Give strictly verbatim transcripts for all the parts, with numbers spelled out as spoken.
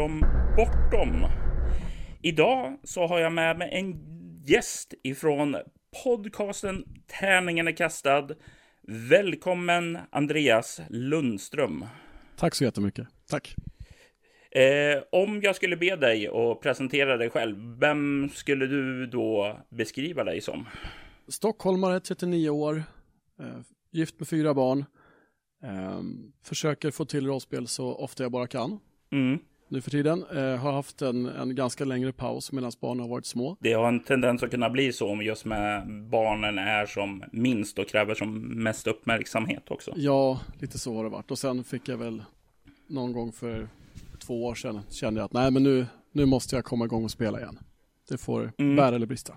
Bortom Bortom. Idag så har jag med mig en gäst ifrån podcasten Tärningen är kastad. Välkommen Andreas Lundström. Tack så jättemycket. Tack. Eh, om jag skulle be dig att presentera dig själv, vem skulle du då beskriva dig som? Stockholmare, trettionio år, eh, gift med fyra barn. Eh, försöker få till rollspel så ofta jag bara kan. Mm. Nu för tiden. Eh, har haft en, en ganska längre paus medan barnen har varit små. Det har en tendens att kunna bli så om just med barnen är som minst och kräver som mest uppmärksamhet också. Ja, lite så har det varit. Och sen fick jag väl någon gång för två år sedan kände jag att nej men nu, nu måste jag komma igång och spela igen. Det får mm. bära eller brista.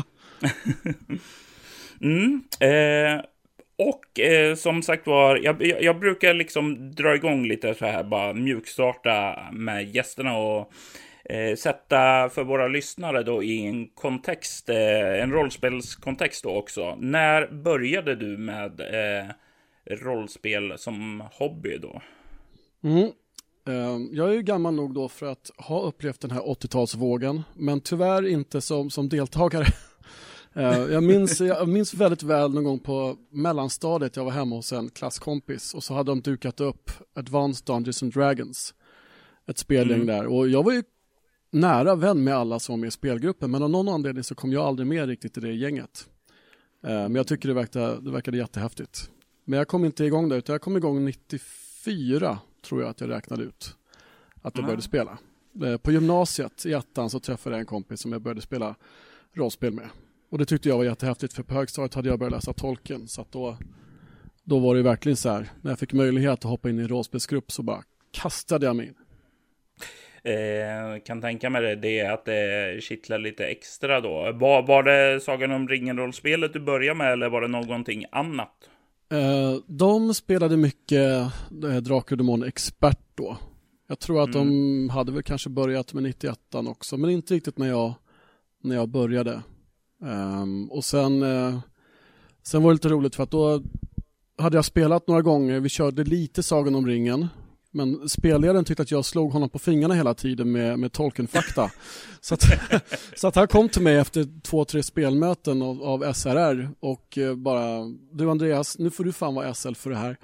mm. eh, och eh, som sagt var, jag, jag, jag brukar liksom dra igång lite så här, bara mjukstarta med gästerna och eh, sätta för våra lyssnare då i en kontext, eh, en rollspelskontext då också. När började du med eh, rollspel som hobby då? Mm. Jag är ju gammal nog då för att ha upplevt den här åttiotalsvågen, men tyvärr inte som, som deltagare. jag, minns, jag minns väldigt väl någon gång på mellanstadiet, jag var hemma hos en klasskompis och så hade de dukat upp Advanced Dungeons and Dragons, ett spelgäng mm. där. Och jag var ju nära vän med alla som var med i spelgruppen, men av någon anledning så kom jag aldrig med riktigt i det gänget. Men jag tycker det verkade, det verkade jättehäftigt. Men jag kom inte igång där, utan jag kom igång nittiofyra tror jag att jag räknade ut att jag mm. började spela. På gymnasiet i ettan så träffade jag en kompis som jag började spela rollspel med. Och det tyckte jag var jättehäftigt, för på högstadiet hade jag börjat läsa Tolkien. Så att då, då var det verkligen så här, när jag fick möjlighet att hoppa in i en rollspelsgrupp så bara kastade jag mig in. Eh, kan tänka mig det, det att det kittlar lite extra då. Var, var det Sagan om ringen-rollspelet du började med eller var det någonting annat? Uh, de spelade mycket uh, Drakar och Demoner Expert då. Jag tror att mm. de hade väl kanske börjat med nittioett också, men inte riktigt när jag, när jag började. Um, och sen, uh, sen var det lite roligt för att då hade jag spelat några gånger. Vi körde lite Sagan om ringen. Men spelledaren tyckte att jag slog honom på fingrarna hela tiden med, med Tolkien-fakta. så, att, så att han kom till mig efter två, tre spelmöten av, av S R R och bara, du Andreas, nu får du fan vara S L för det här.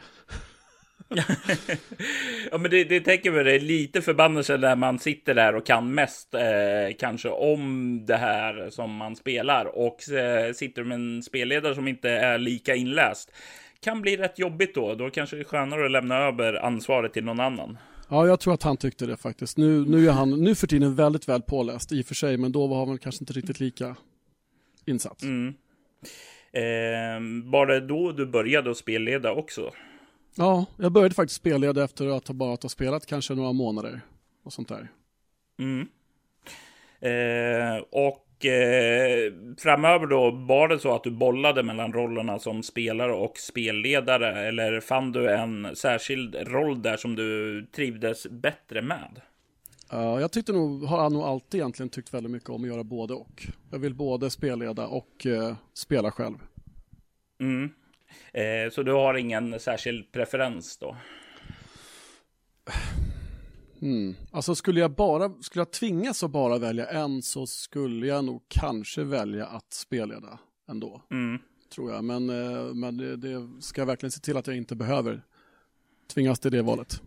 ja, men det, det tänker mig, det är lite förbannelse när man sitter där och kan mest eh, kanske om det här som man spelar och eh, sitter med en spelledare som inte är lika inläst. Kan bli rätt jobbigt då. Då kanske det är skönare att lämna över ansvaret till någon annan. Ja, jag tror att han tyckte det faktiskt. Nu, nu är han nu för tiden väldigt väl påläst i och för sig, men då var han väl kanske inte riktigt lika insatt. Mm. Eh, var det då du började att spelleda också? Ja, jag började faktiskt spelleda efter att ha bara ha spelat kanske några månader och sånt där. Mm. Eh, och Eh, framöver då, var det så att du bollade mellan rollerna som spelare och spelledare eller fann du en särskild roll där som du trivdes bättre med? Uh, jag tyckte nog, har nog alltid egentligen tyckt väldigt mycket om att göra både och. Jag vill både spelleda och uh, spela själv. Mm. Eh, så du har ingen särskild preferens då? Mm. Alltså skulle jag bara skulle jag tvingas att bara välja en så skulle jag nog kanske välja att spelleda ändå. Mm. Tror jag, men, men det, det ska jag verkligen se till att jag inte behöver tvingas till det valet.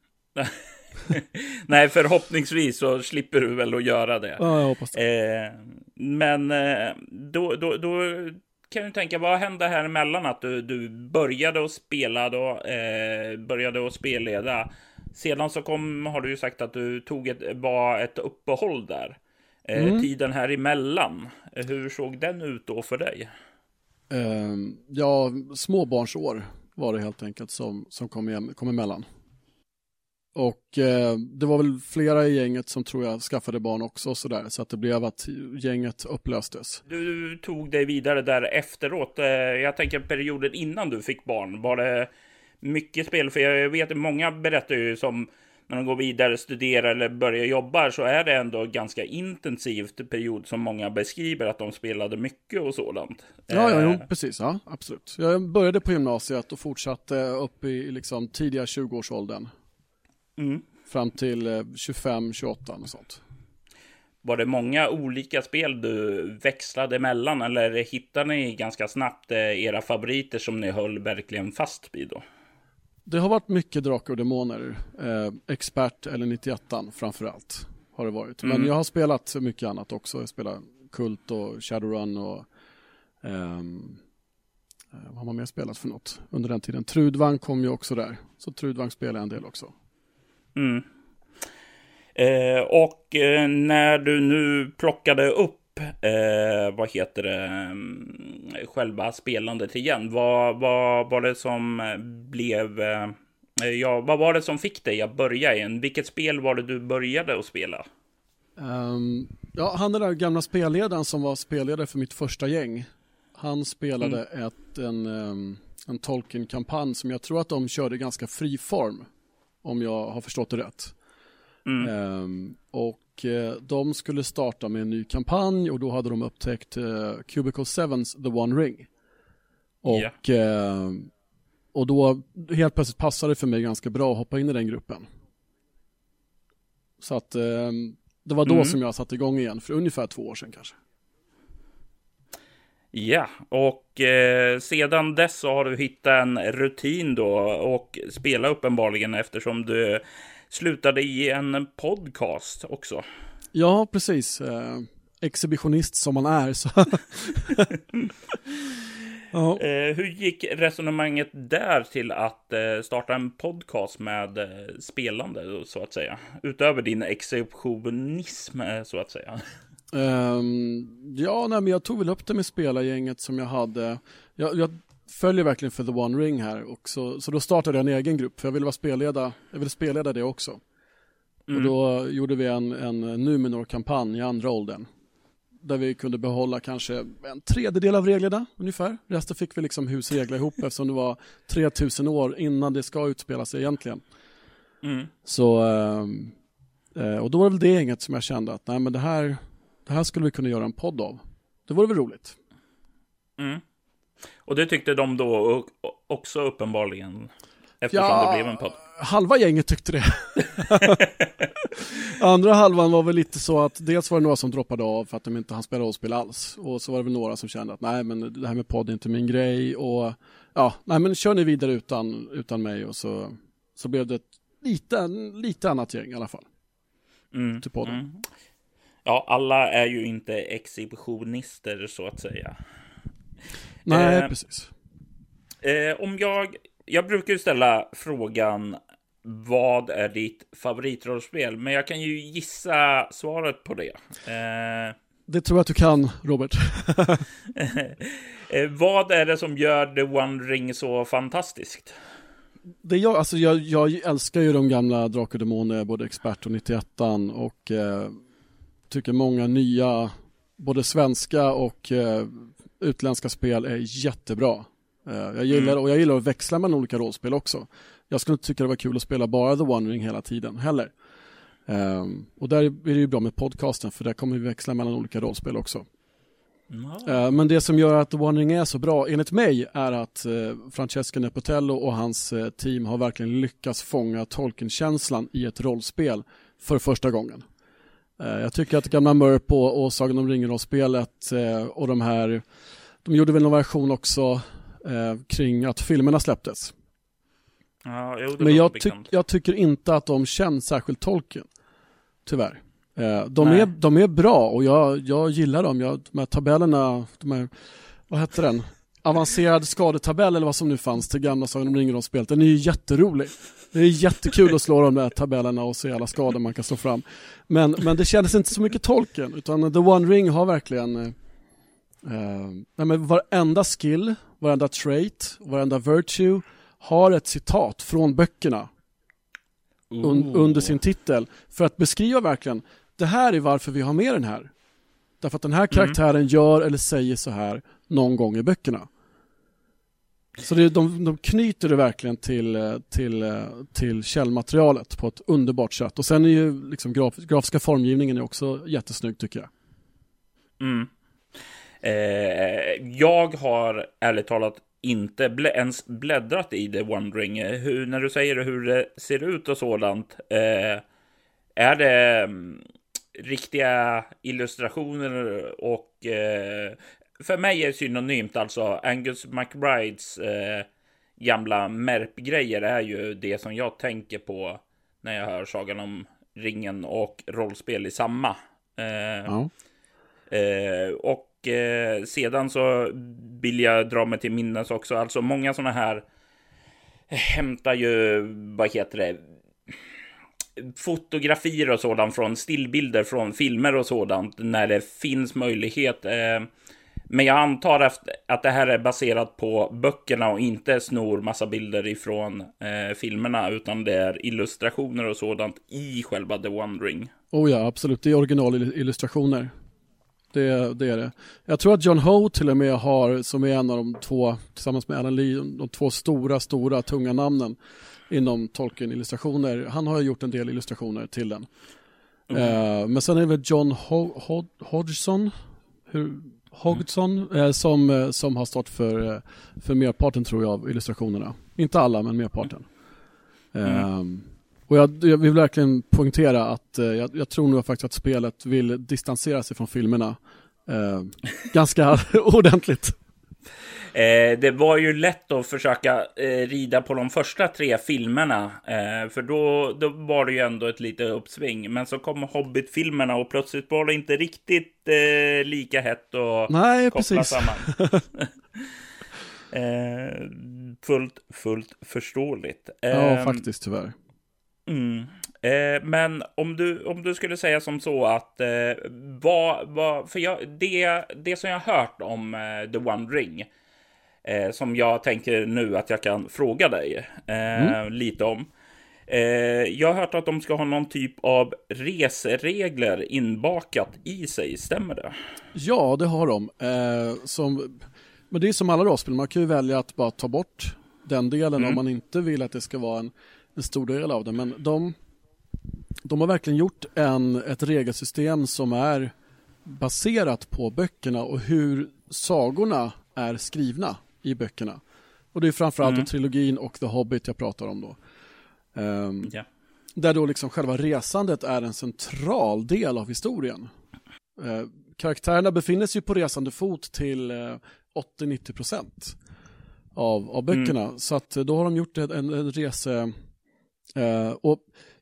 Nej, förhoppningsvis så slipper du väl att göra det. Ja, jag hoppas det. Eh, men då, då, då kan du tänka, vad hände här emellan att du, du började att spela då, eh, började att spelleda. Sedan så kom, har du ju sagt att du tog ett, var ett uppehåll där. Eh, mm. Tiden här emellan. Hur såg den ut då för dig? Uh, ja, småbarnsår var det helt enkelt som, som kom, igen, kom emellan. Och eh, det var väl flera i gänget som tror jag skaffade barn också och sådär. Så att det blev att gänget upplöstes. Du tog dig vidare där efteråt. Eh, jag tänker perioden innan du fick barn. Var det mycket spel? För jag vet att många berättar ju som när de går vidare, studerar eller börjar jobba så är det ändå ganska intensivt period som många beskriver att de spelade mycket och sådant. Ja, ja jo, precis. Ja, absolut. Jag började på gymnasiet och fortsatte upp i liksom tidiga tjugoårsåldern. Mm. fram till eh, tjugofem tjugoåtta och sånt. Var det många olika spel du växlade mellan, eller hittade ni ganska snabbt era favoriter som ni höll verkligen fast vid då? Det har varit mycket Drakar och Demoner, eh, Expert eller nittioett framförallt har det varit. Men mm. jag har spelat mycket annat också. Jag spelar Kult och Shadowrun och ehm, vad har man mer spelat för något under den tiden? Trudvang kom ju också där, så Trudvang spelar en del också. Mm. Eh, och eh, när du nu plockade upp eh, vad heter det, själva spelandet igen, vad, vad var det som blev eh, ja, vad var det som fick dig att börja igen? Vilket spel var det du började att spela? Um, ja, han är den där gamla spelledaren som var spelledare för mitt första gäng. Han spelade mm. ett, en, um, en Tolkien-kampanj som jag tror att de körde ganska fri form, om jag har förstått det rätt. Mm. Um, och uh, de skulle starta med en ny kampanj, och då hade de upptäckt uh, Cubicle Sevens The One Ring. Och, yeah. uh, och då helt plötsligt passade det för mig ganska bra att hoppa in i den gruppen. Så att uh, det var då mm. som jag satte igång igen, för ungefär två år sedan kanske. Ja, och eh, sedan dess så har du hittat en rutin då och spela uppenbarligen, eftersom du slutade i en podcast också. Ja, precis. Eh, exhibitionist som man är. Så. ja. eh, hur gick resonemanget där till att eh, starta en podcast med eh, spelande, så att säga? Utöver din exhibitionism, eh, så att säga. Um, ja, nej, men jag tog väl upp det med spelargänget som jag hade. Jag, jag följer verkligen för The One Ring här också, så då startade jag en egen grupp, för jag ville vara spelleda, jag ville spelleda det också. Mm. Och då gjorde vi en, en Numenor-kampanj i andra åldern, där vi kunde behålla kanske en tredjedel av reglerna ungefär. Resten fick vi liksom husregla ihop, eftersom det var tre tusen år innan det ska utspela sig egentligen. Mm. Så um, och då var det väl det inget som jag kände att nej, men det här Det här skulle vi kunna göra en podd av. Det vore väl roligt. Mm. Och det tyckte de då också uppenbarligen, eftersom ja, det blev en podd. Halva gänget tyckte det. Andra halvan var väl lite så att dels var det några som droppade av för att de inte hann spela rollspel alls. Och så var det väl några som kände att nej, men det här med podd är inte min grej. Och ja, nej, men kör ni vidare utan, utan mig. Och så, så blev det ett lite, lite annat gäng i alla fall. Mm. Till podden. Mm. Ja, alla är ju inte exhibitionister, så att säga. Nej, eh, precis. Eh, om jag... Jag brukar ju ställa frågan, vad är ditt favoritrollspel? Men jag kan ju gissa svaret på det. Eh, det tror jag att du kan, Robert. eh, vad är det som gör The One Ring så fantastiskt? Det jag, alltså jag, jag älskar ju de gamla Drakar och Demoner, både Expert och nittioett, och... Eh, tycker många nya, både svenska och eh, utländska spel är jättebra. Eh, jag gillar mm. och jag gillar att växla mellan olika rollspel också. Jag skulle inte tycka det var kul att spela bara The One Ring hela tiden heller. Eh, och där är det ju bra med podcasten, för där kommer vi växla mellan olika rollspel också. Mm. Eh, men det som gör att The One Ring är så bra, enligt mig, är att eh, Francesco Nepotello och hans eh, team har verkligen lyckats fånga Tolkien-känslan i ett rollspel för första gången. Jag tycker att gamla Mörp och, och Sagan om ringen-spelet eh, och de här, de gjorde väl någon version också eh, kring att filmerna släpptes. Ja, jo, men jag, ty- jag tycker inte att de känns särskilt Tolkien, tyvärr. Eh, de, är, de är bra, och jag, jag gillar dem. Jag, de här tabellerna, de här, vad heter den? Avancerad skadetabell eller vad som nu fanns till gamla Sagan om ringen-spelet. Den är ju jätterolig. Det är jättekul att slå de där tabellerna och se alla skador man kan slå fram. Men, men det kändes inte så mycket Tolkien, utan The One Ring har verkligen eh, nej, men varenda skill, varenda trait, varenda virtue har ett citat från böckerna un, under sin titel, för att beskriva verkligen, det här är varför vi har med den här. Därför att den här karaktären mm. gör eller säger så här någon gång i böckerna. Så det, de, de knyter det verkligen till, till, till källmaterialet på ett underbart sätt. Och sen är ju liksom graf, grafiska formgivningen är också jättesnygg, tycker jag. Mm. Eh, jag har ärligt talat inte blä, ens bläddrat i The Wandering. Hur, när du säger hur det ser ut och sådant, eh, är det um, riktiga illustrationer och eh, för mig är det synonymt, alltså Angus McBrides eh, gamla M E R P-grejer är ju det som jag tänker på när jag hör Sagan om ringen och rollspel i samma. Eh, Ja. eh, och eh, sedan så vill jag dra mig till minnes också, alltså många sådana här hämtar ju, vad heter det, fotografier och sådant från stillbilder från filmer och sådant när det finns möjlighet. Eh, men jag antar att det här är baserat på böckerna och inte snor massa bilder ifrån eh, filmerna, utan det är illustrationer och sådant i själva The Wandering. Oh ja, absolut. Det är originalillustrationer. Det, det är det. Jag tror att John Ho till och med har, som är en av de två, tillsammans med Alan Lee, de två stora, stora, tunga namnen inom Tolkien-illustrationer. Han har gjort en del illustrationer till den. Mm. Uh, men sen är det väl John Ho- Ho- Hodgson, hur, Hodgson mm. eh, som, som har stått för, för merparten, tror jag, av illustrationerna. Inte alla, men merparten. Mm. Uh, och jag, jag vill verkligen poängtera att uh, jag, jag tror nog faktiskt att spelet vill distansera sig från filmerna uh, ganska ordentligt. Eh, det var ju lätt att försöka eh, rida på de första tre filmerna, eh, för då, då var det ju ändå ett litet uppsving. Men så kom Hobbit-filmerna och plötsligt var det inte riktigt eh, lika hett och Nej, koppla precis. samman. eh, fullt, fullt förståeligt. Eh, ja, faktiskt tyvärr. Mm. Eh, men om du, om du skulle säga som så att eh, vad, vad, för jag, det, det som jag har hört om eh, The Wandering, Eh, som jag tänker nu att jag kan fråga dig eh, mm. lite om. Eh, jag har hört att de ska ha någon typ av reseregler inbakat i sig, stämmer det? Ja, det har de. Eh, som, men det är som alla rollspel, man kan ju välja att bara ta bort den delen mm. om man inte vill att det ska vara en, en stor del av det. Men de, de har verkligen gjort en, ett regelsystem som är baserat på böckerna och hur sagorna är skrivna i böckerna. Och det är framförallt mm. trilogin och The Hobbit jag pratar om då. Um, yeah. Där då liksom själva resandet är en central del av historien. Uh, karaktärerna befinner sig på resande fot till uh, åttio till nittio procent av, av böckerna. Mm. Så att då har de gjort en, en rese uh, och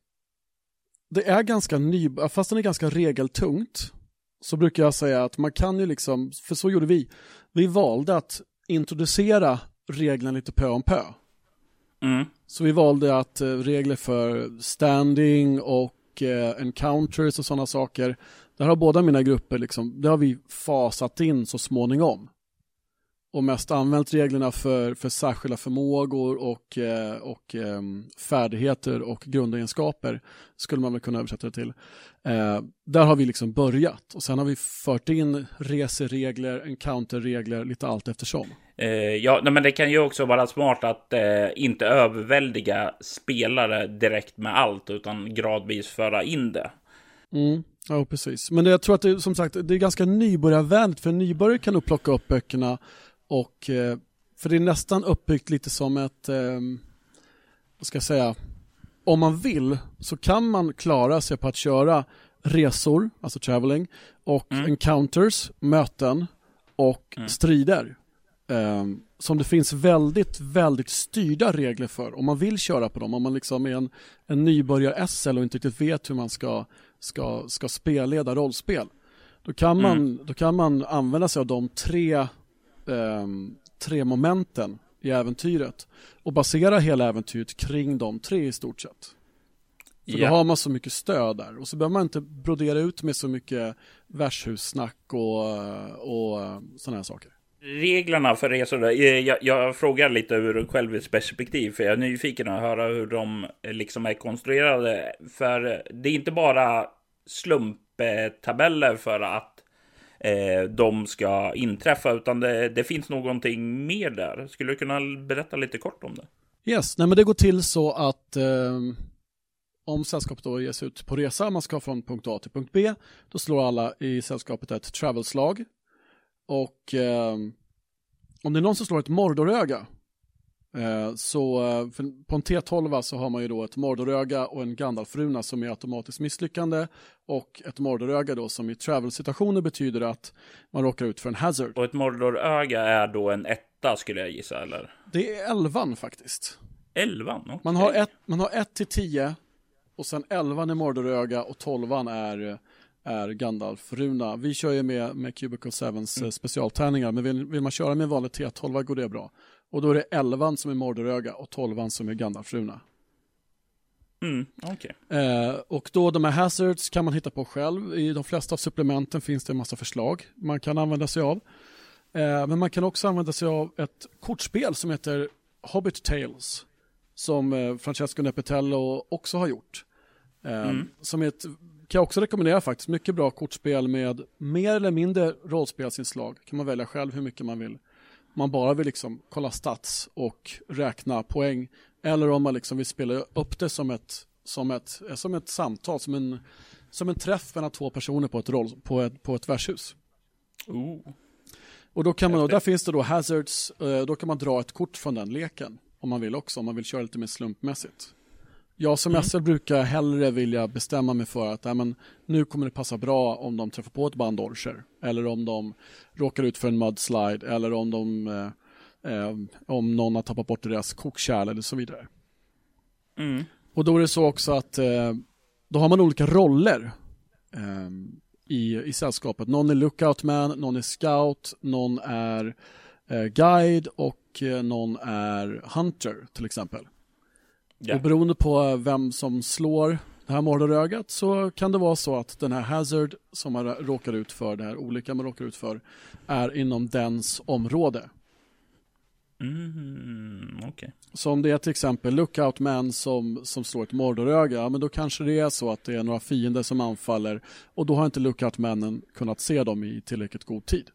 det är ganska ny, fast den är ganska regeltungt, så brukar jag säga att man kan ju liksom, för så gjorde vi. Vi valde att introducera reglerna lite pö om pö. Mm. Så vi valde att eh, regler för standing och eh, encounters och sådana saker, där har båda mina grupper liksom, det har vi fasat in så småningom. Och mest använt reglerna för, för särskilda förmågor och, eh, och eh, färdigheter och grundegenskaper, skulle man väl kunna översätta det till. Eh, där har vi liksom börjat. Och sen har vi fört in reseregler, encounterregler, lite allt eftersom. Eh, ja, men det kan ju också vara smart att eh, inte överväldiga spelare direkt med allt, utan gradvis föra in det. Mm. Ja, precis. Men det, jag tror att det, som sagt, det är ganska nybörjarvänligt, för en nybörjare kan nog plocka upp böckerna. Och, för det är nästan uppbyggt lite som ett, eh, vad ska jag säga, om man vill så kan man klara sig på att köra resor, alltså traveling, och mm. encounters, möten och mm. strider. Eh, som det finns väldigt, väldigt styrda regler för om man vill köra på dem. Om man liksom är en, en nybörjar-S L och inte riktigt vet hur man ska, ska, ska spelleda rollspel. Då kan, man, mm. då kan man använda sig av de tre Um, tre momenten i äventyret och basera hela äventyret kring de tre i stort sett. För yeah. då har man så mycket stöd där, och så behöver man inte brodera ut med så mycket värshussnack och, och sådana här saker. Reglerna för resor, jag, jag frågar lite ur självets perspektiv, för jag är nyfiken att höra hur de liksom är konstruerade, för det är inte bara slumptabeller för att de ska inträffa, utan det, det finns någonting mer där. Skulle du kunna berätta lite kort om det? Yes, nej men det går till så att eh, om sällskapet då ges ut på resa, man ska från punkt A till punkt B, då slår alla i sällskapet ett travel-slag, och eh, om det är någon som slår ett Mordoröga, eh, så för på en T tolv så har man ju då ett Mordoröga och en Gandalf-runa som är automatiskt misslyckande, och ett Mordoröga då som i travel-situationer betyder att man råkar ut för en hazard. Och ett Mordoröga är då en etta skulle jag gissa, eller? Det är elvan faktiskt. Elvan? Okay. Man har ett, man har ett till tio och sen elvan är Mordoröga och tolvan är, är Gandalf-runa. Vi kör ju med, med Cubicle Sevens mm. specialtärningar, men vill, vill man köra med en vanlig T tolv går det bra. Och då är det elvan som är Mordoröga och tolvan som är Gandalf-runa. Mm, okay. eh, och då de här hazards kan man hitta på själv. I de flesta av supplementen finns det en massa förslag man kan använda sig av. Eh, men man kan också använda sig av ett kortspel som heter Hobbit Tales, som eh, Francesco Nepitello också har gjort. Eh, mm. Som är ett, kan jag också rekommendera faktiskt, mycket bra kortspel med mer eller mindre rollspelsinslag. Kan man välja själv hur mycket man vill. Man bara vill liksom kolla stats och räkna poäng, eller om man liksom vill spela upp det som ett, som ett, som ett samtal, som en, som en träff mellan två personer på ett, roll, på ett, på ett värdshus. Oh. Och då kan man, och där finns det då hazards, då kan man dra ett kort från den leken om man vill också, om man vill köra lite mer slumpmässigt. Jag som mm. S L brukar hellre vilja bestämma mig för att ja, men, nu kommer det passa bra om de träffar på ett band orcher, eller om de råkar ut för en mudslide, eller om de eh, eh, om någon har tappat bort deras kokkärl eller så vidare. Mm. Och då är det så också att eh, då har man olika roller eh, i, i sällskapet. Någon är lookout man, någon är scout, någon är eh, guide och eh, någon är hunter till exempel. Yeah. Och beroende på vem som slår det här Mordorögat så kan det vara så att den här hazard som man råkar ut för, det här olyckan man råkar ut för, är inom dens område. Mm, okay. Så om det är till exempel lookout man som, som slår ett Mordoröga, men då kanske det är så att det är några fiender som anfaller, och då har inte lookout mannen kunnat se dem i tillräckligt god tid.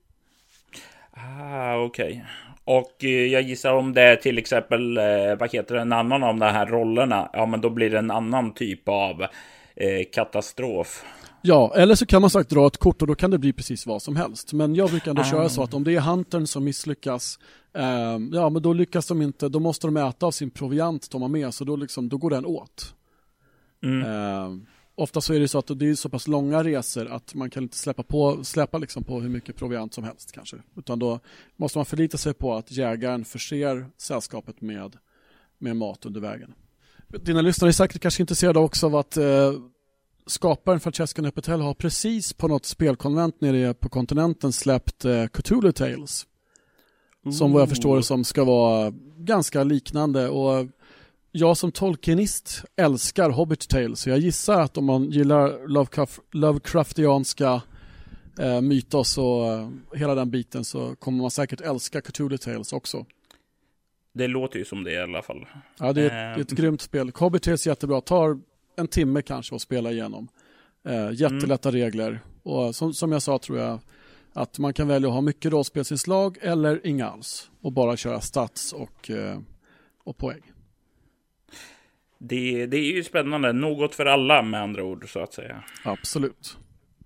Ah, okej. Okay. Och eh, jag gissar om det är till exempel, eh, vad heter det, en annan av de här rollerna, ja men då blir det en annan typ av eh, katastrof. Ja, eller så kan man sagt dra ett kort och då kan det bli precis vad som helst. Men jag brukar ändå ah. köra så att om det är huntern som misslyckas, eh, ja men då lyckas de inte, då måste de äta av sin proviant de har med, så då, liksom, då går den åt. Mm. Eh, ofta så är det så att det är så pass långa resor att man kan inte släppa på, släppa liksom på hur mycket proviant som helst kanske. Utan då måste man förlita sig på att jägaren förser sällskapet med, med mat under vägen. Dina lyssnare är säkert kanske intresserade också av att eh, skaparen Francesco Nepitello har precis på något spelkonvent nere på kontinenten släppt eh, Cthulhu Tales. Ooh. Som vad jag förstår som ska vara ganska liknande, och jag som Tolkienist älskar Hobbit Tales, så jag gissar att om man gillar Lovecraft, Lovecraftianska eh, mytos och eh, hela den biten, så kommer man säkert älska Cthulhu Tales också. Det låter ju som det i alla fall. Ja, det är ett, eh. det är ett grymt spel. Hobbit Tales är jättebra. Tar en timme kanske att spela igenom. Eh, jättelätta mm. regler. Och som, som jag sa tror jag att man kan välja att ha mycket rollspelsinslag eller inga alls. Och bara köra stats och, eh, och poäng. Det, det är ju spännande. Något för alla med andra ord så att säga. Absolut.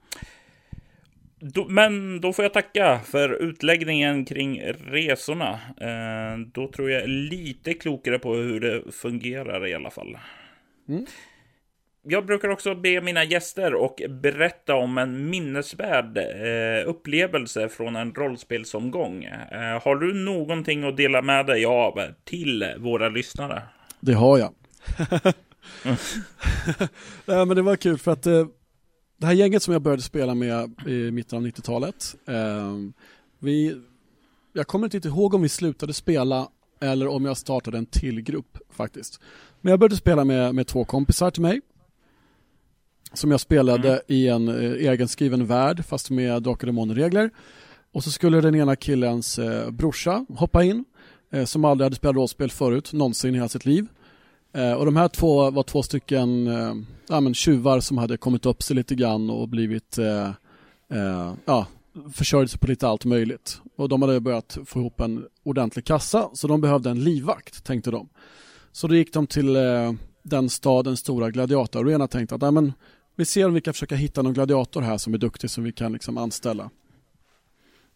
Då, men då får jag tacka för utläggningen kring resorna. Eh, då tror jag är lite klokare på hur det fungerar i alla fall. Mm. Jag brukar också be mina gäster och berätta om en minnesvärd eh, upplevelse från en rollspelsomgång. Eh, har du någonting att dela med dig av till våra lyssnare? Det har jag. mm. Nej, men det var kul för att eh, det här gänget som jag började spela med i mitten av nittiotalet, eh, vi, jag kommer inte ihåg om vi slutade spela eller om jag startade en till grupp faktiskt. Men jag började spela med, med två kompisar till mig som jag spelade mm. i en eh, egen skriven värld fast med Drakar och Demoner-regler. Och så skulle den ena killens eh, brorsa hoppa in eh, som aldrig hade spelat rollspel förut någonsin i hela sitt liv. Eh, och de här två var två stycken eh, ja, men tjuvar som hade kommit upp sig lite grann och blivit eh, eh, ja, försörjde sig på lite allt möjligt. Och de hade börjat få ihop en ordentlig kassa, så de behövde en livvakt, tänkte de. Så då gick de till eh, den stadens stora gladiatorarena och tänkte att ja, men, vi ser om vi kan försöka hitta någon gladiator här som är duktig som vi kan liksom anställa. Mm.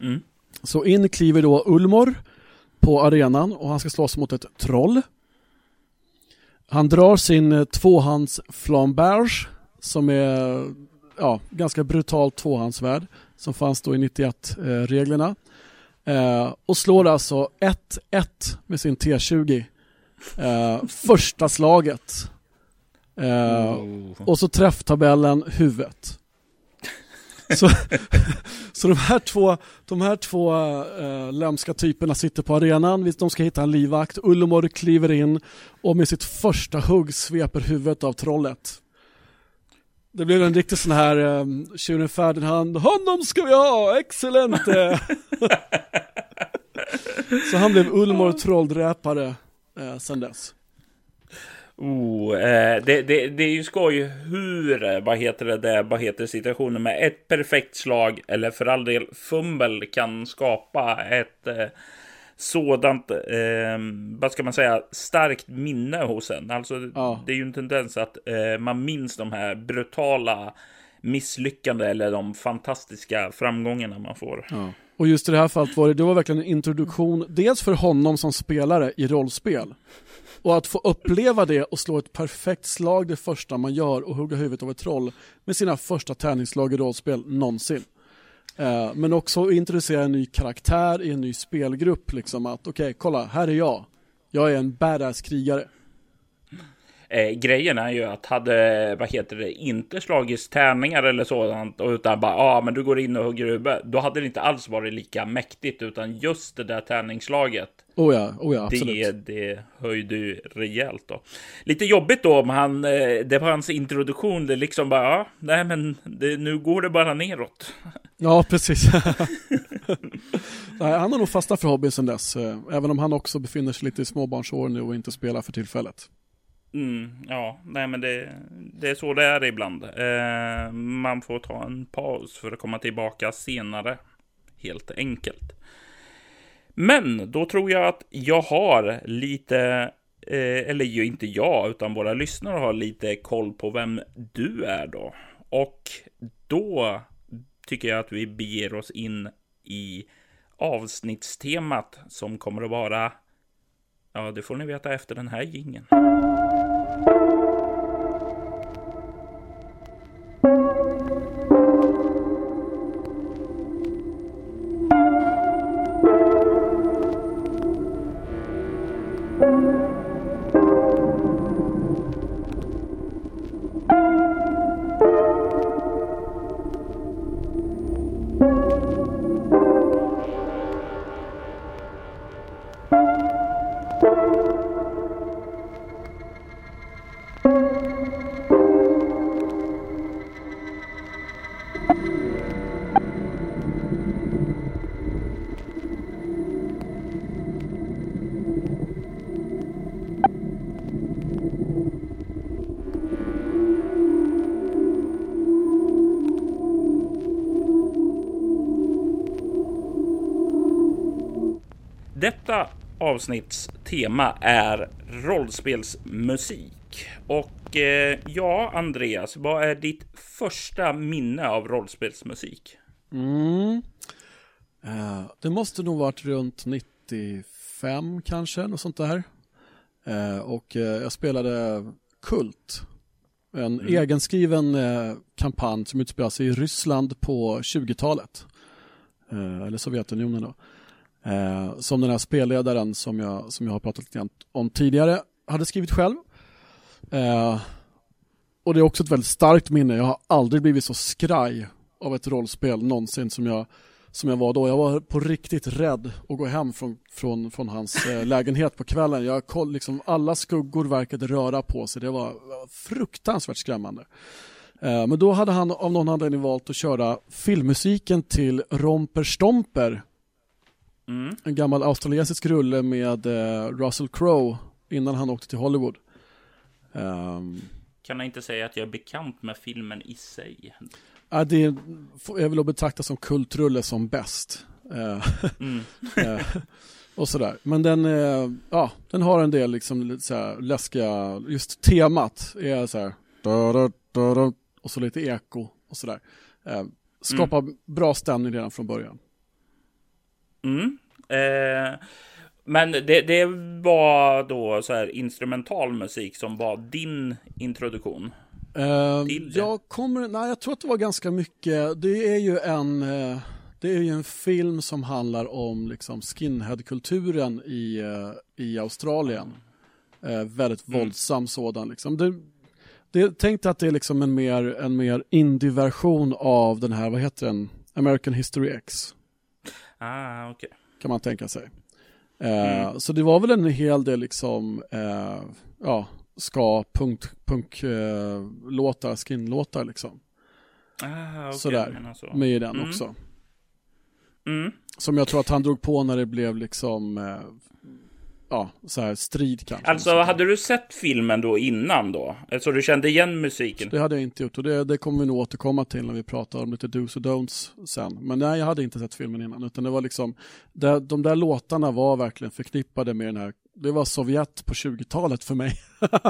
Så in kliver då Ulmor på arenan och han ska slåss mot ett troll. Han drar sin tvåhands flamberge som är ja, ganska brutal tvåhandsvärd som fanns då i nittioett-reglerna. Eh, och slår alltså ett ett med sin T tjugo. Eh, första slaget. Eh, oh. Och så träfftabellen huvudet. Så, så de här två, de här två äh, lämska typerna sitter på arenan. De ska hitta en livvakt. Ulmor kliver in och med sitt första hugg sveper huvudet av trollet. Det blev en riktigt sån här äh, tjuren Ferdinand. Honom ska vi ha, excellent! Så han blev Ulmor trolldräpare äh, sen dess. Oh, eh, det, det, det är ju skoj hur, vad heter det, det vad heter situationen med ett perfekt slag eller för all del fumbel kan skapa ett eh, sådant, eh, vad ska man säga, starkt minne hos en. Alltså ja. Det är ju en tendens att eh, man minns de här brutala misslyckande eller de fantastiska framgångarna man får. Ja. Och just i det här fallet var det, det var verkligen en introduktion dels för honom som spelare i rollspel. Och att få uppleva det och slå ett perfekt slag det första man gör och hugga huvudet av ett troll med sina första tärningsslag i rollspel någonsin. Eh, men också introducera en ny karaktär i en ny spelgrupp. Liksom att okej, okay, kolla, här är jag. Jag är en badass krigare. Eh, grejen är ju att hade, vad heter det, inte slagits tärningar eller sådant utan bara, ja ah, men du går in och hugger huvudet, då hade det inte alls varit lika mäktigt utan just det där tärningsslaget. Oh ja, oh ja, absolut. Det, det höjde ju rejält då. Lite jobbigt då om han, det var hans introduktion, det liksom bara, ja, nej men det, nu går det bara neråt. Ja, precis. Nej, han har nog fastnat för hobbyn sedan dess, även om han också befinner sig lite i småbarnsår nu och inte spelar för tillfället. Mm, ja, nej men det, det är så det är ibland. Eh, man får ta en paus för att komma tillbaka senare, helt enkelt. Men då tror jag att jag har lite, eh, eller ju inte jag utan våra lyssnare har lite koll på vem du är då. Och då tycker jag att vi beger oss in i avsnittstemat som kommer att vara, ja det får ni veta efter den här jingeln. Detta avsnitts tema är rollspelsmusik. Och eh, ja, Andreas, vad är ditt första minne av rollspelsmusik? Mm. Uh, det måste nog varit runt nittiofem kanske, något sånt där. Uh, och uh, jag spelade Kult. En mm. egenskriven uh, kampanj som utspelar sig i Ryssland på tjugotalet. Uh, eller Sovjetunionen då. Eh, som den här spelledaren som jag, som jag har pratat lite om tidigare hade skrivit själv. Eh, och det är också ett väldigt starkt minne. Jag har aldrig blivit så skraj av ett rollspel någonsin som jag, som jag var då. Jag var på riktigt rädd att gå hem från, från, från hans eh, lägenhet på kvällen. Jag koll, liksom, alla skuggor verkade röra på sig. Det var fruktansvärt skrämmande. Eh, men då hade han av någon anledning valt att köra filmmusiken till Romper Stomper. Mm. En gammal australiensisk rulle med eh, Russell Crowe innan han åkte till Hollywood. Um, kan jag inte säga att jag är bekant med filmen i sig? Ja, det är, jag vill betrakta som kultrulle som bäst. Uh, mm. uh, och sådär. Men den, uh, ja, den har en del liksom lite så här läskiga, just temat är så här da, da, da, da, och så lite eko och sådär. Uh, skapar mm. bra stämning redan från början. Mm. Eh, men det, det var då så här instrumental musik som var din introduktion? Uh, jag kommer, nej jag tror att det var ganska mycket, det är ju en, uh, det är ju en film som handlar om liksom skinhead-kulturen i, uh, i Australien. Uh, väldigt mm. våldsam sådan liksom. Det, det, tänkte att det är liksom en mer, en mer indie-version av den här, vad heter den? American History X. Ah, okej. Okay. Kan man tänka sig. Uh, mm. Så det var väl en hel del liksom, uh, ja, ska punk, punk uh, låtar, skinlåtar liksom. Ah, okay, sådär, alltså. Med i den mm. också. Mm. Som jag tror att han drog på när det blev liksom uh, ja, så här strid kanske. Alltså hade du sett filmen då innan då? Så du kände igen musiken? Det hade jag inte gjort och det, det kommer vi nog återkomma till när vi pratar om lite do's och don'ts sen. Men nej, jag hade inte sett filmen innan utan det var liksom, det, de där låtarna var verkligen förknippade med den här, det var Sovjet på tjugotalet för mig.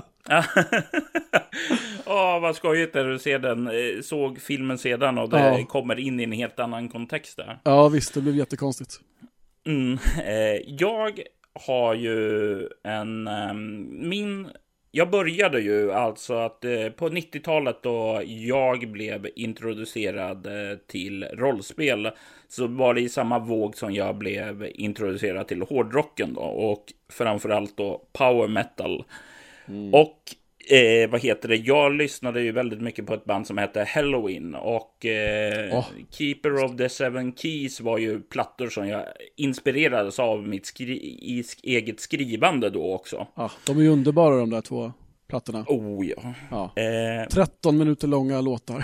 Åh, oh, vad skojigt när du ser den, såg filmen sedan och det ja. kommer in i en helt annan kontext där. Ja visst, det blev jättekonstigt. Mm, eh, jag har ju en um, min jag började ju alltså att eh, på nittiotalet då jag blev introducerad eh, till rollspel så var det i samma våg som jag blev introducerad till hårdrocken då och framförallt då power metal. Mm. Och Eh, vad heter det? Jag lyssnade ju väldigt mycket på ett band som heter Halloween och eh, oh. Keeper of the Seven Keys var ju plattor som jag inspirerades av mitt skri- i eget skrivande då också. Ah, de är ju underbara de där två plattorna. Oh ja. ja. Eh, tretton minuter långa låtar.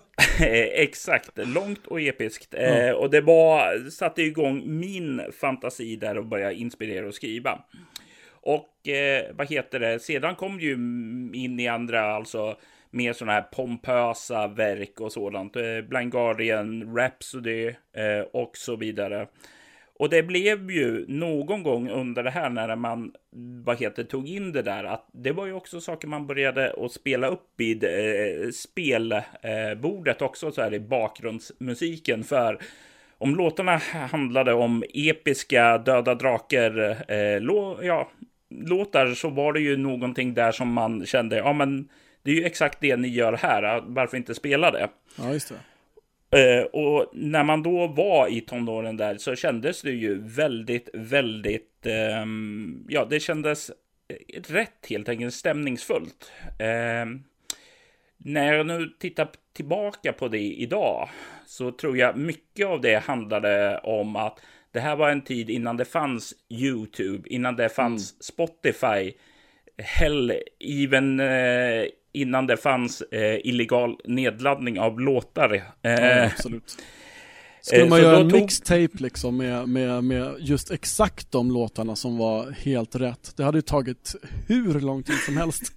Exakt, långt och episkt. Mm. Eh, och det var, satte igång min fantasi där och började inspirera och skriva. Och eh, vad heter det? Sedan kom ju in i andra, alltså mer sådana här pompösa verk och sådant. Eh, Blind Guardian, Rhapsody eh, och så vidare. Och det blev ju någon gång under det här när man, vad heter tog in det där, att det var ju också saker man började att spela upp vid eh, spelbordet eh, också så här i bakgrundsmusiken. För om låtarna handlade om episka döda draker, eh, lo, ja, låtar så var det ju någonting där som man kände, ja men det är ju exakt det ni gör här, varför inte spela det? Ja, just det. Uh, och när man då var i tonåren där så kändes det ju väldigt, väldigt, um, ja det kändes rätt helt enkelt stämningsfullt. Uh, när jag nu tittar tillbaka på det idag så tror jag mycket av det handlade om att det här var en tid innan det fanns YouTube, innan det fanns mm. Spotify, hell, even uh, innan det fanns uh, illegal nedladdning av låtar. Uh, ja, absolut. Skulle man uh, göra en tog... mixtape liksom med, med, med just exakt de låtarna som var helt rätt, det hade ju tagit hur lång tid som helst.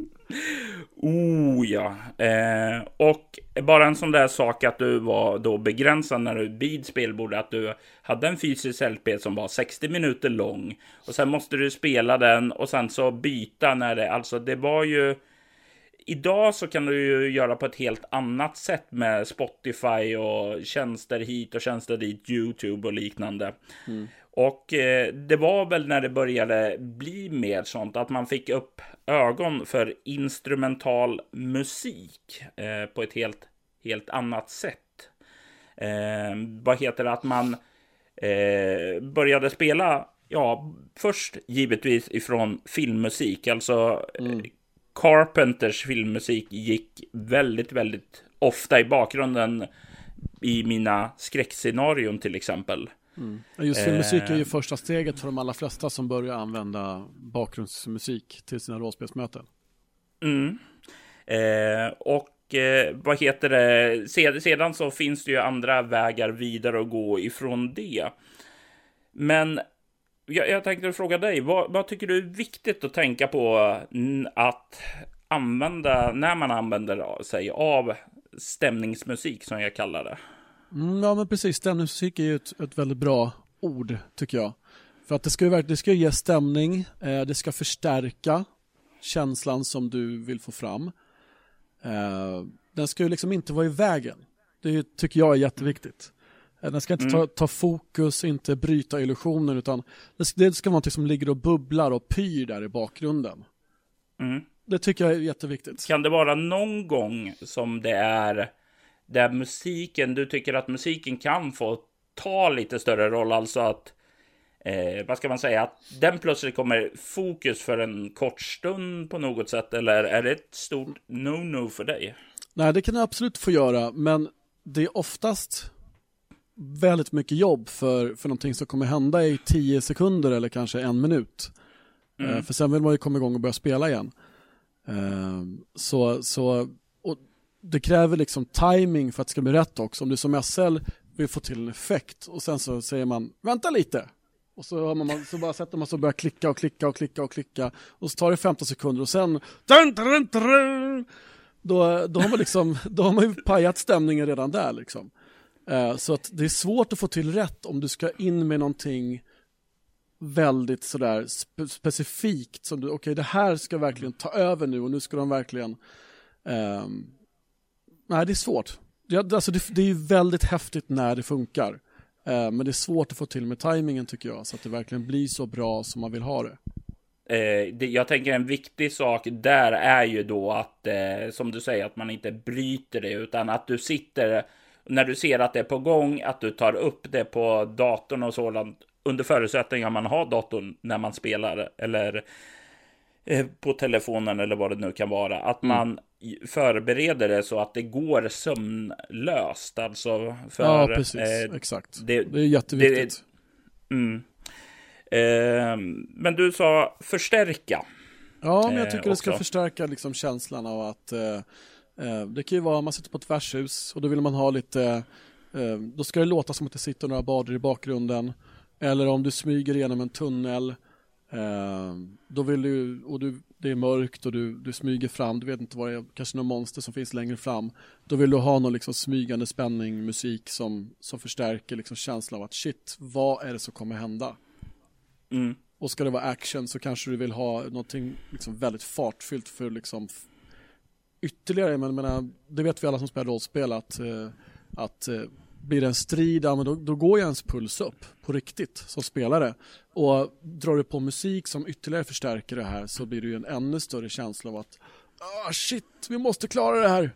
Oh ja, eh, och bara en sån där sak att du var då begränsad när du vid spelbordet, att du hade en fysisk L P som var sextio minuter lång och sen måste du spela den och sen så byta när det, alltså det var ju, idag så kan du ju göra på ett helt annat sätt med Spotify och tjänster hit och tjänster dit, YouTube och liknande. Mm. Och eh, det var väl när det började bli mer sånt att man fick upp ögon för instrumental musik eh, på ett helt, helt annat sätt. Eh, vad heter det? Att man eh, började spela, ja, först givetvis ifrån filmmusik. Alltså mm. Carpenters filmmusik gick väldigt, väldigt ofta i bakgrunden i mina skräckscenarion till exempel. Mm. Just filmmusik är ju första steget för de allra flesta som börjar använda bakgrundsmusik till sina rollspelsmöten. Mm. Eh, och eh, vad heter det? Sed- sedan så finns det ju andra vägar vidare att gå ifrån det. Men jag, jag tänkte fråga dig, vad, vad tycker du är viktigt att tänka på att använda när man använder sig av stämningsmusik som jag kallar det? Mm, ja men precis, stämningsmusik är ju ett, ett väldigt bra ord tycker jag. För att det ska ju, det ska ge stämning, eh, det ska förstärka känslan som du vill få fram. Eh, den ska ju liksom inte vara i vägen. Det tycker jag är jätteviktigt. Den ska inte Mm. ta, ta fokus, inte bryta illusionen, utan det ska, det ska vara något som ligger och bubblar och pyr där i bakgrunden. Mm. Det tycker jag är jätteviktigt. Kan det vara någon gång som det är där musiken, du tycker att musiken kan få ta lite större roll, alltså att eh, vad ska man säga, att den plötsligt kommer fokus för en kort stund på något sätt, eller är det ett stort no-no för dig? Nej, det kan jag absolut få göra, men det är oftast väldigt mycket jobb för, för någonting som kommer hända i tio sekunder eller kanske en minut. Mm. Uh, för sen vill man ju komma igång och börja spela igen. Uh, så, så och det kräver liksom timing för att det ska bli rätt också. Om du som S L vill få till en effekt och sen så säger man, vänta lite. Och så, har man, så bara sätter man så börjar klicka och klicka och klicka och klicka. Och så tar det femton sekunder och sen då, då har man liksom då har man ju pajat stämningen redan där liksom. Uh, så att det är svårt att få till rätt om du ska in med någonting väldigt sådär spe- specifikt som du, okej okay, det här ska verkligen ta över nu och nu ska de verkligen um, nej det är svårt. Det, alltså det, det är ju väldigt häftigt när det funkar. Uh, men det är svårt att få till med tajmingen tycker jag, så att det verkligen blir så bra som man vill ha det. Eh, det, jag tänker en viktig sak där är ju då att eh, som du säger, att man inte bryter det, utan att du sitter, när du ser att det är på gång, att du tar upp det på datorn och sådant, under förutsättning att man har datorn när man spelar, eller eh, på telefonen eller vad det nu kan vara, att mm. man förbereder det så att det går sömnlöst, alltså för, ja precis, eh, exakt det, det är jätteviktigt. Det, mm. Eh, men du sa förstärka. Ja, men jag tycker eh, det ska förstärka liksom känslan av att eh, eh, det kan ju vara, man sitter på ett värdshus och då vill man ha lite eh, då ska det låta som att det sitter några badar i bakgrunden, eller om du smyger igenom en tunnel eh, då vill du, och du, det är mörkt och du, du smyger fram, du vet inte vad det är, kanske någon monster som finns längre fram, då vill du ha någon liksom smygande spänning, musik som, som förstärker liksom känslan av att shit, vad är det som kommer hända? Mm. Och ska det vara action så kanske du vill ha någonting liksom väldigt fartfyllt för liksom f- ytterligare, men menar, det vet vi alla som spelar rollspel att, eh, att eh, blir det en strid, ja, men då, då går ju ens puls upp på riktigt som spelare, och drar du på musik som ytterligare förstärker det här så blir det ju en ännu större känsla av att ah, shit, vi måste klara det här.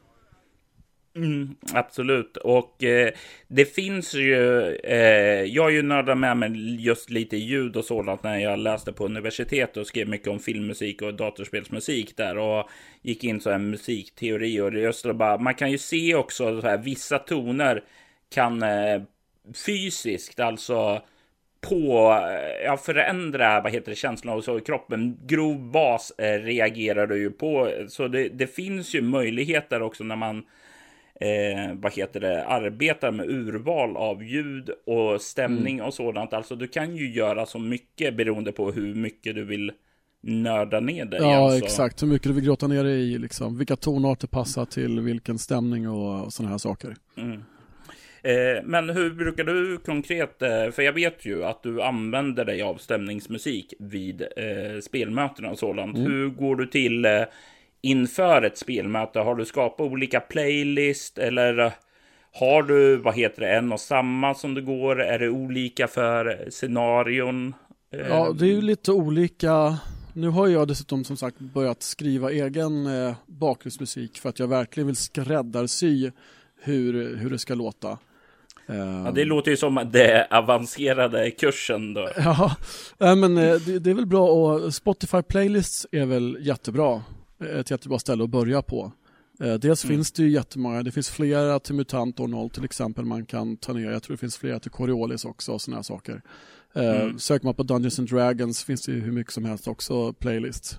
Mm, absolut, och eh, det finns ju eh, jag är ju nördad med mig just lite ljud och sådant när jag läste på universitet och skrev mycket om filmmusik och datorspelsmusik där, och gick in så här musikteori, och just det, bara, man kan ju se också så här, vissa toner kan eh, fysiskt alltså på ja, förändra vad heter det, känslan och så i kroppen. Grov bas eh, reagerar du ju på, så det, det finns ju möjligheter också när man Eh, vad heter det, arbetar med urval av ljud och stämning mm. och sådant. Alltså du kan ju göra så mycket beroende på hur mycket du vill nörda ner dig. Ja, alltså. Exakt. Hur mycket du vill gråta ner dig i liksom. Vilka tonarter passar till vilken stämning och, och sådana här saker. Mm. Eh, men hur brukar du konkret, eh, för jag vet ju att du använder dig av stämningsmusik vid eh, spelmöten och sådant. Mm. Hur går du till eh, inför ett spelmöte? Har du skapat olika playlist, eller har du, vad heter det, en och samma som det går? Är det olika för scenarion? Ja, det är ju lite olika. Nu har jag dessutom som sagt börjat skriva egen eh, bakgrundsmusik för att jag verkligen vill skräddarsy hur, hur det ska låta. Ja, det låter ju som det avancerade kursen då. Ja, men det, det är väl bra, och Spotify playlists är väl jättebra. Ett jättebra ställe att börja på. Dels mm. finns det ju jättemånga, det finns flera till Mutant år noll till exempel man kan ta ner. Jag tror det finns flera till Coriolis också och såna här saker. Mm. Söker man på Dungeons and Dragons finns det ju hur mycket som helst också playlist.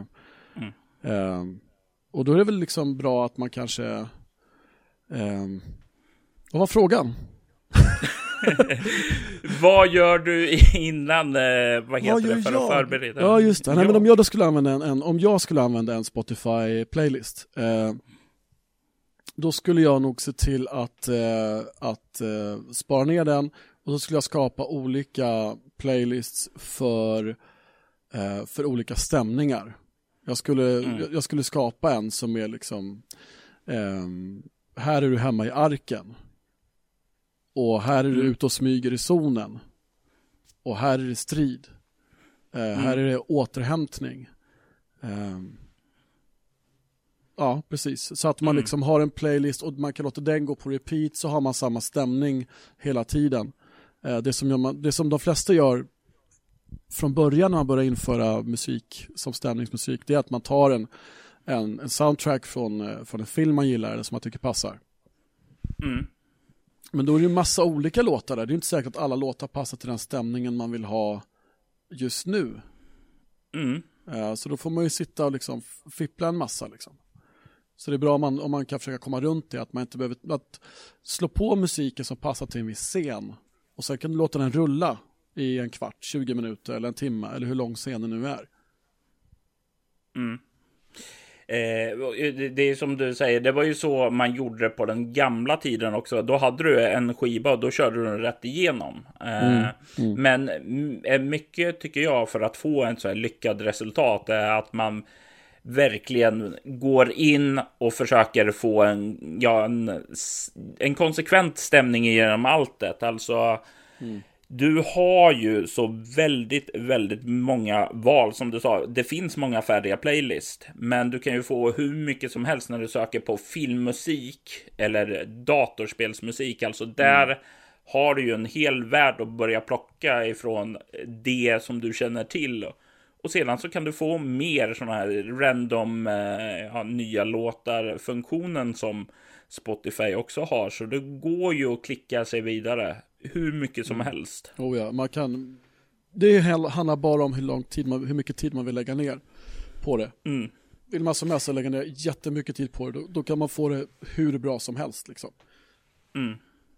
Mm. Och då är det väl liksom bra att man kanske vad var frågan? Vad gör du innan vad heter vad det för jag? Att förbereda? Ja just det. Nej, ja. Men om jag då skulle använda en, en om jag skulle använda en Spotify playlist eh, då skulle jag nog se till att eh, att eh, spara ner den, och så skulle jag skapa olika playlists för eh, för olika stämningar. Jag skulle mm. jag, jag skulle skapa en som är liksom eh, här är du hemma i arken. Och här är du ute och smyger i zonen. Och här är det strid. Uh, mm. Här är det återhämtning. Uh, ja, precis. Så att man mm. liksom har en playlist och man kan låta den gå på repeat, så har man samma stämning hela tiden. Uh, det, som man, det som de flesta gör från början när man börjar införa musik som stämningsmusik, det är att man tar en, en, en soundtrack från, från en film man gillar eller som man tycker passar. Mm. Men då är det ju massa olika låtar där. Det är inte säkert att alla låtar passar till den stämningen man vill ha just nu. Mm. Uh, så då får man ju sitta och liksom fippla en massa. Liksom. Så det är bra om man, om man kan försöka komma runt det. Att man inte behöver att slå på musiken som passar till en viss scen. Och sen kan du låta den rulla i en kvart, tjugo minuter eller en timme. Eller hur lång scenen nu är. Mm. Eh, det är som du säger, det var ju så man gjorde det på den gamla tiden också. Då hade du en skiva och då körde du den rätt igenom. Eh, mm, mm. Men mycket tycker jag för att få en så här lyckad resultat är att man verkligen går in och försöker få en, ja, en, en konsekvent stämning genom alltet. Alltså mm. Du har ju så väldigt, väldigt många val som du sa. Det finns många färdiga playlist. Men du kan ju få hur mycket som helst när du söker på filmmusik eller datorspelsmusik. Alltså där mm. har du ju en hel värld att börja plocka ifrån det som du känner till. Och sedan så kan du få mer sådana här random ja, nya låtar-funktionen som Spotify också har. Så det går ju att klicka sig vidare hur mycket som helst. Oh ja, man kan. Det handlar bara om hur lång tid man, hur mycket tid man vill lägga ner på det. Mm. Vill man som helst lägga ner jättemycket tid på det, då, då kan man få det hur bra som helst liksom. Mm.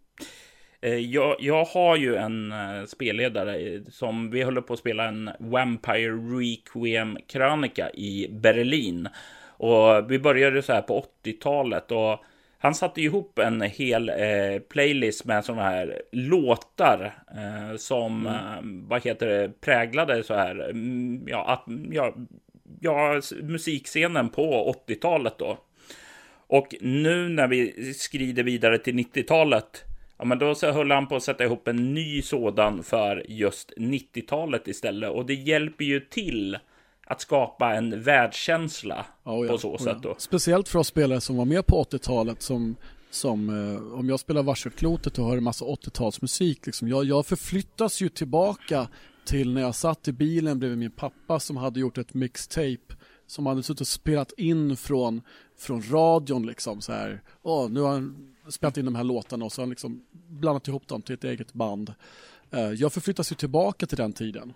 Jag, jag har ju en uh, spelledare som vi håller på att spela en Vampire Requiem krönika i Berlin. Och vi började så här på åttiotalet och han satte ihop en hel eh, playlist med sådana här låtar eh, som mm. eh, vad heter det, präglade så här ja, att, ja, ja, musikscenen på åttiotalet då. Och nu när vi skrider vidare till nittiotalet, ja, men då så höll han på att sätta ihop en ny sådan för just nittiotalet istället. Och det hjälper ju till att skapa en världskänsla oh ja, på så oh sätt då. Ja. Speciellt för oss spelare som var med på åttiotalet som, som eh, om jag spelar Varselklotet och hör en massa åttiotalsmusik liksom. jag, jag förflyttas ju tillbaka till när jag satt i bilen bredvid min pappa som hade gjort ett mixtape som hade suttit och spelat in från, från radion liksom så här. Åh, nu har han spelat in de här låtarna och så har han liksom blandat ihop dem till ett eget band. Eh, jag förflyttas ju tillbaka till den tiden.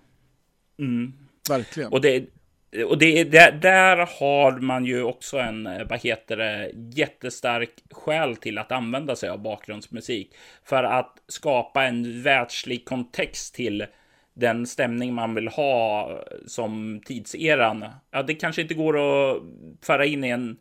Mm. Verkligen. Och det Och det, där, där har man ju också en, vad heter det, jättestark skäl till att använda sig av bakgrundsmusik. För att skapa en världslig kontext till den stämning man vill ha som tidseran. Ja, det kanske inte går att föra in i en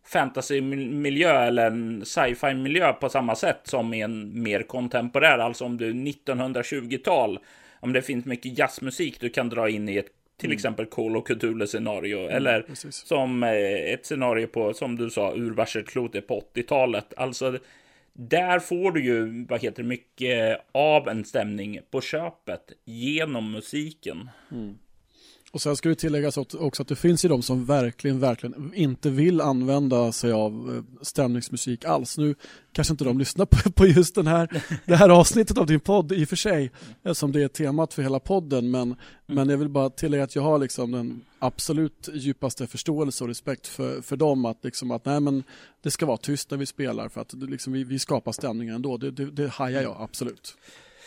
fantasymiljö eller en sci-fi-miljö på samma sätt som i en mer kontemporär. Alltså om du nittonhundratjugotal, om det finns mycket jazzmusik du kan dra in i ett till mm. exempel Call of Cthulhu-scenario. Mm, eller precis. Som ett scenario på, som du sa, ur Varselklotet på åttiotalet. Alltså, där får du ju, vad heter det, mycket av en stämning på köpet genom musiken. Mm. Och sen ska det tilläggas också att det finns ju de som verkligen, verkligen inte vill använda sig av stämningsmusik alls. Nu kanske inte de lyssnar på, på just den här, det här avsnittet av din podd i och för sig, eftersom det är temat för hela podden. Men, mm. men jag vill bara tillägga att jag har liksom den absolut djupaste förståelse och respekt för, för dem. Att, liksom att nej, men det ska vara tyst när vi spelar för att liksom, vi, vi skapar stämningen ändå. Det, det, det hajar jag absolut.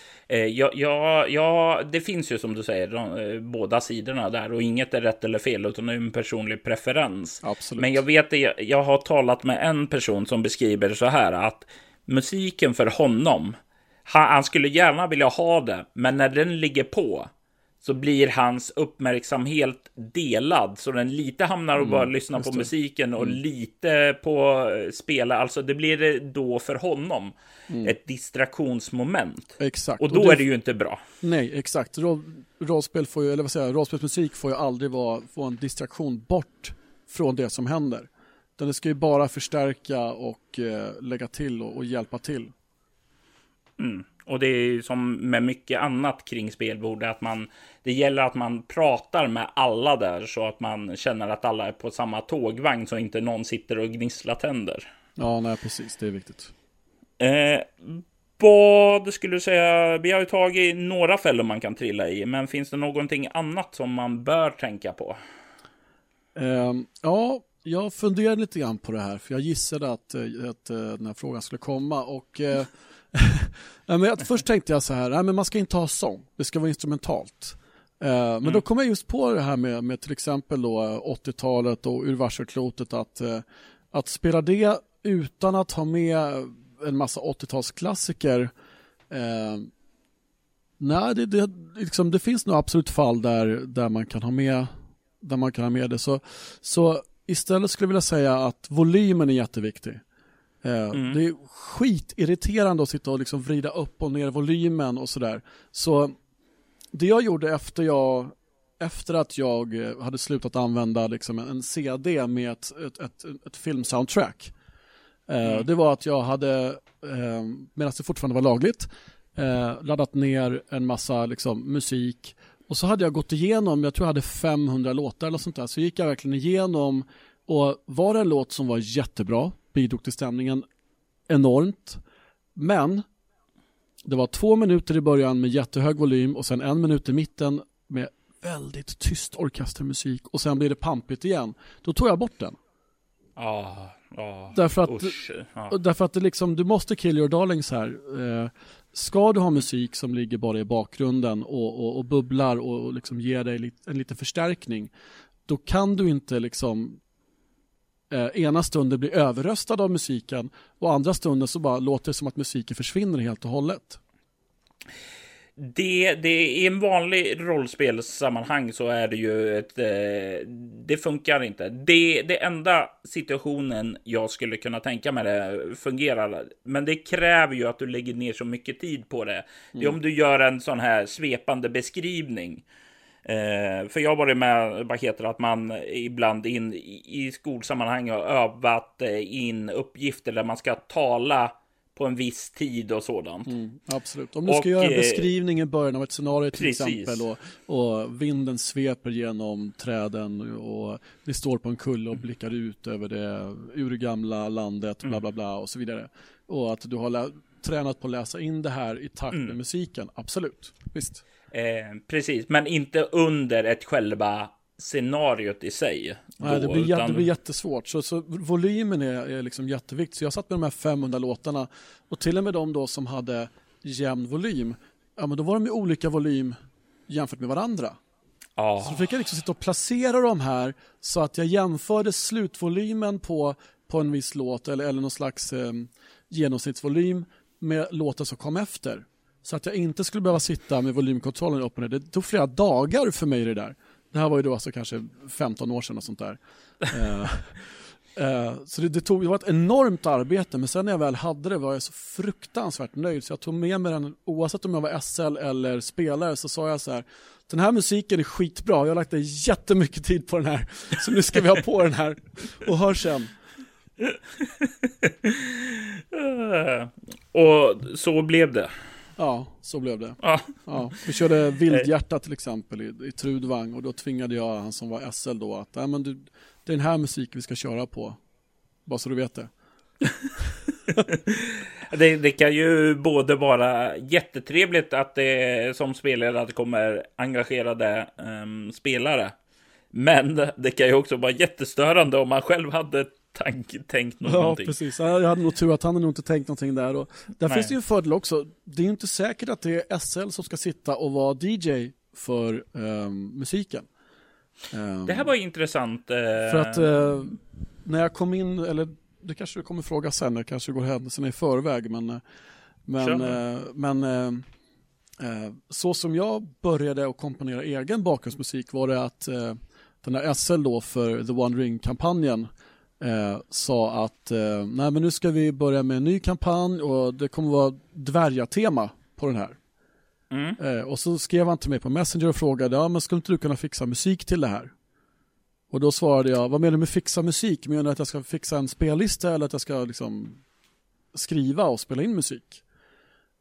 Ja, ja, ja, det finns ju som du säger de, båda sidorna där och inget är rätt eller fel utan det är en personlig preferens. Absolut. Men jag vet det, jag har talat med en person som beskriver så här att musiken för honom, han, han skulle gärna vilja ha det, men när den ligger på så blir hans uppmärksamhet delad. Så den lite hamnar och bara mm, lyssnar på musiken och mm. lite på spela. Alltså det blir då för honom mm. ett distraktionsmoment. Exakt. Och då och det, är det ju inte bra. Nej, exakt. Roll, rollspel får ju, eller vad säger jag, rollspelsmusik får ju aldrig vara, få en distraktion bort från det som händer. Den ska ju bara förstärka och eh, lägga till och, och hjälpa till. Mm. Och det är ju som med mycket annat kring spelbord, att man, det gäller att man pratar med alla där så att man känner att alla är på samma tågvagn, så inte någon sitter och gnisslar tänder. Ja, nej, precis. Det är viktigt. Eh, vad skulle du säga, vi har ju tagit några fällor man kan trilla i, men finns det någonting annat som man bör tänka på? Eh, ja, jag funderade lite grann på det här, för jag gissade att, att den här frågan skulle komma, och eh, ja, men först tänkte jag så här, nej, men man ska inte ha sång, det ska vara instrumentalt. Eh, men mm. då kom jag just på det här med, med till exempel då åttiotalet och Ur varselklotet, att, eh, att spela det utan att ha med en massa åttiotalsklassiker. Eh, nej, det, det, liksom, det finns nog absolut fall där, där man kan ha med där man kan ha med det. Så, så istället skulle jag vilja säga att volymen är jätteviktig. Eh, mm. Det är skitirriterande att sitta och liksom vrida upp och ner volymen och sådär. Så det jag gjorde efter jag efter att jag hade slutat använda liksom en C D med ett, ett, ett, ett filmsoundtrack, eh, mm. det var att jag hade, eh, medan det fortfarande var lagligt, eh, laddat ner en massa liksom, musik, och så hade jag gått igenom, jag tror jag hade femhundra låtar eller sånt där, så gick jag verkligen igenom, och var det en låt som var jättebra, bidrog till stämningen enormt, men det var två minuter i början med jättehög volym och sen en minut i mitten med väldigt tyst orkestermusik, och sen blir det pampigt igen. Då tog jag bort den. Ah, ah, därför att, usch, ah. därför att det liksom, du måste kill your darlings här. Eh, ska du ha musik som ligger bara i bakgrunden och, och, och bubblar och, och liksom ger dig en liten förstärkning, då kan du inte liksom eh, ena stunden bli överröstad av musiken och andra stunden så bara låter det som att musiken försvinner helt och hållet. Det, det i en vanlig rollspelssammanhang så är det ju ett, eh, det funkar inte. Det, det enda situationen jag skulle kunna tänka mig det fungerar, men det kräver ju att du lägger ner så mycket tid på det. Mm. Det är om du gör en sån här svepande beskrivning. Eh, för jag har varit med, vad heter det, att man ibland in i skolsammanhang har övat in uppgifter där man ska tala på en viss tid och sådant. Mm, absolut. Om du ska och, göra en beskrivning i början av ett scenario till precis. exempel, och, och vinden sveper genom träden och det står på en kulle och blickar ut över det urgamla landet, bla bla bla och så vidare. Och att du har lä- tränat på att läsa in det här i takt med mm. musiken. Absolut. Visst. Eh, precis, men inte under ett själva scenariot i sig. Nej, då, det, blir utan... det blir jättesvårt. Så, så volymen är, är liksom jätteviktig. Så jag satt med de här femhundra låtarna, och till och med de då som hade jämn volym, ja, men då var de i olika volym jämfört med varandra. Oh. Så då fick jag liksom sitta och placera dem här så att jag jämförde slutvolymen på, på en viss låt eller, eller någon slags eh, genomsnittsvolym med låtar som kom efter. Så att jag inte skulle behöva sitta med volymkontrollen upp och ner. Det tog flera dagar för mig det där. Det här var ju då alltså kanske femton år sedan och sånt där. uh, uh, så det, det, tog, det var ett enormt arbete, men sen när jag väl hade det var jag så fruktansvärt nöjd. Så jag tog med mig den, oavsett om jag var S L eller spelare, så sa jag så här: den här musiken är skitbra, jag har lagt jättemycket tid på den här, så nu ska vi ha på den här och hör sen. uh, och så blev det. Ja, så blev det. Ah. Ja, vi körde Vildhjärta till exempel i, i Trudvang, och då tvingade jag han som var S L då att, nej, men du, det är den här musik vi ska köra på. Bara så du vet det. det. Det kan ju både vara jättetrevligt att det som spelare att det kommer engagerade um, spelare. Men det kan ju också vara jättestörande om man själv hade tank, tänkt någonting. Ja, precis. Jag hade nog tur att han hade nog inte tänkt någonting där. Och där Nej. finns det ju en fördel också. Det är ju inte säkert att det är S L som ska sitta och vara D J för um, musiken. Um, det här var intressant. Uh... För att uh, när jag kom in, eller det kanske du kommer fråga sen, det kanske går händelserna i förväg, men, men, uh, men uh, uh, så som jag började att komponera egen bakgrundsmusik var det att uh, den här S L då för The One Ring-kampanjen Eh, sa att eh, nej, men nu ska vi börja med en ny kampanj och det kommer vara dvärgatema på den här. Mm. Eh, och så skrev han till mig på Messenger och frågade, ja, men skulle inte du kunna fixa musik till det här? Och då svarade jag, vad menar du med fixa musik? Menar du att jag ska fixa en spellista eller att jag ska liksom skriva och spela in musik?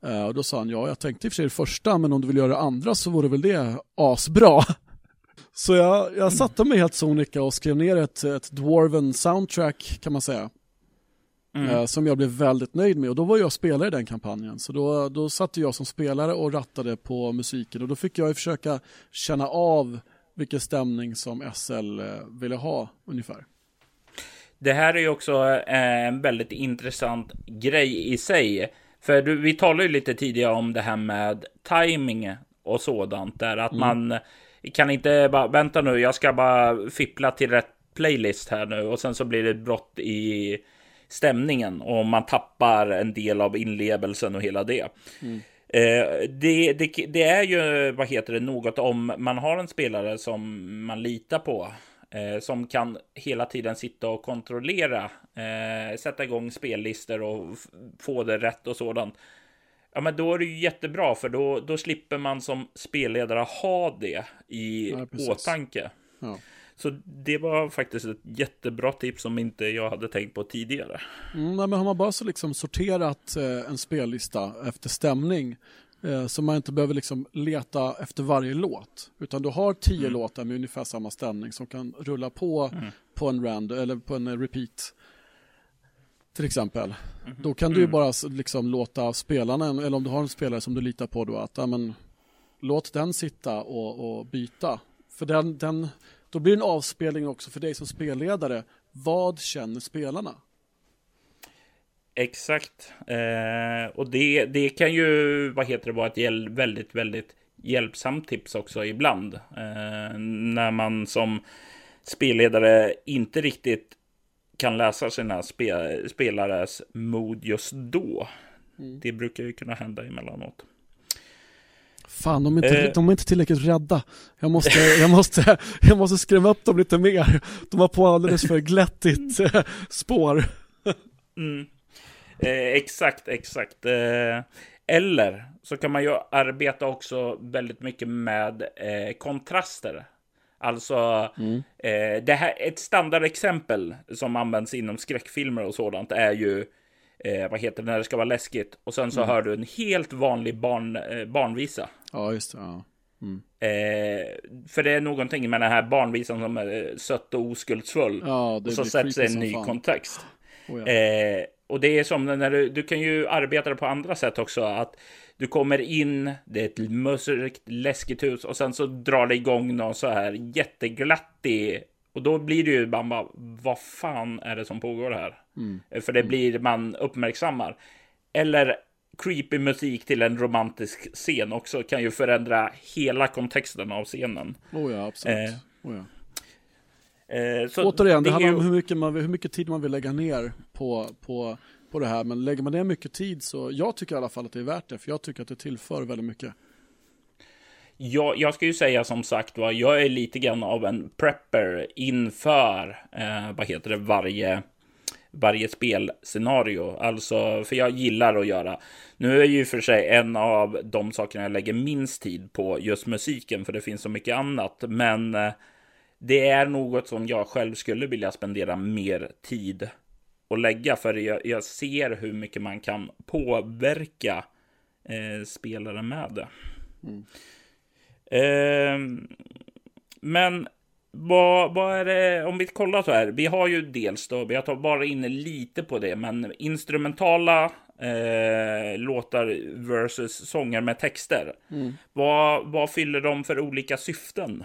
Uh, och då sa han, ja jag tänkte i och för sig det första, men om du vill göra det andra så vore väl det asbra. Så jag, jag satte mig helt sonika och skrev ner ett, ett Dwarven soundtrack kan man säga. Mm. Uh, som jag blev väldigt nöjd med. Och då var jag spelare i den kampanjen. Så då, då satt jag som spelare och rattade på musiken. Och då fick jag försöka känna av vilken stämning som S L uh, ville ha ungefär. Det här är ju också en väldigt intressant grej i sig. För du, vi talade ju lite tidigare om det här med timing och sådant. Där att mm. man kan inte bara, vänta nu, jag ska bara fippla till rätt playlist här nu. Och sen så blir det ett brott i stämningen. Och man tappar en del av inlevelsen och hela det. Mm. Eh, det, det. Det är ju, vad heter det, något om man har en spelare som man litar på. Eh, som kan hela tiden sitta och kontrollera, eh, sätta igång spellistor och f- få det rätt och sådant. Ja, men då är det ju jättebra, för då, då slipper man som spelledare ha det i ja, åtanke. Ja. Så det var faktiskt ett jättebra tips som inte jag hade tänkt på tidigare. Mm, men har man bara så liksom sorterat eh, en spellista efter stämning, eh, så man inte behöver liksom leta efter varje låt, utan du har tio mm. låtar med ungefär samma stämning som kan rulla på mm. på en rand eller på en repeat till exempel. Mm. Då kan du ju bara liksom låta spelarna, eller om du har en spelare som du litar på då, att ja, men, låt den sitta och, och byta. För den, den, då blir det en avspelning också för dig som spelledare. Vad känner spelarna? Exakt. Eh, och det, det kan ju, vad heter det, vara ett hjäl- väldigt, väldigt hjälpsamt tips också ibland. Eh, när man som spelledare inte riktigt kan läsa sina spe- spelares mod just då. Mm. Det brukar ju kunna hända emellanåt. Fan, de är, inte, eh. de är inte tillräckligt rädda. Jag måste, jag, måste, jag måste skrämma upp dem lite mer. De har på alldeles för glättigt eh, spår. Mm. Eh, exakt, exakt. Eh, eller så kan man ju arbeta också väldigt mycket med eh, kontraster. Alltså, mm. eh, det här, ett standardexempel som används inom skräckfilmer och sådant är ju, eh, vad heter det, när det ska vara läskigt. Och sen så mm. hör du en helt vanlig barn, eh, barnvisa. Ja, just det. Ja. Mm. Eh, för det är någonting med den här barnvisan som är sött och oskuldsfull. Ja, det och så sätts en ny fan. kontext. Oh, ja. eh, och det är som när du, du kan ju arbeta på andra sätt också. Att du kommer in, det är ett mörkt, läskigt hus och sen så drar det igång någon så här jätteglattig. Och då blir det ju bara, vad fan är det som pågår här? Mm. För det blir, man uppmärksammar. Eller creepy musik till en romantisk scen också kan ju förändra hela kontexten av scenen. Oh ja, absolut. Eh, oh ja. Eh, så Återigen, det, det handlar ju om hur mycket, man, hur mycket tid man vill lägga ner på, på, på det här. Men lägger man ner mycket tid så, jag tycker i alla fall att det är värt det. För jag tycker att det tillför väldigt mycket. Ja, jag ska ju säga som sagt, va, jag är lite grann av en prepper inför, eh, vad heter det, varje... varje spelscenario, alltså för jag gillar att göra. Nu är ju för sig en av de sakerna jag lägger minst tid på just musiken, för det finns så mycket annat, men det är något som jag själv skulle vilja spendera mer tid och lägga, för jag, jag ser hur mycket man kan påverka eh, spelare med det. Mm. Eh, men Vad, vad är det, om vi kollar så här, vi har ju dels då, vi har tagit bara inne lite på det, men instrumentala eh, låtar versus sånger med texter. Mm. Vad, vad fyller de för olika syften?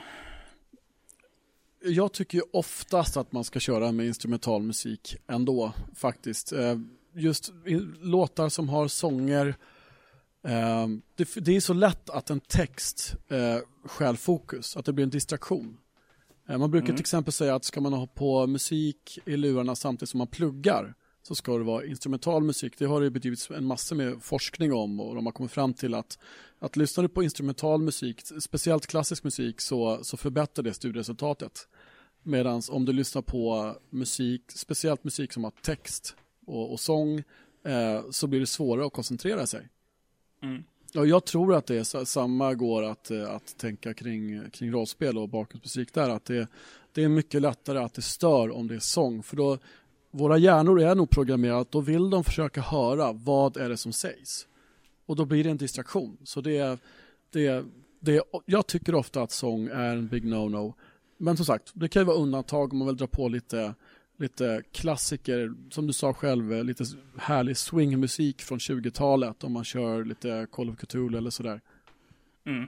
Jag tycker ju oftast att man ska köra med instrumental musik ändå, faktiskt. Eh, just låtar som har sånger, eh, det, det är så lätt att en text eh, stjäl fokus, att det blir en distraktion. Man brukar mm. till exempel säga att ska man ha på musik i lurarna samtidigt som man pluggar, så ska det vara instrumental musik. Det har det bedrivits en massa med forskning om, och de har kommit fram till att, att lyssnar du på instrumental musik, speciellt klassisk musik, så, så förbättrar det studieresultatet. Medan om du lyssnar på musik, speciellt musik som har text och, och sång, eh, så blir det svårare att koncentrera sig. Mm. Ja, jag tror att det är samma går att, att tänka kring, kring rollspel och bakgrundsmusik där. Att det, det är mycket lättare att det stör om det är sång. För då, våra hjärnor är nog programmerade, då vill de försöka höra vad är det som sägs. och då blir det en distraktion. Så det är, det är, det är, jag tycker ofta att sång är en big no-no. Men som sagt, det kan ju vara undantag om man vill dra på lite, lite klassiker, som du sa själv, lite härlig swingmusik från tjugotalet om man kör lite Call of Cthulhu eller sådär. Mm.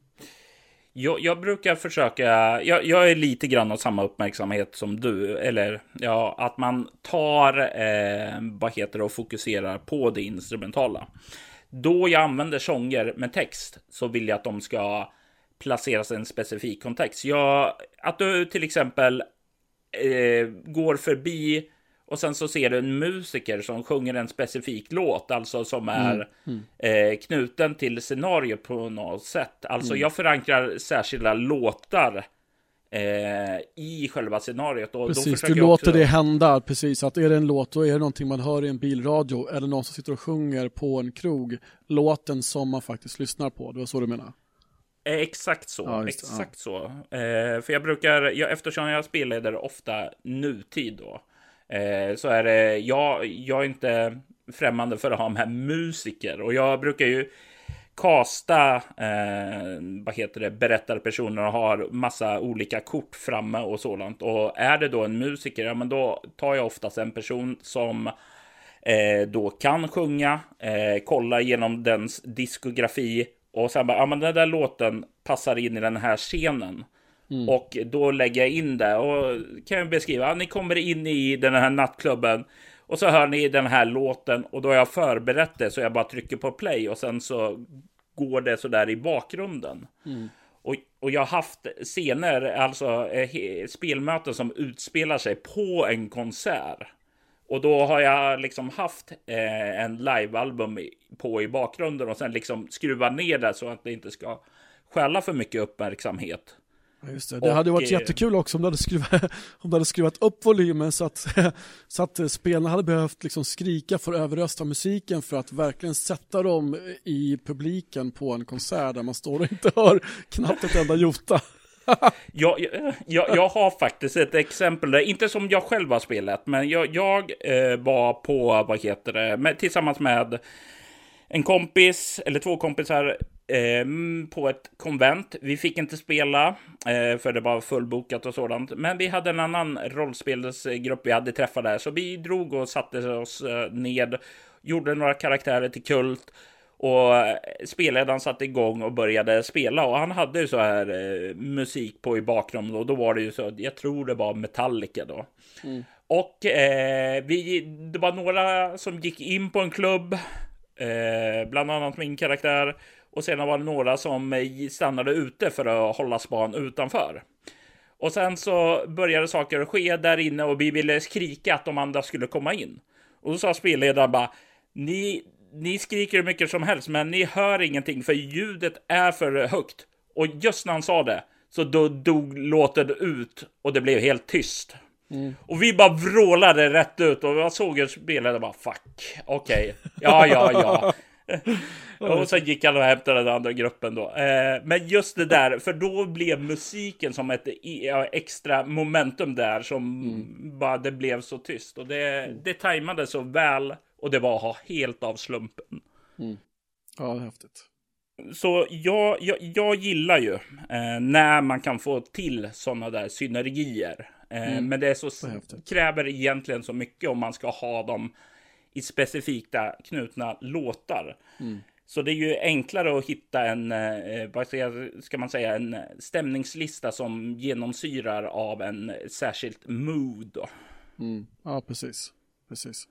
Jag, jag brukar försöka, jag, jag är lite grann av samma uppmärksamhet som du, eller ja, att man tar, eh, vad heter det, och fokuserar på det instrumentala. Då jag använder sånger med text så vill jag att de ska placeras i en specifik kontext. Jag, att du till exempel eh, går förbi och sen så ser du en musiker som sjunger en specifik låt, alltså som är mm. Mm. Eh, knuten till scenario på något sätt. Alltså mm. jag förankrar särskilda låtar eh, i själva scenariot. Och precis, då du låter också... det hända, precis. Att är det en låt, då är det någonting man hör i en bilradio eller någon som sitter och sjunger på en krog. Låten som man faktiskt lyssnar på, det var så du menar? Eh, exakt så, ja, exakt ja. så. Eh, för jag brukar, jag, eftersom jag spelleder ofta nutid då, Eh, så är det, jag, jag är inte främmande för att ha med musiker. Och jag brukar ju kasta, eh, vad heter det, berättarpersoner och har massa olika kort framme och sådant. Och är det då en musiker, ja men då tar jag oftast en person som eh, då kan sjunga, eh, kolla igenom dens diskografi och sen bara, ja men den där låten passar in i den här scenen. Mm. Och då lägger jag in det och kan jag beskriva, ni kommer in i den här nattklubben och så hör ni den här låten och då har jag förberett det så jag bara trycker på play och sen så går det så där i bakgrunden. Mm. Och, och jag har haft scener, alltså eh, spelmöten som utspelar sig på en konsert. Och då har jag liksom haft eh, en livealbum på i bakgrunden och sen liksom skruva ner det så att det inte ska skälla för mycket uppmärksamhet. Ja, just det. Det och, hade varit jättekul också om du hade skruvat, om du hade skruvat upp volymen så att, så att spelarna hade behövt liksom skrika för att överrösta musiken för att verkligen sätta dem i publiken på en konsert där man står och inte hör knappt ett enda jota. jag, jag, jag har faktiskt ett exempel där, inte som jag själv har spelat, men jag, jag eh, var på, vad heter det, med, tillsammans med en kompis, eller två kompisar, eh, på ett konvent. Vi fick inte spela, eh, för det var fullbokat och sådant. Men vi hade en annan rollspelsgrupp vi hade träffat där. Så vi drog och satte oss eh, ned, gjorde några karaktärer till kult. Och spelledaren satte igång och började spela. Och han hade ju så här eh, musik på i bakgrunden. Och då var det ju så, jag tror det var Metallica då. Mm. Och eh, vi, det var några som gick in på en klubb. Eh, bland annat min karaktär. Och sen var det några som stannade ute för att hålla span utanför. Och sen så började saker att ske där inne och vi ville skrika att de andra skulle komma in. Och då sa spelledaren bara, ni, ni skriker hur mycket som helst men ni hör ingenting för ljudet är för högt. Och just när han sa det så då dog låten ut och det blev helt tyst. Mm. Och vi bara vrålade rätt ut och jag såg en spelare bara, fuck, okej, okay. ja, ja, ja. Och sen gick han och hämtade den andra gruppen då. Eh, men just det där, för då blev musiken som ett extra momentum där som mm. bara det blev så tyst. Och det, det tajmade så väl och det var helt av slumpen. Mm. Ja, det är häftigt. Så jag, jag, jag gillar ju eh, när man kan få till sådana där synergier. Eh, mm. Men det, är så, det kräver egentligen så mycket om man ska ha dem i specifika knutna låtar. Mm. Så det är ju enklare att hitta en, eh, vad ska man säga, en stämningslista som genomsyrar av en särskilt mood då. Mm. Ja, precis. Precis.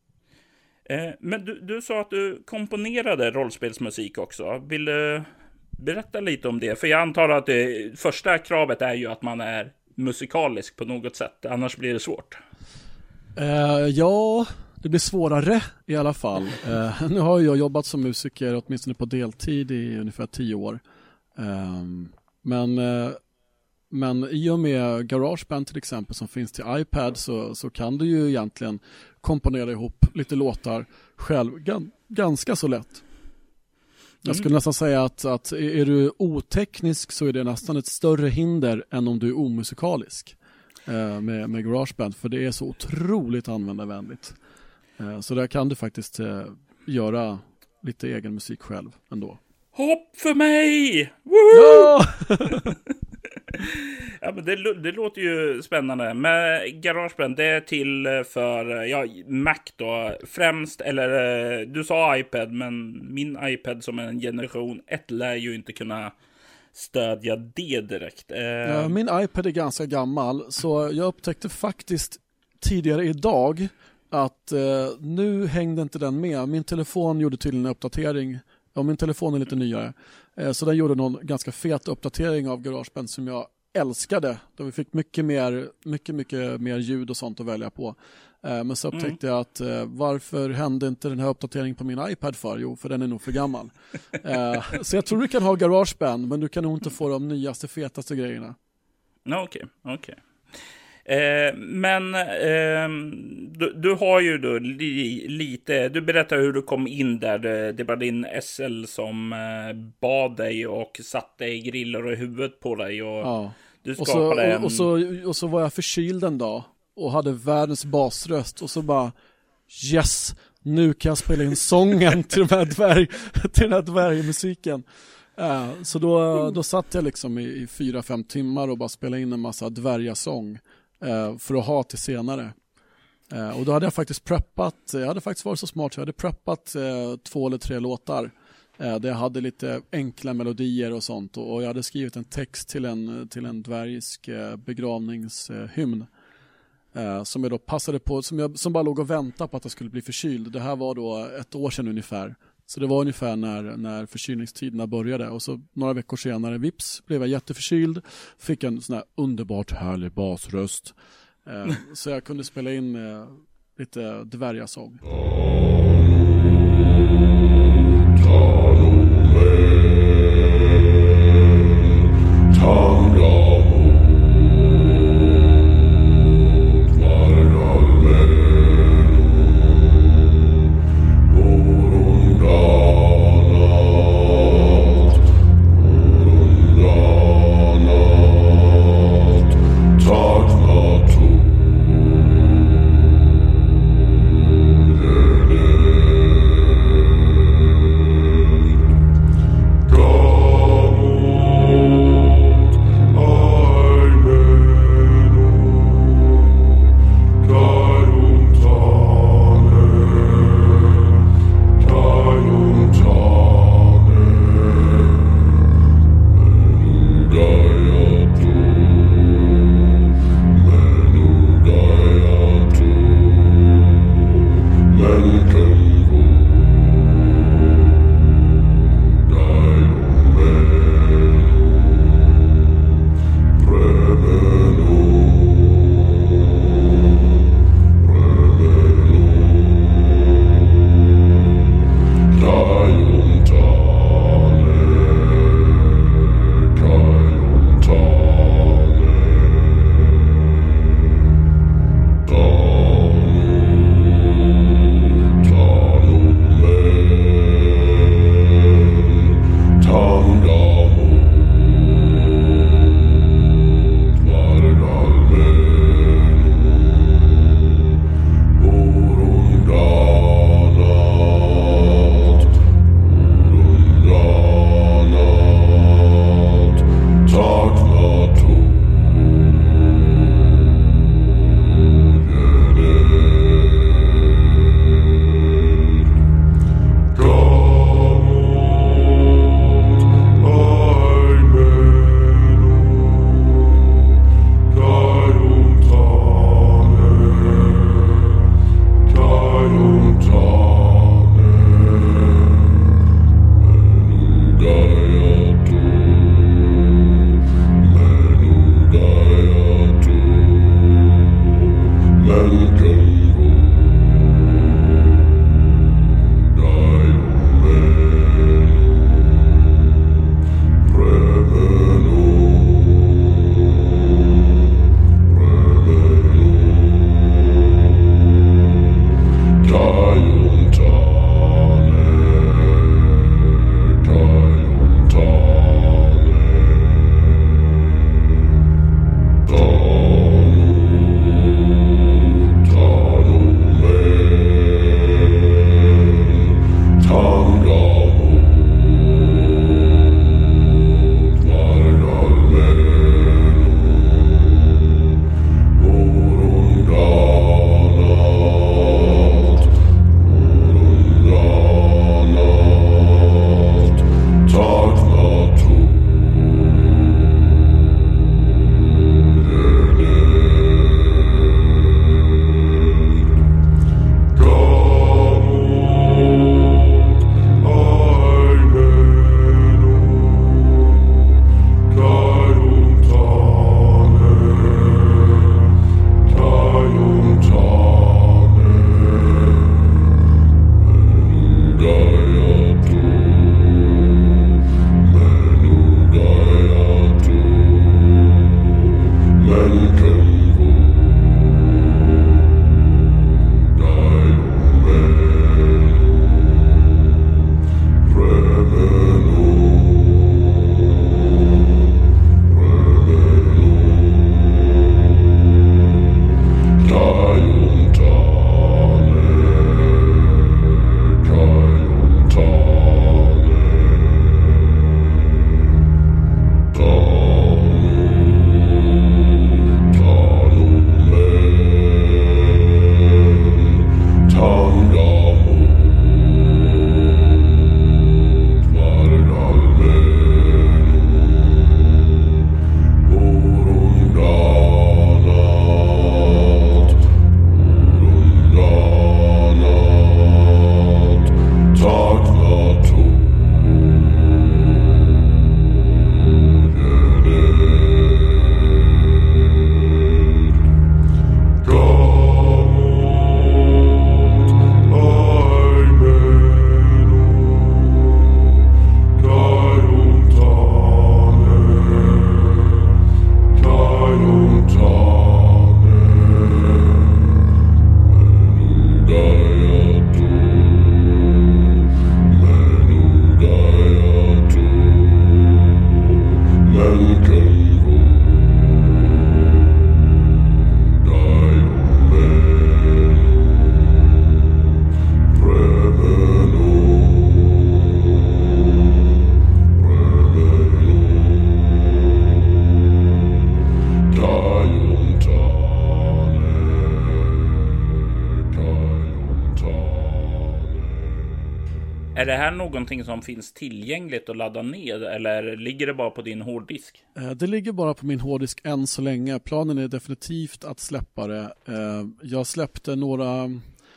Eh, men du, du sa att du komponerade rollspelsmusik också. Vill du berätta lite om det? För jag antar att det första kravet är ju att man är musikalisk på något sätt. Annars blir det svårt. Uh, ja... Det blir svårare i alla fall. Uh, nu har jag jobbat som musiker åtminstone på deltid i ungefär tio år. Um, men, uh, men i och med GarageBand till exempel som finns till iPad så, så kan du ju egentligen komponera ihop lite låtar själv gan- ganska så lätt. Mm. Jag skulle nästan säga att, att är du oteknisk så är det nästan ett större hinder än om du är omusikalisk uh, med, med GarageBand, för det är så otroligt användarvänligt. Så där kan du faktiskt eh, göra lite egen musik själv ändå. Hopp för mig! Ja! Ja, men det, det låter ju spännande. Men GarageBand, det är till för ja, Mac då främst. Eller du sa iPad, men min iPad som är en generation ett lär ju inte kunna stödja det direkt. Ja, min iPad är ganska gammal, så jag upptäckte faktiskt tidigare idag att eh, nu hängde inte den med. Min telefon gjorde tydligen en uppdatering. Ja, min telefon är lite nyare. Eh, så den gjorde någon ganska fet uppdatering av GarageBand som jag älskade. Då vi fick mycket mer, mycket, mycket mer ljud och sånt att välja på. Eh, men så upptäckte mm. jag att eh, varför hände inte den här uppdateringen på min iPad för? Jo, för den är nog för gammal. eh, så jag tror du kan ha GarageBand, men du kan nog inte få de nyaste, fetaste grejerna. Okej, okay, okej. Okay. Eh, men eh, du, du har ju då li, lite, du berättar hur du kom in där, det, det var din S L som eh, bad dig och satte griller i huvudet på dig och ja. Du och, så, och, en... och, så, och så var jag förkyld en dag och hade världens basröst och så bara yes, nu kan jag spela in sången till den här, dvärg, till den här dvärgmusiken. Uh, så då, då satt jag liksom i, i fyra, fem timmar och bara spelade in en massa dvärgasång uh, för att ha till senare. Uh, och då hade jag faktiskt preppat, jag hade faktiskt varit så smart så jag hade preppat uh, två eller tre låtar uh, där jag hade lite enkla melodier och sånt. Och, och jag hade skrivit en text till en, till en dvärgisk uh, begravningshymn. Uh, som jag då passade på, som, jag, som bara låg och väntade på att jag skulle bli förkyld. Det här var då ett år sedan ungefär. Så det var ungefär när, när förkylningstiderna började. Och så några veckor senare, vips, blev jag jätteförkyld. Fick en sån här underbart härlig basröst. Eh, så jag kunde spela in eh, lite dvärgasång. Yeah. här någonting som finns tillgängligt att ladda ned, eller ligger det bara på din hårddisk? Det ligger bara på min hårddisk än så länge. Planen är definitivt att släppa det. Jag släppte några,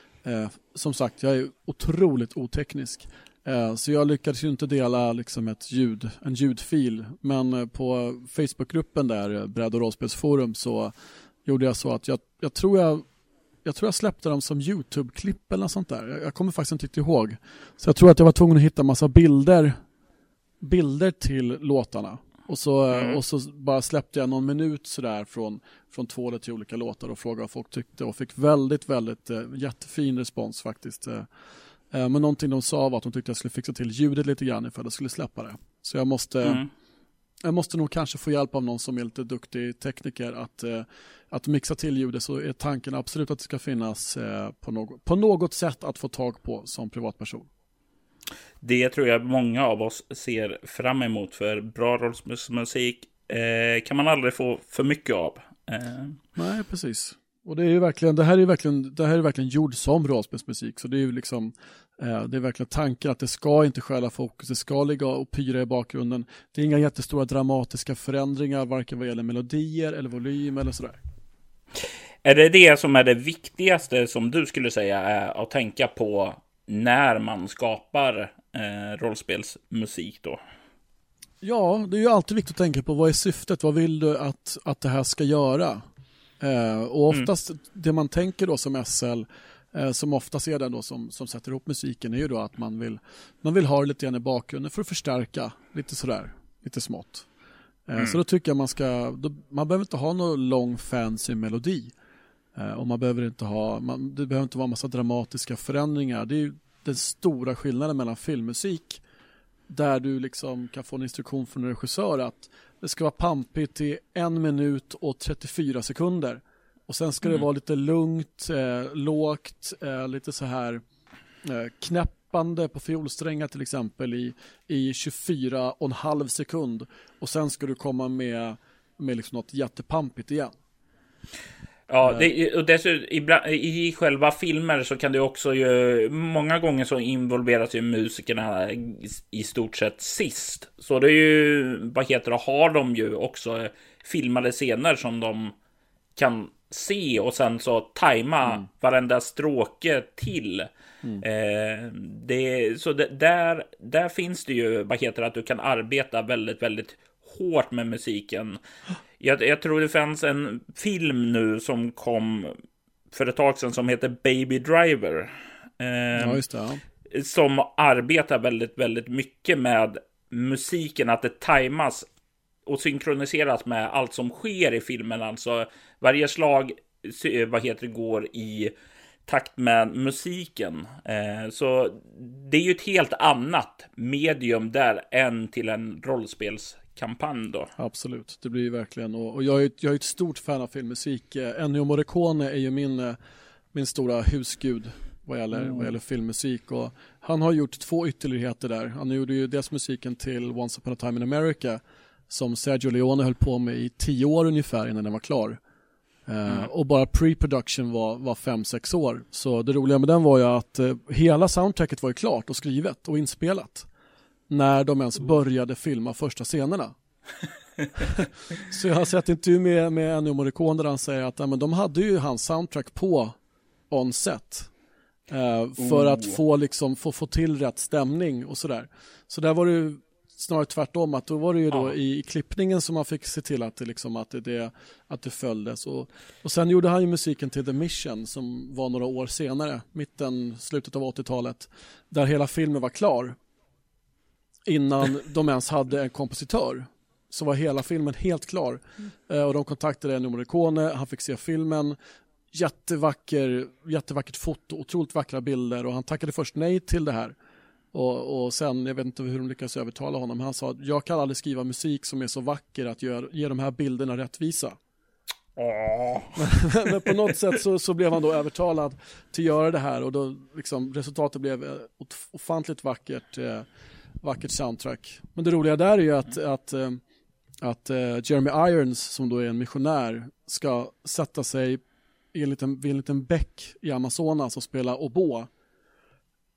som sagt, jag är otroligt oteknisk. Så jag lyckades ju inte dela liksom ett ljud, en ljudfil, men på Facebookgruppen där, Bräd- och rollspelsforum, så gjorde jag så att jag, jag tror jag Jag tror jag släppte dem som YouTube-klipp eller något sånt där. Jag, jag kommer faktiskt inte riktigt ihåg. Så jag tror att jag var tvungen att hitta massa bilder bilder till låtarna. Och så, mm. och så bara släppte jag någon minut sådär från, från två eller tre olika låtar och frågade vad folk tyckte. Och fick väldigt, väldigt äh, jättefin respons faktiskt. Äh, men någonting de sa var att de tyckte jag skulle fixa till ljudet lite grann ifall jag skulle släppa det. Så jag måste... Mm. Jag måste nog kanske få hjälp av någon som är lite duktig tekniker att, eh, att mixa till ljudet, så är tanken absolut att det ska finnas eh, på, något, på något sätt att få tag på som privatperson. Det tror jag många av oss ser fram emot, för bra rollspelsmusik eh, kan man aldrig få för mycket av. Eh. Nej, precis. Och det är ju verkligen, det här är ju verkligen, det här är verkligen gjord som rollspelsmusik, så det är ju liksom eh, det är verkligen tanken att det ska inte stjäla fokus, det ska ligga och pyra i bakgrunden. Det är inga jättestora dramatiska förändringar, varken vad gäller melodier eller volym eller sådär. Är det det som är det viktigaste som du skulle säga är att tänka på när man skapar eh, rollspelsmusik då? Ja, det är ju alltid viktigt att tänka på vad är syftet, vad vill du att, att det här ska göra? Eh, och oftast mm. det man tänker då som S L, eh, som oftast är den då som, som sätter ihop musiken, är ju då att man vill, man vill ha det lite grann i bakgrunden för att förstärka lite sådär, lite smått. Eh, mm. Så då tycker jag man ska, då, man behöver inte ha någon lång fancy melodi. Eh, och man behöver inte ha, man, det behöver inte vara massa dramatiska förändringar. Det är ju den stora skillnaden mellan filmmusik, där du liksom kan få en instruktion från en regissör att det ska vara pampigt i en minut och trettiofyra sekunder. Och sen ska mm. det vara lite lugnt, eh, lågt, eh, lite så här eh, knäppande på fiolsträngar till exempel i, i tjugofyra och en halv sekund. Och sen ska du komma med, med liksom något jättepampigt igen. Ja, det, och dessutom ibland, i själva filmer så kan det också ju, många gånger så involveras ju musikerna i, i stort sett sist. Så det är ju, vad heter det, har de ju också filmade scener som de kan se och sen så tajma mm. varenda stråke till. Mm. Eh, det, så det, där, där finns det ju, vad heter det, att du kan arbeta väldigt, väldigt hårt med musiken. Jag, jag tror det fanns en film nu som kom för ett tag sedan som heter Baby Driver. Eh, ja, just det, ja. Som arbetar väldigt, väldigt mycket med musiken, att det tajmas och synkroniseras med allt som sker i filmen. Alltså varje slag, vad heter det, går i takt med musiken. Eh, så det är ju ett helt annat medium där än till en rollspelskampanj då. Absolut, det blir ju verkligen. Och, och jag, är, jag är ett stort fan av filmmusik. Ennio Morricone är ju min, min stora husgud vad gäller, mm. vad gäller filmmusik. Och han har gjort två ytterligheter där. Han gjorde ju dels musiken till Once upon a time in America, som Sergio Leone höll på med i tio år ungefär innan den var klar. Mm. Uh, och bara pre-production var, var fem sex år. Så det roliga med den var ju att uh, hela soundtracket var ju klart och skrivet och inspelat när de ens började filma första scenerna. Så jag har sett en intervju med, med Ennio Morricone där han säger att ja, men de hade ju hans soundtrack på on set uh, för oh. att få, liksom, få, få till rätt stämning och sådär. Så där var det ju snarare tvärtom, att då var det ju då ja. i, i klippningen som man fick se till att det, liksom, att det, att det följdes. Och, och sen gjorde han ju musiken till The Mission som var några år senare, mitten, slutet av åttiotalet, där hela filmen var klar innan de ens hade en kompositör. Så var hela filmen helt klar. Mm. Eh, och de kontaktade Ennio Morricone, han fick se filmen, jättevacker, jättevackert foto, otroligt vackra bilder, och han tackade först nej till det här. Och, och sen, jag vet inte hur de lyckades övertala honom, han sa att jag kan aldrig skriva musik som är så vacker att gör, ge de här bilderna rättvisa. Oh. men, men på något sätt så, så blev han då övertalad till att göra det här, och då liksom, resultatet blev ett ofantligt vackert, eh, vackert soundtrack. Men det roliga där är ju att, mm. att, att, att uh, Jeremy Irons, som då är en missionär, ska sätta sig i en liten, vid en liten bäck i Amazonas och spela oboe.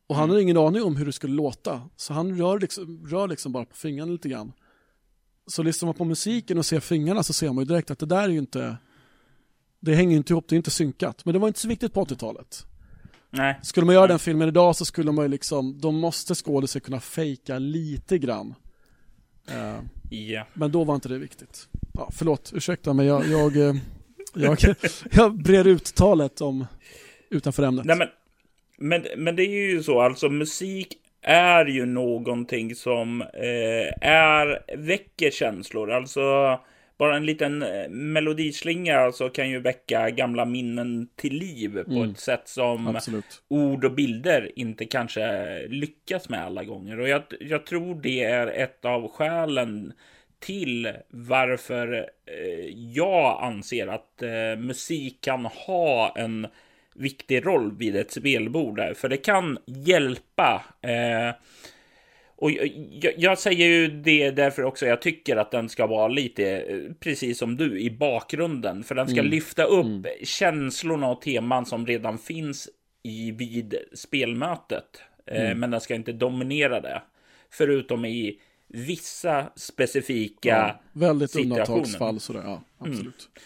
Och han har ingen aning om hur det skulle låta. Så han rör liksom, rör liksom bara på fingrarna lite grann. Så lyssnar man på musiken och ser fingrarna så ser man ju direkt att det där är ju inte... Det hänger inte ihop, det är inte synkat. Men det var inte så viktigt på åttiotalet. Nej. Skulle man göra Nej. den filmen idag så skulle man ju liksom... Då måste skådespelare kunna fejka lite grann. Uh, yeah. Men då var inte det viktigt. Ja, förlåt, ursäkta, men jag... jag, jag, jag, jag brer ut talet om... Utanför ämnet. Nej, men, men, men det är ju så, alltså musik är ju någonting som eh, är, väcker känslor. Alltså bara en liten melodislinga alltså, kan ju väcka gamla minnen till liv på mm. ett sätt som Absolut. Ord och bilder inte kanske lyckas med alla gånger. Och jag, jag tror det är ett av skälen till varför eh, jag anser att eh, musik kan ha en viktig roll vid ett spelbord där. För det kan hjälpa. Eh, och jag, jag säger ju det därför också jag tycker att den ska vara lite, precis som du, i bakgrunden. För den ska mm. lyfta upp mm. känslorna och teman som redan finns i vid spelmötet. Eh, mm. Men den ska inte dominera det. Förutom i vissa specifika ja, väldigt situationer. Undantagsfall sådär, ja, absolut. Mm.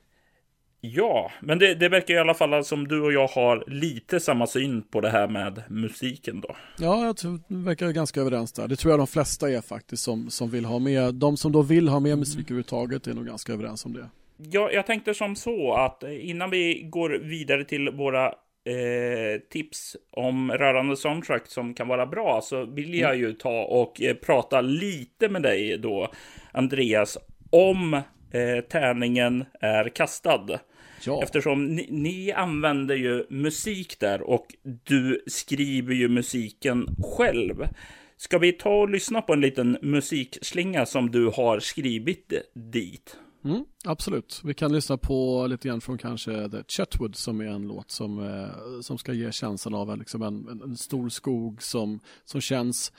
Ja, men det, det verkar i alla fall som du och jag har lite samma syn på det här med musiken då. Ja, jag tror det verkar ganska överens där. Det tror jag de flesta är faktiskt som, som vill ha med. De som då vill ha med musik överhuvudtaget är nog ganska överens om det. Ja, jag tänkte som så att innan vi går vidare till våra eh, tips om rörande soundtrack som kan vara bra, så vill jag ju ta och eh, prata lite med dig då, Andreas, om eh, tärningen är kastad. Ja. Eftersom ni, ni använder ju musik där och du skriver ju musiken själv. Ska vi ta och lyssna på en liten musikslinga som du har skrivit dit? Mm, absolut. Vi kan lyssna på lite grann från kanske The Chetwood, som är en låt som, eh, som ska ge känslan av liksom en, en, en stor skog som, som känns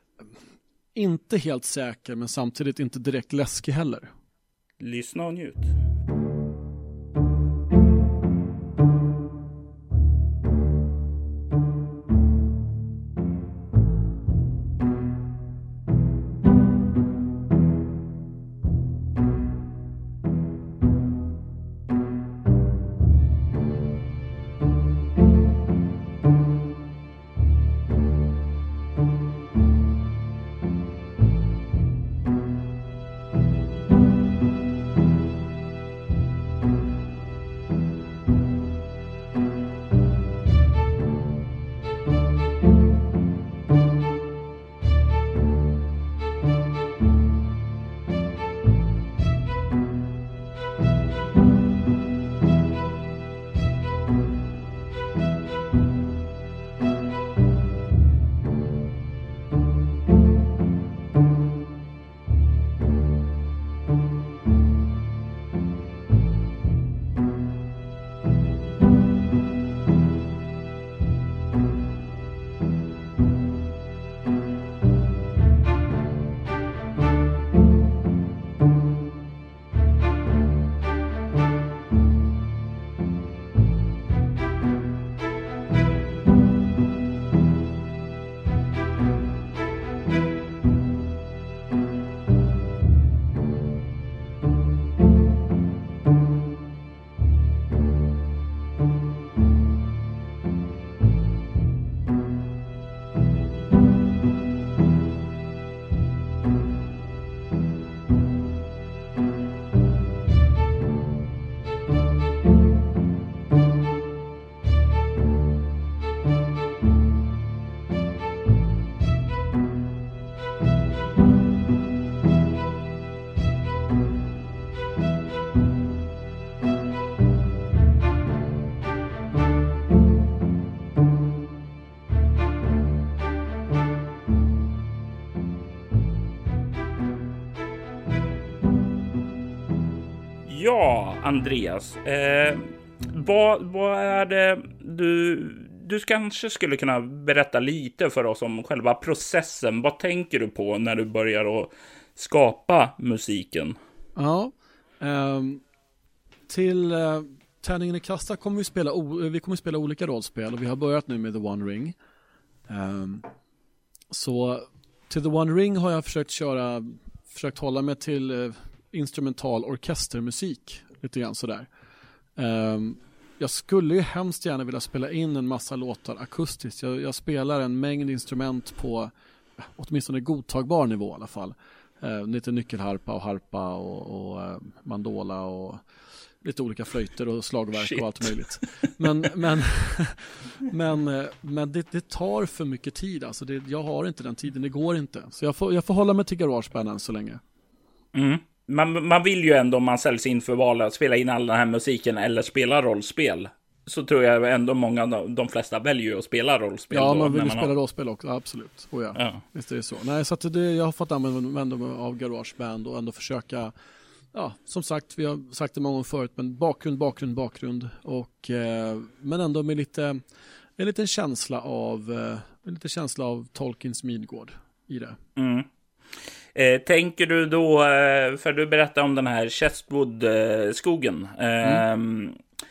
inte helt säker men samtidigt inte direkt läskig heller. Lyssna och njut. Ja, Andreas. Eh, vad, vad är det du... Du kanske skulle kunna berätta lite för oss om själva processen. Vad tänker du på när du börjar att skapa musiken? Ja, um, till uh, Tärningen är kastad kommer vi spela, o- vi kommer spela olika rollspel. Och vi har börjat nu med The One Ring. Um, så till The One Ring har jag försökt köra, försökt hålla mig till uh, instrumental orkestermusik lite grann sådär. Um, jag skulle ju hemskt gärna vilja spela in en massa låtar akustiskt. Jag, jag spelar en mängd instrument på åtminstone godtagbar nivå i alla fall. Uh, lite nyckelharpa och harpa och, och uh, mandola och lite olika flöjter och slagverk Shit. Och allt möjligt. Men, men, men, men det, det tar för mycket tid. Alltså det, jag har inte den tiden, det går inte. Så jag får, jag får hålla mig till GarageBand än så länge. Mm. Man, man vill ju ändå, om man ställs in för valet, spela in all den här musiken eller spela rollspel. Så tror jag ändå många, de flesta väljer att spela rollspel. Ja, då, man vill man spela har... rollspel också, absolut. Oh ja. Ja. Visst är det så. Nej, så att det, jag har fått använda mig av GarageBand och ändå försöka. Ja, som sagt, vi har sagt det många gånger förut, men bakgrund, bakgrund, bakgrund och eh, men ändå med lite en liten känsla av eh, en liten känsla av Tolkiens Midgård i det. Mm. Eh, tänker du då, eh, för du berättade om den här Chestwood-skogen. Eh, mm.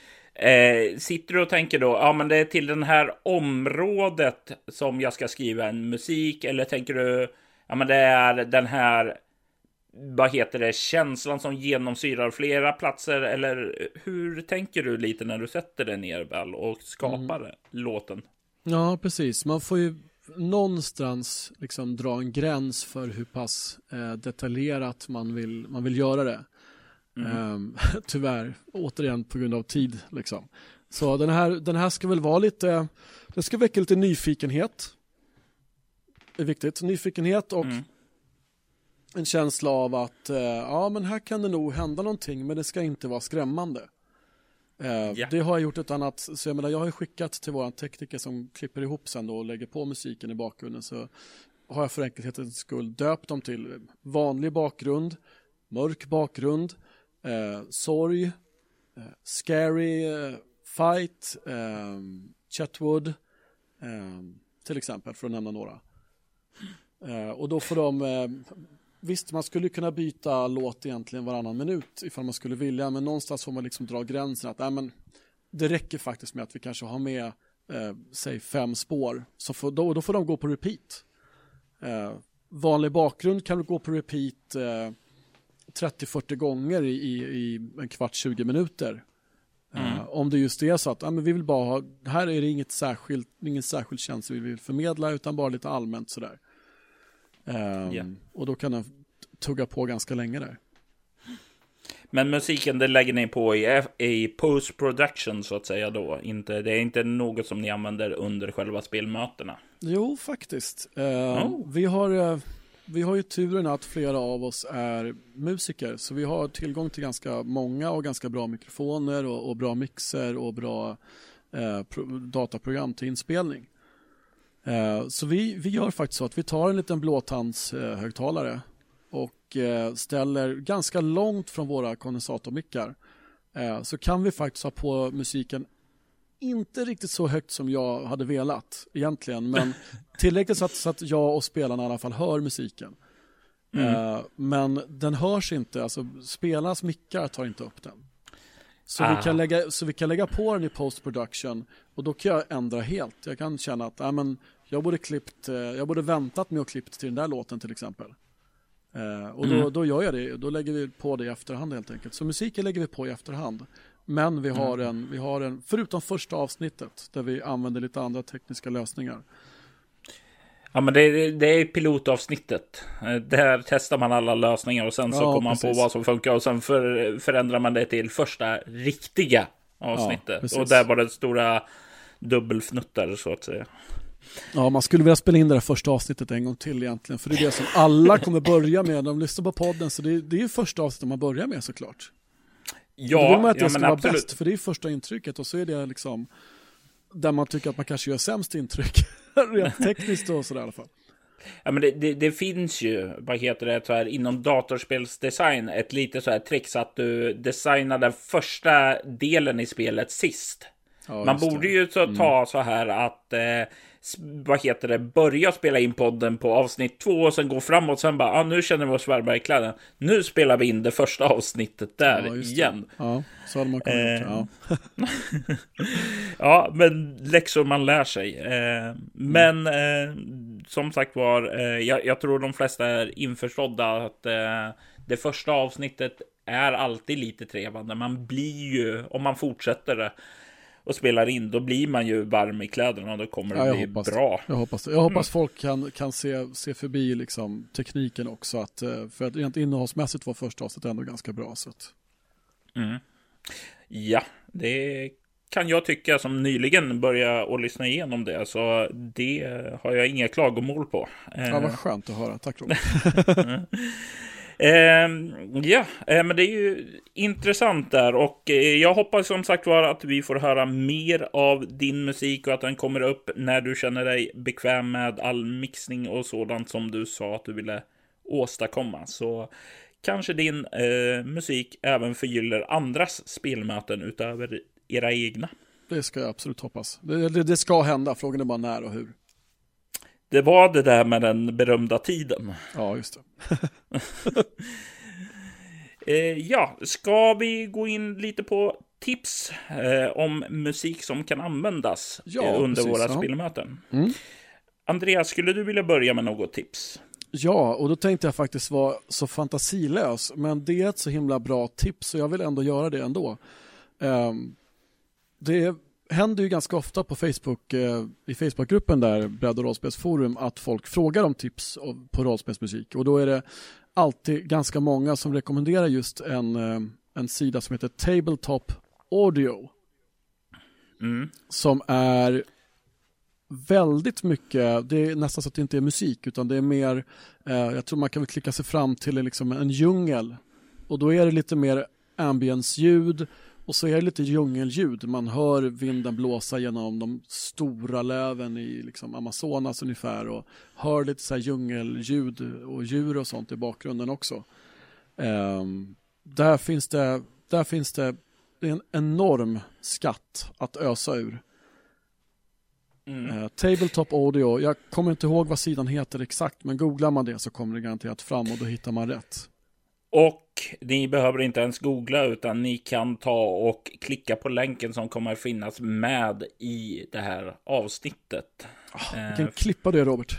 eh, sitter du och tänker då, ja men det är till den här området som jag ska skriva en musik, eller tänker du, ja men det är den här, vad heter det, känslan som genomsyrar flera platser, eller hur tänker du lite när du sätter det ner väl och skapar mm. låten? Ja, precis. Man får ju någonstans liksom dra en gräns för hur pass eh, detaljerat man vill, man vill göra det. Mm. Um, tyvärr, återigen på grund av tid liksom. Så den här, den här ska väl vara lite, den ska väcka lite nyfikenhet. Det är viktigt, nyfikenhet och mm. en känsla av att eh, ja, men här kan det nog hända någonting, men det ska inte vara skrämmande. Eh, yeah. Det har jag gjort ett annat, så jag menar, jag har ju skickat till våran tekniker som klipper ihop sen då och lägger på musiken i bakgrunden, så har jag för enkelhetens skull döpt dem till vanlig bakgrund, mörk bakgrund, eh, sorg, eh, scary eh, fight, eh, Chetwood eh, till exempel, för att nämna några. Eh, och då får de eh, visst, man skulle kunna byta låt egentligen varannan minut ifall man skulle vilja, men någonstans får man liksom dra gränsen att nej, men det räcker faktiskt med att vi kanske har med eh, säg fem spår, så får, då, då får de gå på repeat. Eh, vanlig bakgrund kan du gå på repeat eh, trettio till fyrtio gånger i, i, i en kvart tjugo minuter. Mm. Uh, om det just är så att ja, men vi vill bara ha, här är det inget särskilt, ingen särskild känsla vi vill förmedla, utan bara lite allmänt sådär. Um, yeah. Och då kan den tugga på ganska länge där. Men musiken, det lägger ni på i, i post-production så att säga då? Inte, det är inte något som ni använder under själva spelmötena? Jo, faktiskt. Uh, oh. vi, har, uh, vi har ju turen att flera av oss är musiker, så vi har tillgång till ganska många och ganska bra mikrofoner och, och bra mixer och bra uh, pro- dataprogram till inspelning. Uh, så vi, vi gör faktiskt så att vi tar en liten blåtandshögtalare uh, och uh, ställer ganska långt från våra kondensatormickar. Uh, så kan vi faktiskt ha på musiken inte riktigt så högt som jag hade velat egentligen, men tillräckligt så att, så att jag och spelarna i alla fall hör musiken. Mm. Uh, men den hörs inte, alltså spelarnas mickar tar inte upp den. Så, ah. vi kan lägga, så vi kan lägga på den i post-production, och då kan jag ändra helt. Jag kan känna att äh, men jag, borde klippt, jag borde väntat med att klippt till den där låten till exempel. Uh, och då, mm. då gör jag det. Då lägger vi på det i efterhand helt enkelt. Så musiken lägger vi på i efterhand. Men vi har, mm. en, vi har en, förutom första avsnittet där vi använder lite andra tekniska lösningar. Ja, men det, det är pilotavsnittet. Där testar man alla lösningar och sen så ja, kommer man precis. på vad som funkar, och sen för, förändrar man det till första riktiga avsnittet. Ja, och där var det stora dubbelfnuttar så att säga. Ja, man skulle vilja spela in det där första avsnittet en gång till egentligen, för det är det som alla kommer börja med när de lyssnar på podden, så det, det är ju första avsnittet man börjar med såklart. Ja, då vill man att det ja, ska vara absolut. bäst, för det är första intrycket, och så är det liksom där man tycker att man kanske gör sämst intryck rent tekniskt och sådär i alla fall. Ja, men det, det, det finns ju, vad heter det, så här, inom datorspelsdesign ett lite så här trick, så att du designar den första delen i spelet sist. Ja, man borde det. ju så mm. ta så här att eh, vad heter det, börja spela in podden på avsnitt två och sen gå framåt och sen bara, ah, nu känner vi oss värma i kläden. Nu spelar vi in det första avsnittet där ja, igen. Ja, så hade man kunnat eh, ja. Ja, men läxor man lär sig. Eh, men eh, som sagt var, eh, jag, jag tror de flesta är införstådda att eh, det första avsnittet är alltid lite trevande. Man blir ju, om man fortsätter det och spelar in, då blir man ju varm i kläderna och då kommer det ja, bli hoppas, bra. Jag hoppas, jag hoppas mm. folk kan, kan se, se förbi liksom, tekniken också. Att, för att rent innehållsmässigt var första avsnittet ändå ganska bra. Så att... mm. Ja, det kan jag tycka som nyligen började att lyssna igenom det. Så det har jag inga klagomål på. Ja, vad skönt att höra. Tack Robert. Eh, ja, eh, men det är ju intressant där och eh, jag hoppas som sagt var att vi får höra mer av din musik och att den kommer upp när du känner dig bekväm med all mixning och sådant som du sa att du ville åstadkomma. Så kanske din eh, musik även förgyller andras spelmöten utöver era egna. Det ska jag absolut hoppas. Det, det, det ska hända, frågan är bara när och hur. Det var det där med den berömda tiden. Ja, just det. eh, ja, ska vi gå in lite på tips eh, om musik som kan användas ja, eh, under precis, våra ja. spelmöten? Mm. Andreas, skulle du vilja börja med något tips? Ja, och då tänkte jag faktiskt vara så fantasilös. Men det är ett så himla bra tips så jag vill ändå göra det ändå. Um, det händer ju ganska ofta på Facebook, eh, i Facebookgruppen där, Bredd- och rollspelsforum, att folk frågar om tips på rollspelsmusik. Och då är det alltid ganska många som rekommenderar just en, eh, en sida som heter Tabletop Audio. Mm. Som är väldigt mycket, det är nästan så att det inte är musik utan det är mer, eh, jag tror man kan väl klicka sig fram till en, liksom en djungel. Och då är det lite mer ambience-ljud. Och så är det lite djungelljud. Man hör vinden blåsa genom de stora löven i liksom Amazonas ungefär. Och hör lite så här djungelljud och djur och sånt i bakgrunden också. Um, där finns det, där finns det, det är en enorm skatt att ösa ur. Mm. Uh, Tabletop Audio. Jag kommer inte ihåg vad sidan heter exakt. Men googlar man det så kommer det garanterat fram och då hittar man rätt. Och ni behöver inte ens googla utan ni kan ta och klicka på länken som kommer finnas med i det här avsnittet. Oh, vilken eh, klippa det, Robert.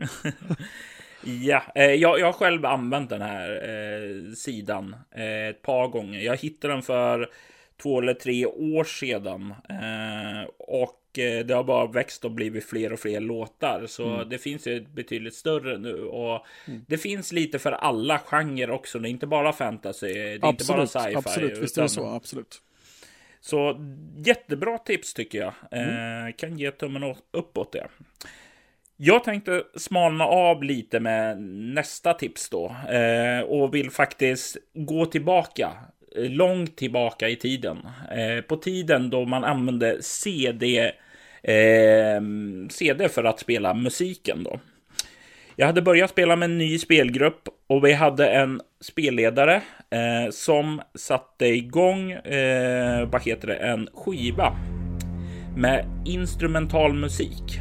Ja, eh, jag, jag har själv använt den här eh, sidan eh, ett par gånger. Jag hittade den för två eller tre år sedan. Eh, och det har bara växt och blivit fler och fler låtar. Så mm. det finns ju betydligt större nu. Och mm. det finns lite för alla genrer också. Det är inte bara fantasy. Det är absolut, inte bara sci-fi. Absolut, visst är det så. Absolut. Så jättebra tips tycker jag. Mm. Eh, kan ge tummen uppåt det. Jag tänkte smalna av lite med nästa tips då. Eh, och vill faktiskt gå tillbaka. Långt tillbaka i tiden. Eh, på tiden då man använde C D eh, C D för att spela musiken då. Jag hade börjat spela med en ny spelgrupp och vi hade en spelledare eh, som satte igång eh, vad heter det, en skiva med instrumental musik.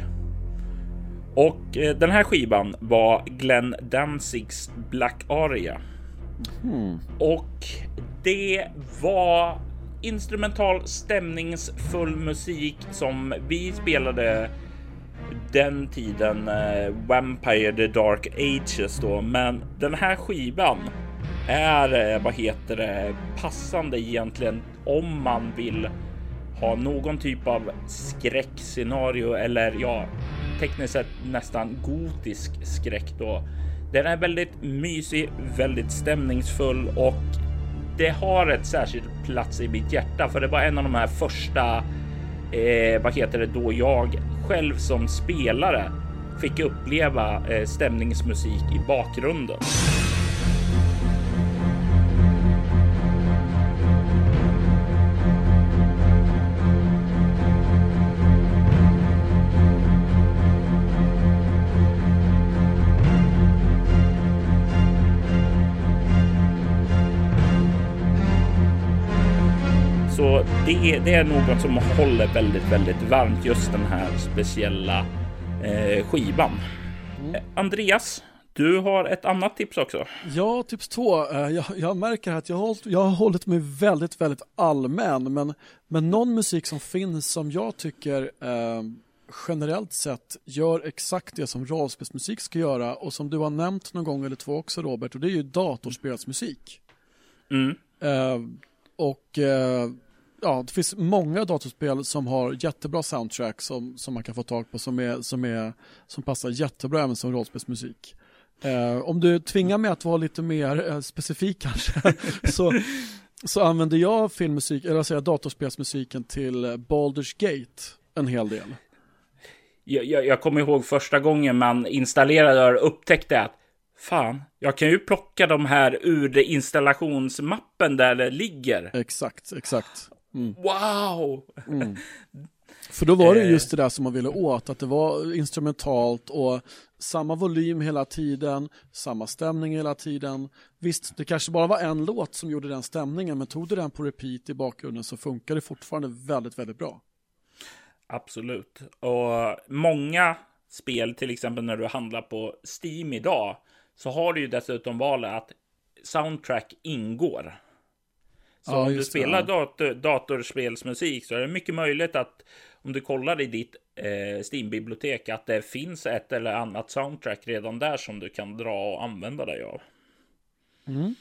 Och eh, den här skivan var Glenn Danzigs Black Aria. Mm. Och det var instrumental stämningsfull musik som vi spelade den tiden, eh, Vampire the Dark Ages då. Men den här skivan är, eh, vad heter det, passande egentligen om man vill ha någon typ av skräckscenario eller ja, tekniskt sett nästan gotisk skräck då. Den är väldigt mysig, väldigt stämningsfull och det har ett särskilt plats i mitt hjärta för det var en av de här första eh, vad heter det då jag själv som spelare fick uppleva eh, stämningsmusik i bakgrunden. Så så det, det är något som håller väldigt, väldigt varmt, just den här speciella eh, skivan. Mm. Andreas, du har ett annat tips också. Ja, tips två. Jag, jag märker att jag har, hållit, jag har hållit mig väldigt, väldigt allmän. Men, men någon musik som finns som jag tycker eh, generellt sett gör exakt det som rollspelsmusik ska göra. Och som du har nämnt någon gång eller två också, Robert. Och det är ju datorspelsmusik. Mm. Eh, och eh, ja, det finns många datorspel som har jättebra soundtrack som, som man kan få tag på. Som, är, som, är, som passar jättebra även som rollspelsmusik. Eh, om du tvingar mig att vara lite mer eh, specifik kanske så, så använder jag filmmusik, eller säga datorspelsmusiken till Baldur's Gate en hel del. Jag, jag, jag kommer ihåg första gången man installerade och upptäckte att fan, jag kan ju plocka de här ur installationsmappen där det ligger. Exakt, exakt. Mm. Wow! Mm. För då var det just det där som man ville åt, att det var instrumentalt och samma volym hela tiden, samma stämning hela tiden. Visst, det kanske bara var en låt som gjorde den stämningen, men tog du den på repeat i bakgrunden så funkar det fortfarande väldigt, väldigt bra. Absolut. Och många spel, till exempel när du handlar på Steam idag, så har du ju dessutom valet att soundtrack ingår. Så ja, om du spelar det, ja. dator, datorspelsmusik så är det mycket möjligt att om du kollar i ditt eh, Steam-bibliotek att det finns ett eller annat soundtrack redan där som du kan dra och använda dig av. Mm.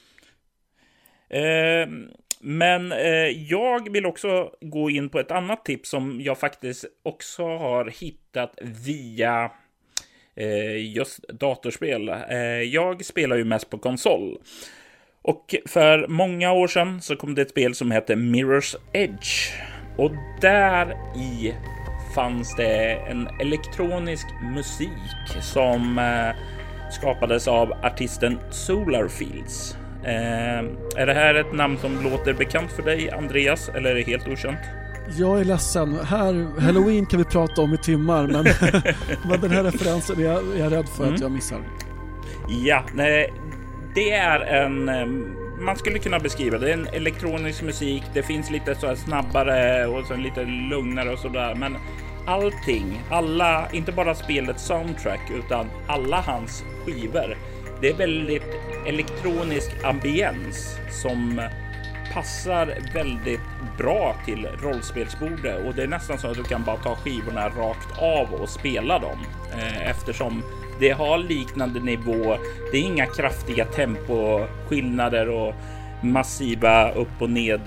Eh, men eh, jag vill också gå in på ett annat tips som jag faktiskt också har hittat via eh, just datorspel. Eh, jag spelar ju mest på konsol. Och för många år sedan så kom det ett spel som heter Mirror's Edge. Och där i fanns det en elektronisk musik som eh, skapades av artisten Solarfields. Eh, är det här ett namn som låter bekant för dig, Andreas, eller är det helt okänt? Jag är ledsen. Här, Halloween kan vi prata om i timmar, men, men den här referensen är jag, är jag rädd för mm. att jag missar. Ja, nej, det är en... Man skulle kunna beskriva det. Det är en elektronisk musik. Det finns lite så här snabbare och sen lite lugnare och sådär. Men allting, alla, inte bara spelets soundtrack utan alla hans skivor. Det är väldigt elektronisk ambiens som passar väldigt bra till rollspelsbordet. Och det är nästan så att du kan bara ta skivorna rakt av och spela dem. Eh, eftersom det har liknande nivå. Det är inga kraftiga temposkillnader och massiva upp och ned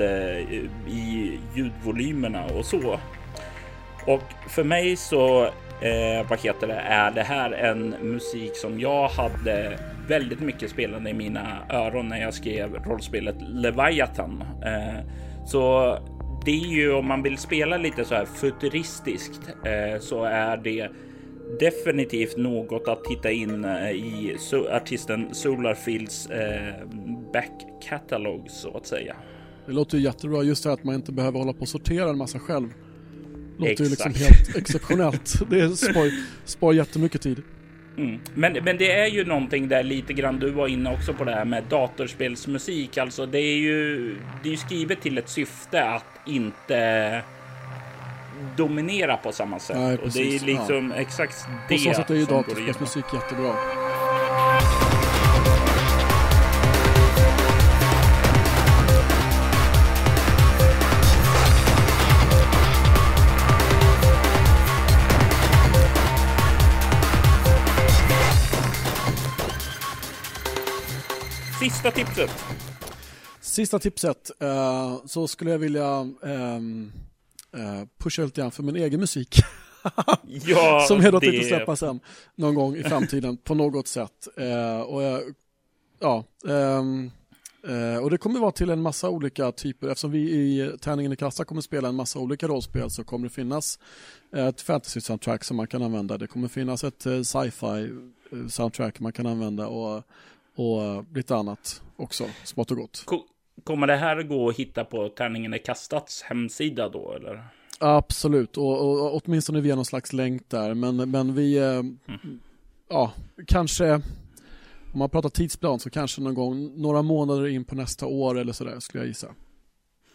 i ljudvolymerna och så. Och för mig så eh, vad heter det, är det här en musik som jag hade väldigt mycket spelande i mina öron när jag skrev rollspelet Leviathan. Eh, så det är ju, om man vill spela lite så här futuristiskt eh, så är det definitivt något att titta in i artisten Solarfields eh, back catalog så att säga. Det låter ju jättebra, just det att man inte behöver hålla på och sortera en massa själv. Det låter ju liksom helt exceptionellt. Det spar, spar jättemycket tid. Mm. Men, men det är ju någonting där lite grann, du var inne också på det här med datorspelsmusik. Alltså det är ju, det är ju skrivet till ett syfte att inte dominera på samma sätt. Nej, och det är liksom ja. exakt det. På så sätt är ju datorspelsmusik jättebra. Sista tipset. Sista tipset. Uh, så skulle jag vilja um, uh, pusha lite grann för min egen musik. Ja, som jag då det... tänkte släppa sen någon gång i framtiden på något sätt. Uh, och jag, ja, um, uh, och det kommer vara till en massa olika typer. Eftersom vi i Tärningen i kassa kommer spela en massa olika rollspel så kommer det finnas ett fantasy soundtrack som man kan använda. Det kommer finnas ett uh, sci-fi soundtrack man kan använda och och lite annat också, smått och gott. Kommer det här gå att hitta på Tärningen är kastats hemsida då, eller? Absolut, och, och, och åtminstone via någon slags länk där. Men, men vi, eh, mm. ja, kanske, om man pratar tidsplan så kanske någon gång, några månader in på nästa år eller sådär, skulle jag gissa.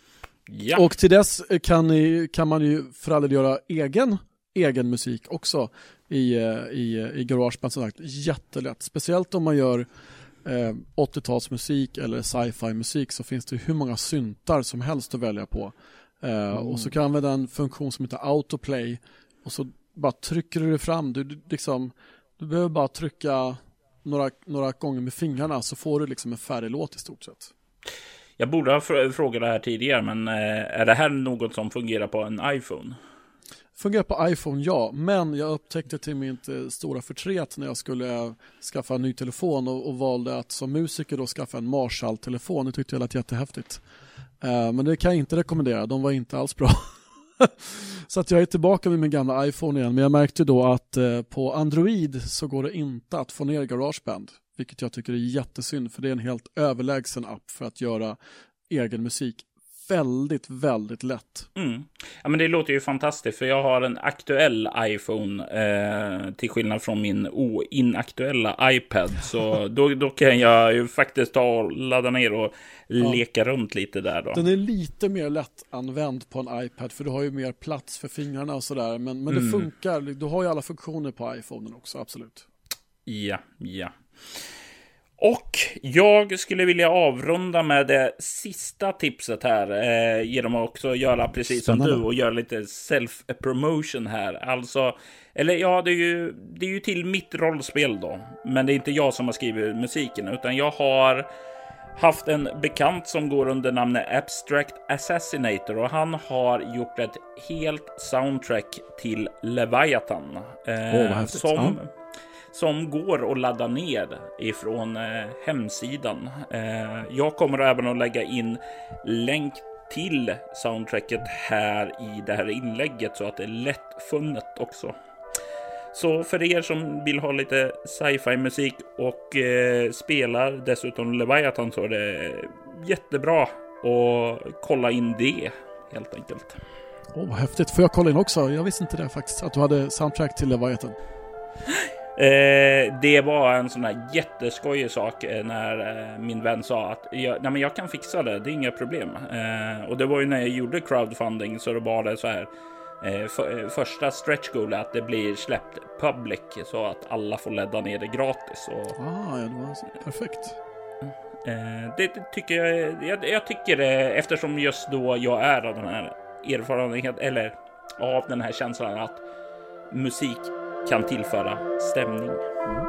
Ja. Och till dess kan, ni, kan man ju för alla göra egen, egen musik också i, i, i GarageBand, som sagt. Jättelätt. Speciellt om man gör eh, åttiotalsmusik eller sci-fi musik, så finns det hur många syntar som helst att välja på. Eh, mm. Och så kan man använda en funktion som heter autoplay, och så bara trycker du det fram. Du, du, liksom, du behöver bara trycka några, några gånger med fingrarna, så får du liksom en färdig låt i stort sett. Jag borde ha frågat det här tidigare, men är det här något som fungerar på en iPhone? Fungerar på iPhone, ja. Men jag upptäckte till mitt stora förtret när jag skulle skaffa en ny telefon och, och valde att som musiker då skaffa en Marshall-telefon. Det tyckte jag lät jättehäftigt. Uh, men det kan jag inte rekommendera. De var inte alls bra. Så att jag är tillbaka med min gamla iPhone igen. Men jag märkte då att uh, på Android så går det inte att få ner GarageBand. Vilket jag tycker är jättesynd, för det är en helt överlägsen app för att göra egen musik. Väldigt, väldigt lätt. Mm. Ja, men det låter ju fantastiskt, för jag har en aktuell iPhone eh, till skillnad från min oinaktuella iPad. Så då, då kan jag ju faktiskt ta och ladda ner och leka ja. runt lite där då. Den är lite mer lätt använd på en iPad, för du har ju mer plats för fingrarna och sådär. Men, men det mm. funkar. Du har ju alla funktioner på iPhonen också, absolut. Ja, ja. Och jag skulle vilja avrunda med det sista tipset här, eh, genom att också göra precis Spännande. som du och göra lite self-promotion här. Alltså, eller ja, det är ju, det är ju till mitt rollspel då, men det är inte jag som har skrivit musiken, utan jag har haft en bekant som går under namnet Abstract Assassinator, och han har gjort ett helt soundtrack till Leviathan. Eh, oh, vad häftigt. som... Ja. som går att ladda ner ifrån eh, hemsidan. Eh, jag kommer även att lägga in länk till soundtracket här i det här inlägget, så att det är lättfunnet också. Så för er som vill ha lite sci-fi musik och eh, spelar dessutom Leviathan, så är det jättebra att kolla in det helt enkelt. Åh, oh, vad häftigt. Får jag kolla in också? Jag visste inte det faktiskt, att du hade soundtrack till Leviathan. Eh, det var en sån här jätteskojig sak eh, när eh, min vän sa att jag, nej, men jag kan fixa det, det är inga problem. Eh, och det var ju när jag gjorde crowdfunding, så det var det så här eh, för, första stretch goal att det blir släppt public, så att alla får ladda ner det gratis. Och, ah, ja, det var så perfekt. Eh, det, det tycker jag, jag, jag tycker det, eftersom just då jag är av den här erfarenheten, eller av den här känslan att musik kan tillföra stämning. Mm.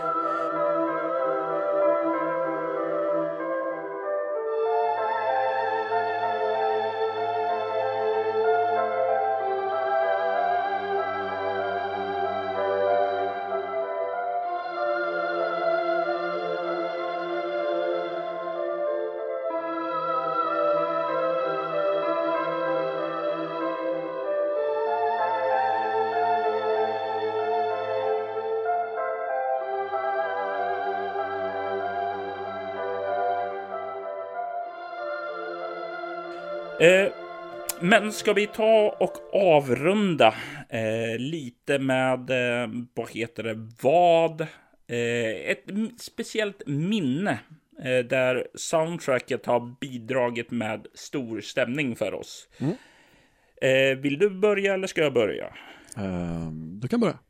Eh, men ska vi ta och avrunda eh, lite med, eh, vad heter det, vad? Eh, ett speciellt minne eh, där soundtracket har bidragit med stor stämning för oss. Mm. Eh, vill du börja eller ska jag börja? Uh, du kan börja.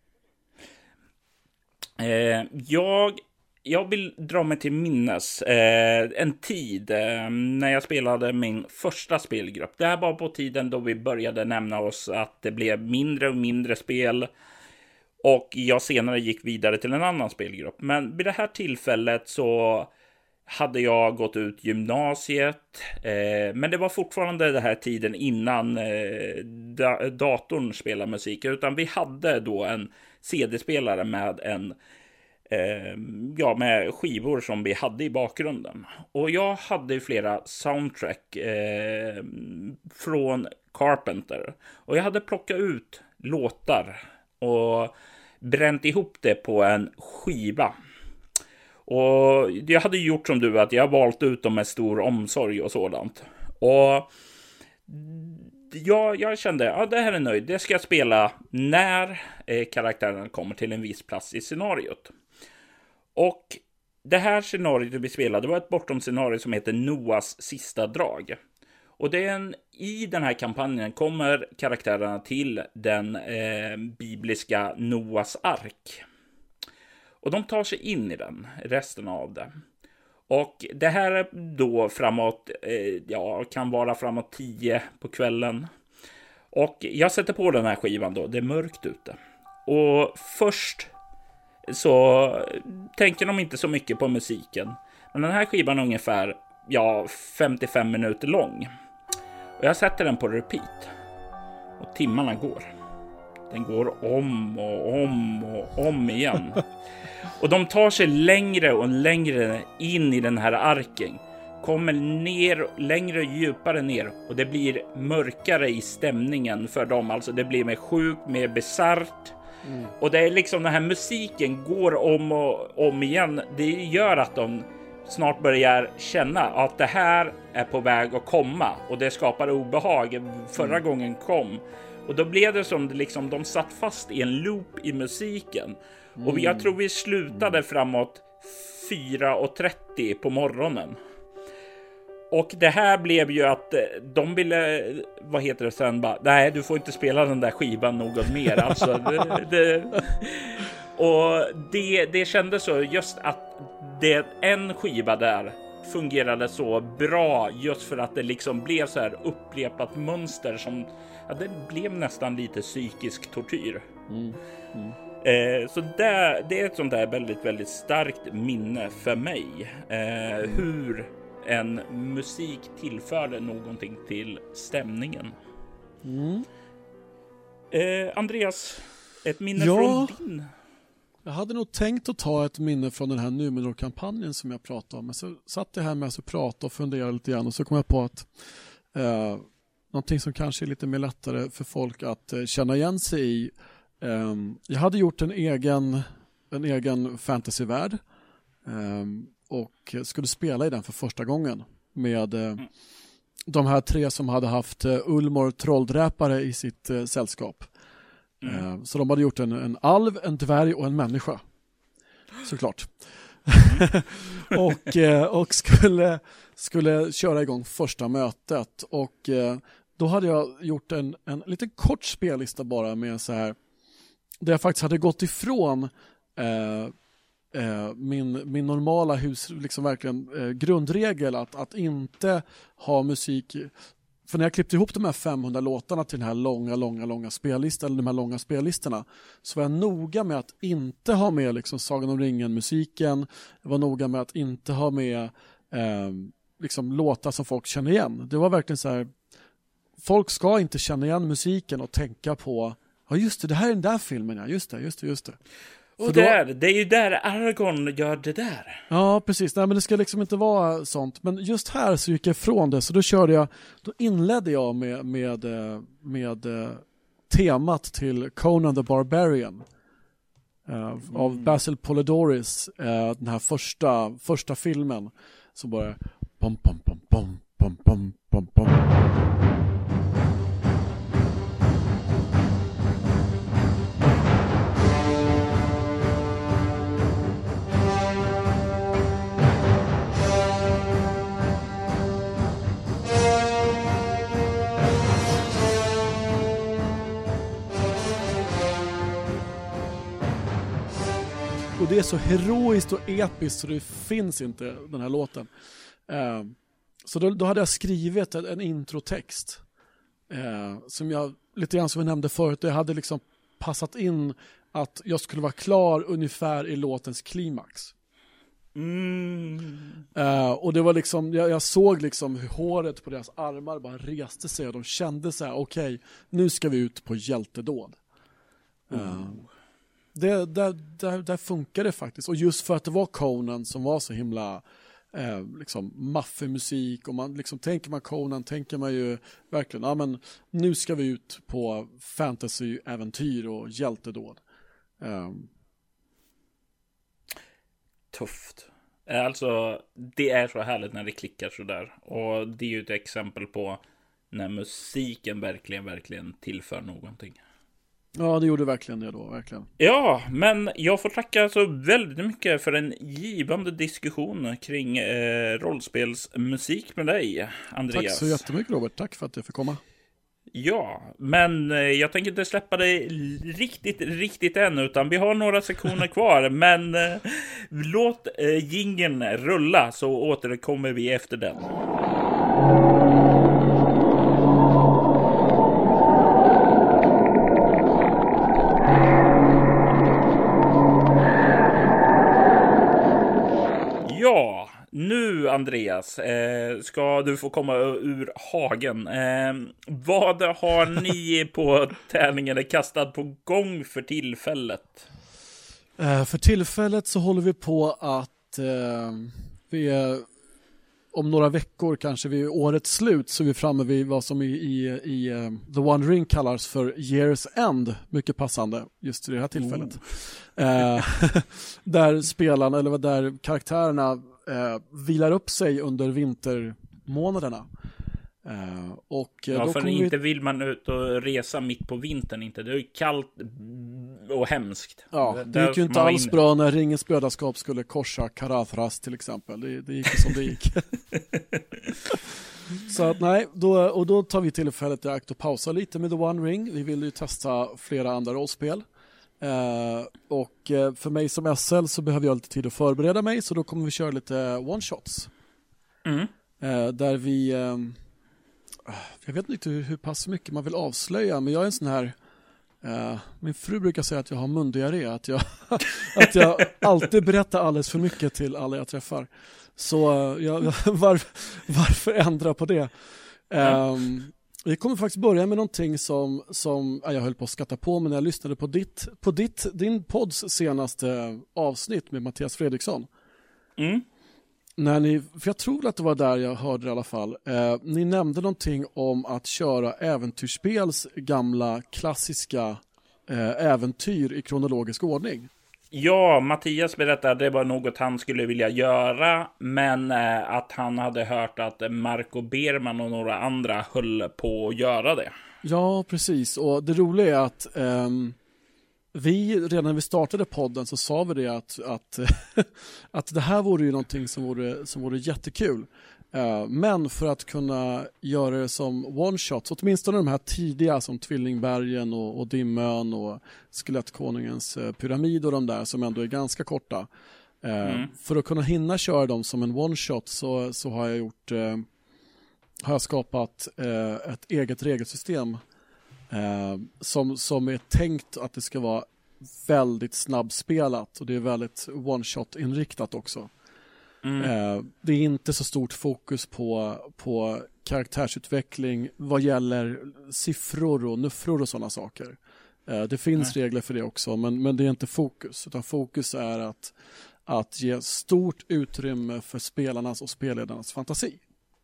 Eh, jag... Jag vill dra mig till minnes eh, en tid eh, när jag spelade min första spelgrupp. Det här var på tiden då vi började nämna oss att det blev mindre och mindre spel. Och jag senare gick vidare till en annan spelgrupp. Men vid det här tillfället så hade jag gått ut gymnasiet. Eh, men det var fortfarande den här tiden innan eh, da- datorn spelade musik. Utan vi hade då en C D-spelare med en... Eh, ja, med skivor som vi hade i bakgrunden. Och jag hade flera soundtrack eh, från Carpenter. Och jag hade plockat ut låtar och bränt ihop det på en skiva. Och jag hade gjort som du, att jag valt ut dem med stor omsorg och sådant. Och ja, jag kände, ja, det här är nöjd. Det ska jag spela när eh, karaktären kommer till en viss plats i scenariot. Och det här scenariot vi spelade var ett bortom scenario som heter Noahs sista drag. Och det är en, i den här kampanjen kommer karaktärerna till den eh, bibliska Noas ark. Och de tar sig in i den, resten av det. Och det här är då framåt, eh, ja, kan vara framåt tio på kvällen. Och jag sätter på den här skivan då, det är mörkt ute. Och först så tänker de inte så mycket på musiken. Men den här skivan är ungefär, ja, femtiofem minuter lång. Och jag sätter den på repeat. Och timmarna går. Den går om och om och om igen. Och de tar sig längre och längre in i den här arken. Kommer ner, längre och djupare ner. Och det blir mörkare i stämningen för dem. Alltså det blir mer sjukt, mer bisarrt. Mm. Och det är liksom den här musiken går om och om igen. Det gör att de snart börjar känna att det här är på väg att komma. Och det skapar obehag. Förra mm. gången kom. Och då blev det som liksom, de satt fast i en loop i musiken. Mm. Och jag tror vi slutade framåt fyra och trettio på morgonen. Och det här blev ju att de ville, vad heter det sen, bara, nej, du får inte spela den där skivan något mer. Alltså, det, det, och det, det kändes så just att det, en skiva där fungerade så bra just för att det liksom blev så här upprepat mönster som, ja, det blev nästan lite psykisk tortyr. Mm. Mm. Eh, så det, det är ett sånt där väldigt, väldigt starkt minne för mig. Eh, hur en musik tillförde någonting till stämningen. Mm. Eh, Andreas, ett minne ja, från din? Jag hade nog tänkt att ta ett minne från den här Numenor-kampanjen som jag pratade om. Men så satt jag här med att prata och fundera lite grann. Och så kom jag på att eh, någonting som kanske är lite mer lättare för folk att eh, känna igen sig i. Eh, jag hade gjort en egen, en egen fantasyvärld. Eh, och skulle spela i den för första gången med eh, de här tre som hade haft eh, Ulmor trolldräpare i sitt eh, sällskap. Mm. Eh, så de hade gjort en, en alv, en dvärg och en människa. Såklart. Mm. och eh, och skulle, skulle köra igång första mötet. Och eh, då hade jag gjort en, en liten kort spellista bara med så här, där jag faktiskt hade gått ifrån eh, Eh, min, min normala hus, liksom verkligen eh, grundregel att, att inte ha musik. För när jag klippte ihop de här femhundra låtarna till den här långa, långa, långa spellistan, eller de här långa spellistorna, så var jag noga med att inte ha med liksom Sagan om ringen-musiken. Jag var noga med att inte ha med eh, liksom låtar som folk känner igen. Det var verkligen så här, folk ska inte känna igen musiken och tänka på, ja just det, det här är den där filmen, ja just det, just det, just det. Och då, där, det är ju där Aragorn gör det där. Ja, precis. Nej, men det ska liksom inte vara sånt. Men just här så gick jag ifrån det. Så då körde jag, då inledde jag med, med, med, med temat till Conan the Barbarian. Uh, mm. Av Basil Polidoris. Uh, den här första, första filmen. Så bara pom, pom, pom, pom, pom, pom, pom, pom. Och det är så heroiskt och episkt så det finns inte, den här låten. Uh, så då, då hade jag skrivit en, en introtext. Uh, som jag, lite grann som jag nämnde förut, jag hade liksom passat in att jag skulle vara klar ungefär i låtens klimax. Mm. Uh, och det var liksom, jag, jag såg liksom hur håret på deras armar bara reste sig och de kände så här: okej, okay, nu ska vi ut på hjältedåd. Uh, mm. Det, där, där, där funkar det faktiskt. Och just för att det var Conan som var så himla eh, liksom maffig musik, och man liksom, tänker man Conan tänker man ju verkligen, ja men nu ska vi ut på fantasy-äventyr och hjältedåd. Um. Tufft. Alltså, det är så härligt när det klickar så där. Och det är ju ett exempel på när musiken verkligen, verkligen tillför någonting. Ja, det gjorde verkligen det då, verkligen. Ja, men jag får tacka så väldigt mycket för en givande diskussion kring eh, rollspelsmusik med dig, Andreas. Tack så jättemycket, Robert. Tack för att jag fick komma. Ja, men eh, jag tänker inte släppa dig riktigt, riktigt än, utan vi har några sektioner kvar. Men eh, låt eh, jingeln rulla, så återkommer vi efter den. Ja, nu Andreas eh, ska du få komma ur hagen. Eh, vad har ni på tärningen kastad på gång för tillfället? Eh, för tillfället så håller vi på att eh, vi är, om några veckor kanske vid årets slut så är vi framme vid vad som i, i, i uh, The One Ring kallas för Year's End, mycket passande just i det här tillfället. Oh. Eh, där spelarna, eller där karaktärerna eh, vilar upp sig under vintermånaderna. Uh, och ja, då för kommer inte vi... vill man ut och resa mitt på vintern, inte. Det är ju kallt och hemskt. Ja, det gick ju inte alls in... bra när Ringens brödraskap skulle korsa Karathras till exempel. Det, det gick som det gick. Så att nej, då, och då tar vi tillfället i akt och pausa lite med The One Ring. Vi vill ju testa flera andra rollspel. Uh, och uh, för mig som S L så behöver jag lite tid att förbereda mig, så då kommer vi köra lite one-shots. Mm. Uh, där vi... Um, Jag vet inte hur, hur pass mycket man vill avslöja, men jag är en sån här uh, min fru brukar säga att jag har mundiarré, att jag, att jag alltid berättar alldeles för mycket till alla jag träffar. Så uh, jag, var, varför ändra på det? Um, vi kommer faktiskt börja med någonting som, som uh, jag höll på att skatta på, men när jag lyssnade på, ditt, på ditt, din podds senaste avsnitt med Mattias Fredriksson. Mm. När ni, för jag tror att det var där jag hörde det i alla fall. Eh, ni nämnde någonting om att köra äventyrsspels gamla klassiska eh, äventyr i kronologisk ordning. Ja, Mattias berättade att det var något han skulle vilja göra, men eh, att han hade hört att Marco Berman och några andra höll på att göra det. Ja, precis. Och det roliga är att ehm, vi, redan när vi startade podden så sa vi det att, att, att det här vore ju någonting som vore, som vore jättekul. Uh, men för att kunna göra det som one-shots, åtminstone de här tidiga som Tvillingbergen och, och Dimön och Skelettkonungens uh, pyramid och de där som ändå är ganska korta. Uh, mm. För att kunna hinna köra dem som en one-shot så, så har jag gjort uh, har jag skapat uh, ett eget regelsystem Uh, som, som är tänkt att det ska vara väldigt snabbspelat, och det är väldigt one-shot-inriktat också. Mm. Uh, det är inte så stort fokus på, på karaktärsutveckling vad gäller siffror och nuffror och sådana saker. Uh, det finns Nej. regler för det också, men, men det är inte fokus, utan fokus är att, att ge stort utrymme för spelarnas och spelledarnas fantasi.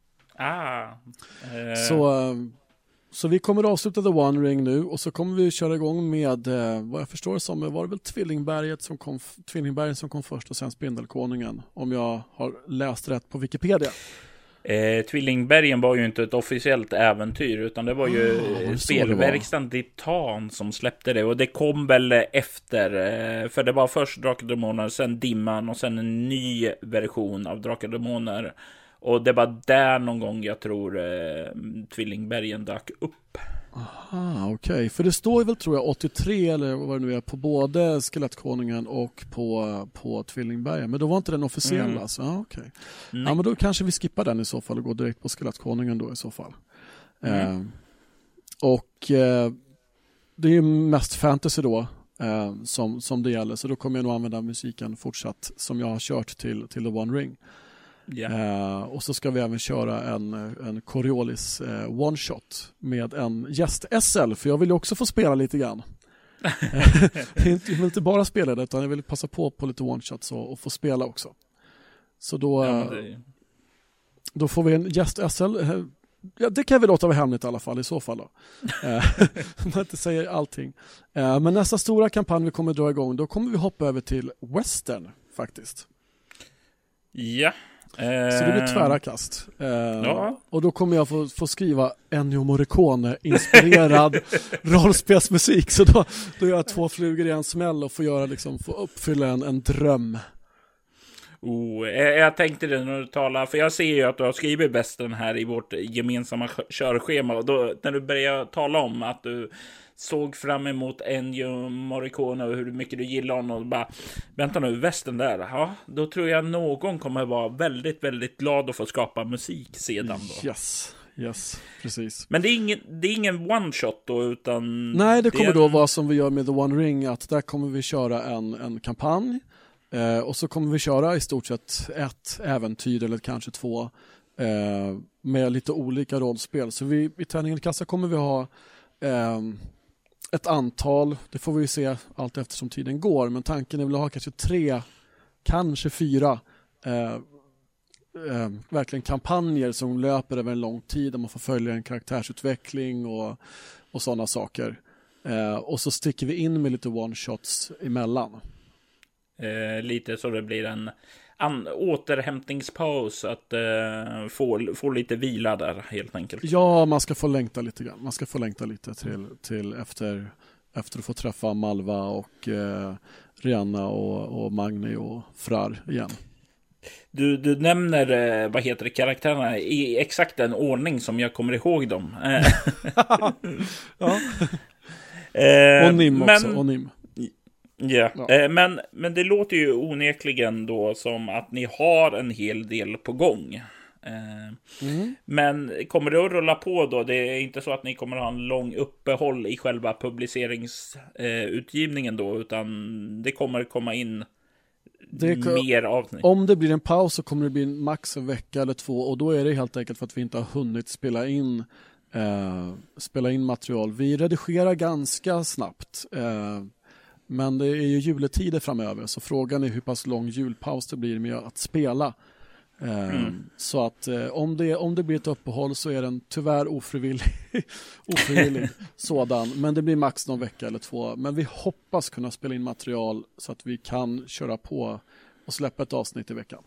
Ah. Uh... Så... Uh, Så vi kommer att avsluta The One Ring nu, och så kommer vi köra igång med, eh, vad jag förstår det som, var det väl Tvillingberget som kom, Tvillingbergen som kom först och sen Spindelkonungen, om jag har läst rätt på Wikipedia. Eh, Tvillingbergen var ju inte ett officiellt äventyr, utan det var ju oh, spelverkstan Titan som släppte det, och det kom väl efter, eh, för det var först Drakar och Demoner, sen Dimman och sen en ny version av Drakar och Demoner. Och det var där någon gång jag tror eh, Tvillingbergen dök upp. Aha, okej. Okay. För det står ju väl, tror jag, åttiotre eller vad det nu är, på både Skelettkonungen och på, på Tvillingbergen. Men då var inte den officiella. Mm. Så, ah, okay. Ja, men då kanske vi skippar den i så fall och går direkt på Skelettkonungen då i så fall. Mm. Eh, och eh, det är ju mest fantasy då eh, som, som det gäller. Så då kommer jag nog använda musiken fortsatt som jag har kört till, till The One Ring. Yeah. Uh, och så ska vi även köra en, en Coriolis uh, one-shot med en gäst-S L, för jag vill ju också få spela lite grann. Jag vill inte bara spela det, utan jag vill passa på på lite one-shots och, och få spela också. Så då, ja, det... då får vi en gäst-S L. Ja, det kan vi låta vara hemligt i alla fall i så fall då. Man inte säger allting. Uh, men nästa stora kampanj vi kommer dra igång, då kommer vi hoppa över till western faktiskt. Ja. Eh, Så det blir tvära kast. Eh, ja. Och då kommer jag få, få skriva Ennio Morricone-inspirerad rollspelsmusik. Så då, då gör jag två flugor i en smäll och får, göra, liksom, få uppfylla en, en dröm. Oh, jag, jag tänkte det när du talar, för jag ser ju att du har skrivit bästen här i vårt gemensamma körschema. Och då, när du börjar tala om att du såg fram emot Ennio Morricone och hur mycket du gillar honom och bara, vänta nu, västen där, ja, då tror jag någon kommer vara väldigt, väldigt glad att få skapa musik sedan då. Yes, yes, precis. Men det är ingen, det är ingen one shot då, utan... Nej, det kommer det då en... vara som vi gör med The One Ring, att där kommer vi köra en, en kampanj eh, och så kommer vi köra i stort sett ett äventyr eller kanske två eh, med lite olika rollspel. Så vi, i Tärningen i kassa kommer vi ha eh, ett antal, det får vi se allt eftersom tiden går, men tanken är väl att ha kanske tre, kanske fyra eh, eh, verkligen kampanjer som löper över en lång tid där man får följa en karaktärsutveckling och, och sådana saker. Eh, och så sticker vi in med lite one-shots emellan. Eh, lite så det blir en an- återhämtningspaus, att eh, få, få lite vila där helt enkelt. Ja, man ska få längta lite grann. Man ska få längta lite till, till efter, efter att få träffa Malva och eh, Rihanna och, och Magni och Frar igen. Du, du nämner, eh, vad heter det, karaktärerna i exakt den ordning som jag kommer ihåg dem. Ja. eh, Och Nim också, men... och Nim. Yeah. Ja, eh, men, men det låter ju onekligen då som att ni har en hel del på gång. Eh, mm. Men kommer det att rulla på då? Det är inte så att ni kommer att ha en lång uppehåll i själva publiceringsutgivningen eh, då, utan det kommer komma in det, mer avsnitt. Om det blir en paus så kommer det bli max en vecka eller två, och då är det helt enkelt för att vi inte har hunnit spela in eh, spela in material. Vi redigerar ganska snabbt, eh, men det är ju juletider framöver, så frågan är hur pass lång julpaus det blir med att spela. Eh, mm. Så att eh, om, det, om det blir ett uppehåll så är den tyvärr ofrivillig, ofrivillig sådan, men det blir max någon vecka eller två. Men vi hoppas kunna spela in material så att vi kan köra på och släppa ett avsnitt i veckan.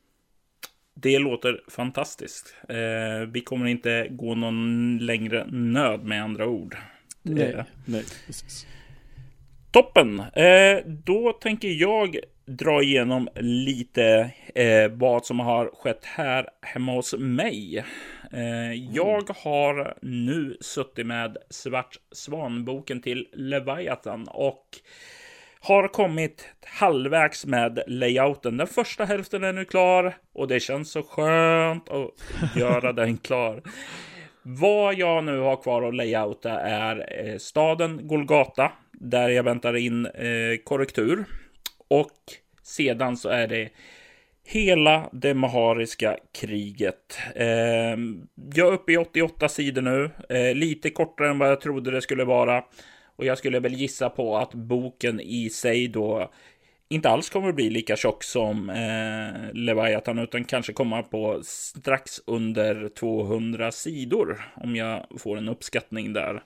Det låter fantastiskt. Eh, vi kommer inte gå någon längre nöd, med andra ord. Nej, eh. nej, precis. Toppen. Eh, då tänker jag dra igenom lite eh, vad som har skett här hemma hos mig. Eh, jag har nu suttit med Svart Svan-boken till Leviathan och har kommit halvvägs med layouten. Den första hälften är nu klar och det känns så skönt att göra den klar. Vad jag nu har kvar att layouta är eh, staden Golgata, där jag väntar in eh, korrektur. Och sedan så är det hela det mahariska kriget. Eh, jag är uppe i åttioåtta sidor nu. Eh, lite kortare än vad jag trodde det skulle vara. Och jag skulle väl gissa på att boken i sig då inte alls kommer att bli lika tjock som eh, Leviathan, utan kanske komma på strax under tvåhundra sidor, om jag får en uppskattning där.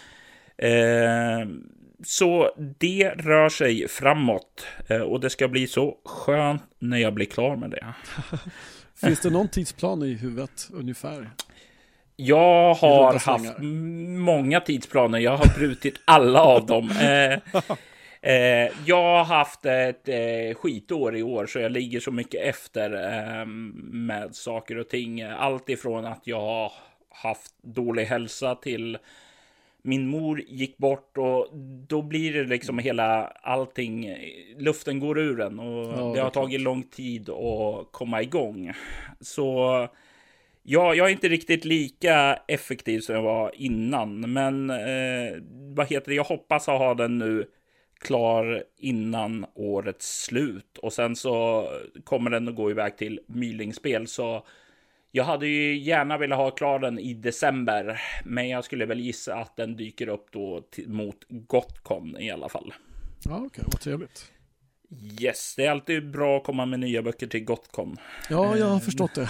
Eh, så det rör sig framåt eh, och det ska bli så skönt när jag blir klar med det. Finns det någon tidsplan i huvudet ungefär? Jag har haft många tidsplaner. Jag har brutit alla av dem. Eh, eh, jag har haft ett eh, skitår i år, så jag ligger så mycket efter eh, med saker och ting. Allt ifrån att jag har haft dålig hälsa till min mor gick bort, och då blir det liksom hela allting, luften går ur en, och ja, det har tagit lång tid att komma igång. Så ja, jag är inte riktigt lika effektiv som jag var innan, men eh, vad heter det? Jag hoppas att ha den nu klar innan årets slut, och sen så kommer den att gå iväg till Mylingspel, så jag hade ju gärna velat ha klar den i december, men jag skulle väl gissa att den dyker upp då till, mot Gotcon i alla fall. Ja, okej, okay, vad trevligt. Yes, det är alltid bra att komma med nya böcker till Gotcon. Ja, jag har förstått det.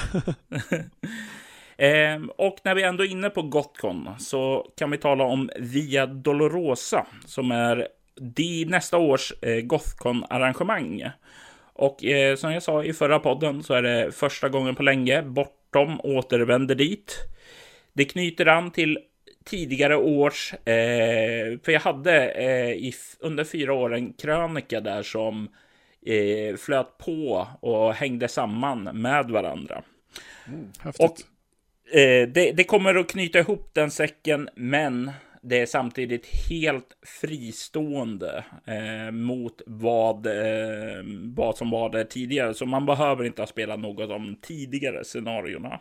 ehm, och när vi ändå är inne på Gotcon så kan vi tala om Via Dolorosa, som är de nästa års eh, Gothcon-arrangemang. Och eh, som jag sa i förra podden så är det första gången på länge Bortom återvänder dit. Det knyter an till tidigare års, eh, för jag hade eh, i, under fyra år en krönika där som eh, flöt på och hängde samman med varandra. Mm, häftigt. Och eh, det, det kommer att knyta ihop den säcken, men det är samtidigt helt fristående eh, mot vad, eh, vad som var det tidigare. Så man behöver inte ha spelat något av de tidigare scenarierna.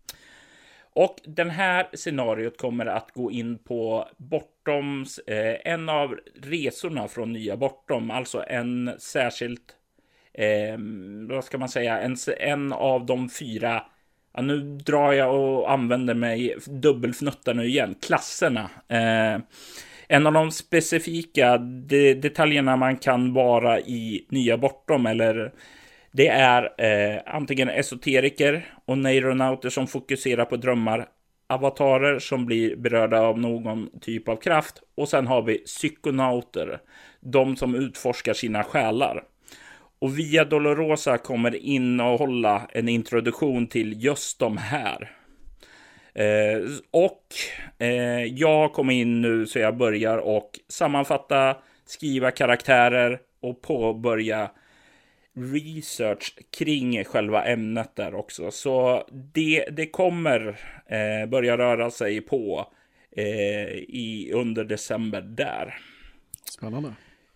Och den här scenariot kommer att gå in på Bortoms, eh, en av resorna från nya Bortom. Alltså en särskilt, eh, vad ska man säga, en, en av de fyra, ja, nu drar jag och använder mig dubbelfnuttar nu igen, klasserna. Eh, en av de specifika de, detaljerna man kan vara i nya Bortom, eller det är eh, antingen esoteriker och neuronauter som fokuserar på drömmar, avatarer som blir berörda av någon typ av kraft, och sen har vi psykonauter, de som utforskar sina själar. Och Via Dolorosa kommer innehålla en introduktion till just de här. Eh, och eh, jag kommer in nu så jag börjar och sammanfatta, skriva karaktärer och påbörja research kring själva ämnet där också. Så det, det kommer eh, börja röra sig på eh, i under december där. Spännande.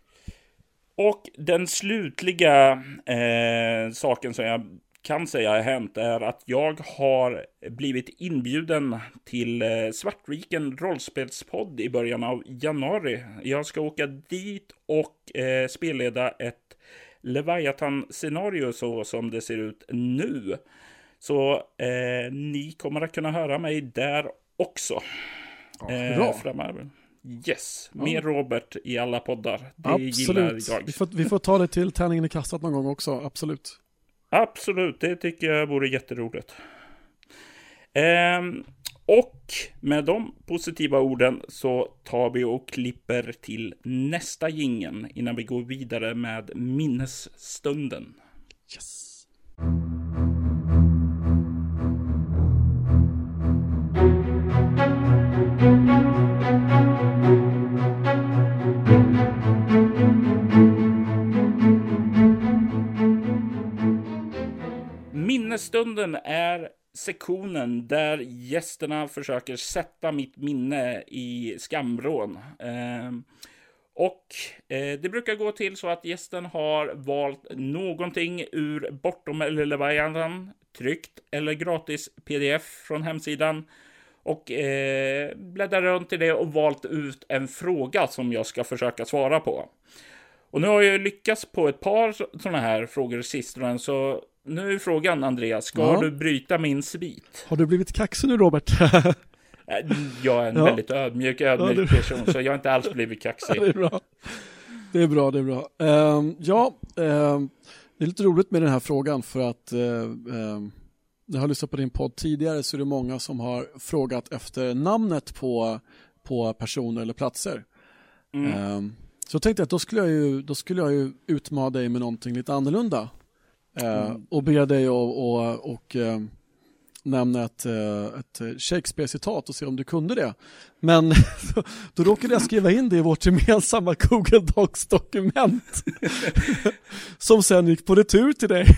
Och den slutliga eh, saken som jag kan säga har hänt är att jag har blivit inbjuden till eh, Svartviken rollspelspodd i början av januari. Jag ska åka dit och eh, spelleda ett Leviathan-scenario så som det ser ut nu. Så eh, ni kommer att kunna höra mig där också. Ja, eh, framöver. Yes, ja. Mer Robert i alla poddar. Det Absolut. gillar jag. Vi får, vi får ta det till tärningen i kastat någon gång också, absolut. Absolut, det tycker jag vore jätteroligt. Ehm, och med de positiva orden så tar vi och klipper till nästa jingeln innan vi går vidare med minnesstunden. Yes. Minnesstunden är sektionen där gästerna försöker sätta mitt minne i skamvrån. Eh, och eh, det brukar gå till så att gästen har valt någonting ur Bortom eller Leviathan, tryckt eller gratis P D F från hemsidan, och eh, bläddrar runt i det och valt ut en fråga som jag ska försöka svara på. Och nu har jag lyckats på ett par sådana här frågor sistone, så nu är frågan, Andreas, ska ja. du bryta min svit? Har du blivit kaxig nu, Robert? Jag är en ja. väldigt ödmjuk, ödmjuk ja, det... person, så jag har inte alls blivit kaxig. Ja, det är bra, det är bra, det är bra. Um, ja, um, det är lite roligt med den här frågan för att uh, um, jag har lyssnat på din podd tidigare, så är det många som har frågat efter namnet på, på personer eller platser. Mm. Um, så jag tänkte att då skulle jag ju, då skulle jag ju utmana dig med någonting lite annorlunda. Uh, mm. Och be dig och, och, och uh, nämna ett, uh, ett Shakespeare-citat och se om du kunde det. Men då, då råkade jag skriva in det i vårt gemensamma Google Docs-dokument som sen gick på retur till dig.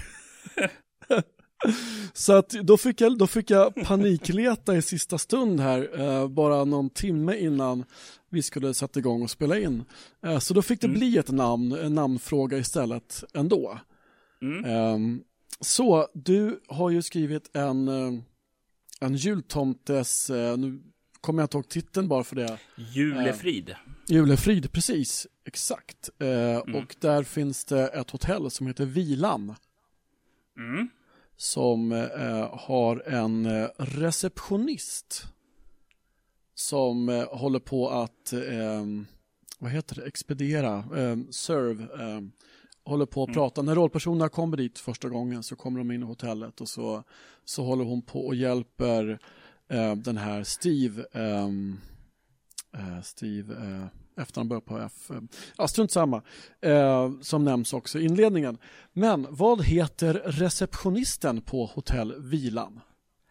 Så att då fick jag, då fick jag panikleta i sista stund här, uh, bara någon timme innan vi skulle sätta igång och spela in. Uh, så då fick det mm. bli ett namn, en namnfråga istället ändå. Mm. Um, så du har ju skrivit en uh, en jultomtes, uh, nu kommer jag inte ihåg titeln bara för det. Julefrid. Uh, Julefrid, precis, exakt. Uh, mm. Och där finns det ett hotell som heter Vilan. Mm. Som uh, har en uh, receptionist som uh, håller på att um, vad heter det, expediera, um, serve um, håller på att prata. Mm. När rollpersonerna kommer dit första gången så kommer de in i hotellet och så, så håller hon på och hjälper eh, den här Steve um, eh, Steve, eh, efter han börjar på F. Ja, strunt samma. Eh, som nämns också i inledningen. Men vad heter receptionisten på Hotell Vilan?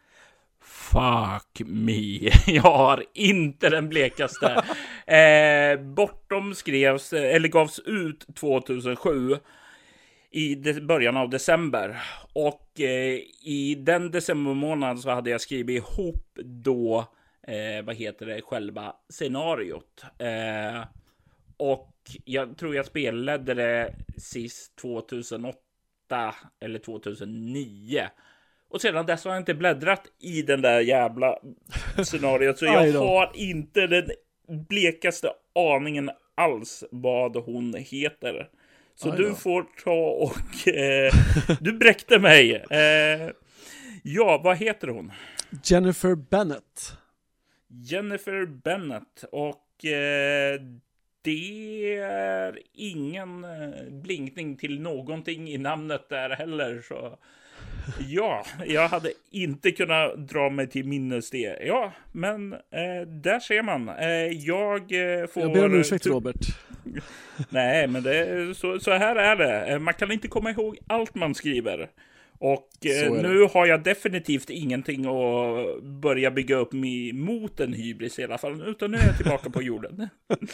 Fuck me. Jag har inte den blekaste. eh, Bortom skrevs, eller gavs ut tjugohundrasju i de- början av december. Och eh, i den decembermånaden så hade jag skrivit ihop då, eh, vad heter det, själva scenariot. Eh, och jag tror jag spelade det sist tjugohundraåtta eller tjugohundranio. Och sedan dess har jag inte bläddrat i den där jävla scenariot. Så jag har inte den blekaste aningen alls vad hon heter. Så du får ta och... Eh, du bräckte mig. Eh, ja, vad heter hon? Jennifer Bennett. Jennifer Bennett. Och eh, det är ingen blinkning till någonting i namnet där heller. Så ja, jag hade inte kunnat dra mig till minnes det. Ja, men eh, där ser man. Eh, jag eh, får... Jag ber om ursäkt, Robert. Nej, men det, så, så här är det. Man kan inte komma ihåg allt man skriver. Och eh, nu har jag definitivt ingenting att börja bygga upp mig mot en hybris i alla fall. Utan nu är jag tillbaka på jorden.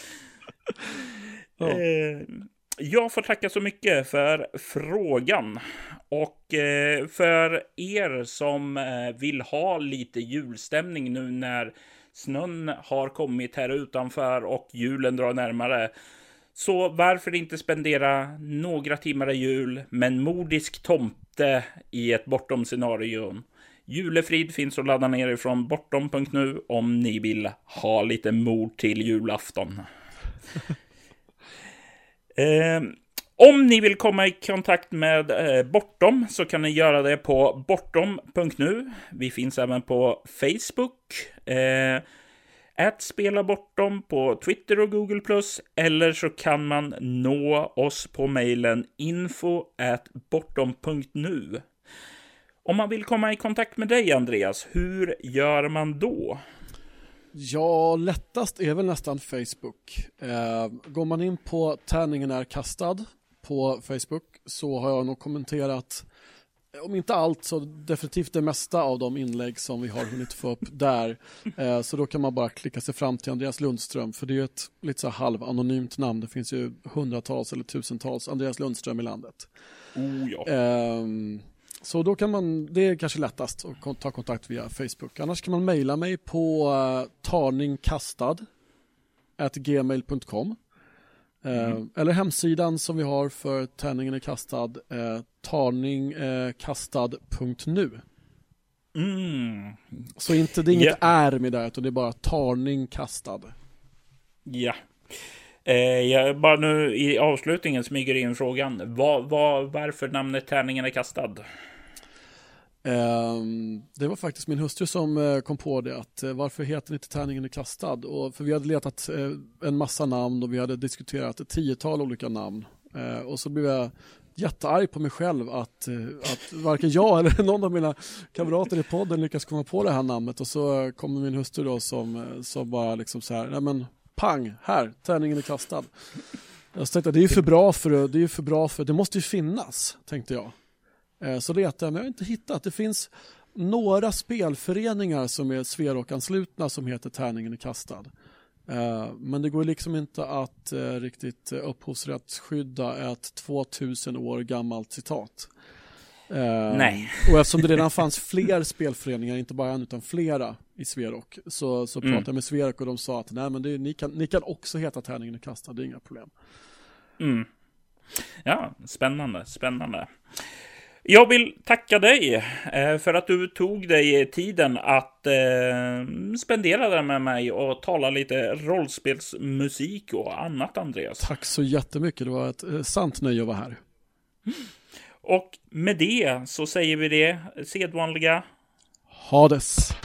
Ja. eh, jag får tacka så mycket för frågan. Och eh, för er som eh, vill ha lite julstämning nu när snön har kommit här utanför och julen drar närmare. Så varför inte spendera några timmar i jul med en mordisk tomte i ett bortom scenario. Julefrid finns att ladda ner ifrån bortom punkt nu om ni vill ha lite mord till julafton. eh, om ni vill komma i kontakt med eh, Bortom så kan ni göra det på bortom punkt nu. Vi finns även på Facebook. Eh, Att spela bortom på Twitter och Google plus, eller så kan man nå oss på mejlen info at bortom punkt nu. Om man vill komma i kontakt med dig, Andreas, hur gör man då? Ja, lättast är väl nästan Facebook. Eh, går man in på Tärningen är kastad på Facebook så har jag nog kommenterat, om inte allt så definitivt det mesta av de inlägg som vi har hunnit få upp där. Eh, så då kan man bara klicka sig fram till Andreas Lundström, för det är ju ett lite så halvanonymt namn. Det finns ju hundratals eller tusentals Andreas Lundström i landet. Oh, ja. eh, så då kan man, det är kanske lättast att ta kontakt via Facebook. Annars kan man mejla mig på uh, tarningkastad at gmail punkt com. Mm. Eh, eller hemsidan som vi har för Tärningen är kastad, eh, tarningkastad punkt nu. Mm. Så inte, det är inget yeah. är med det, utan det är bara tarningkastad. Ja. Eh, jag bara nu i avslutningen smyger in frågan. Vad, vad, varför namnet Tärningen är kastad? Um, det var faktiskt min hustru som uh, kom på det, att uh, varför heter det inte Tärningen är kastad? Och, för vi hade letat uh, en massa namn och vi hade diskuterat ett tiotal olika namn. Uh, och så blev jag jättearg på mig själv att, uh, att varken jag eller någon av mina kamrater i podden lyckas komma på det här namnet. Och så uh, kommer min hustru då som, uh, som bara liksom så här, nej men pang, här, Tärningen är kastad. Jag tänkte att det är ju för bra för det är ju för bra för det måste ju finnas, tänkte jag. Så letade jag, men jag har inte hittat. Det finns några spelföreningar som är Sverok-anslutna som heter Tärningen är kastad. Men det går liksom inte att riktigt upphovsrättsskydda ett tvåtusen år gammalt citat. Nej. Och eftersom det redan fanns fler spelföreningar, inte bara en utan flera i Sverok, så, så pratade jag mm. med Sverok och de sa att nej, men det, ni, kan, ni kan också heta Tärningen är kastad, det är inga problem. Mm. Ja, spännande, spännande. Jag vill tacka dig eh, för att du tog dig tiden att eh, spendera där med mig och tala lite rollspelsmusik och annat, Andreas. Tack så jättemycket, det var ett eh, sant nöje att vara här. Och med det så säger vi det sedvanliga. Hades.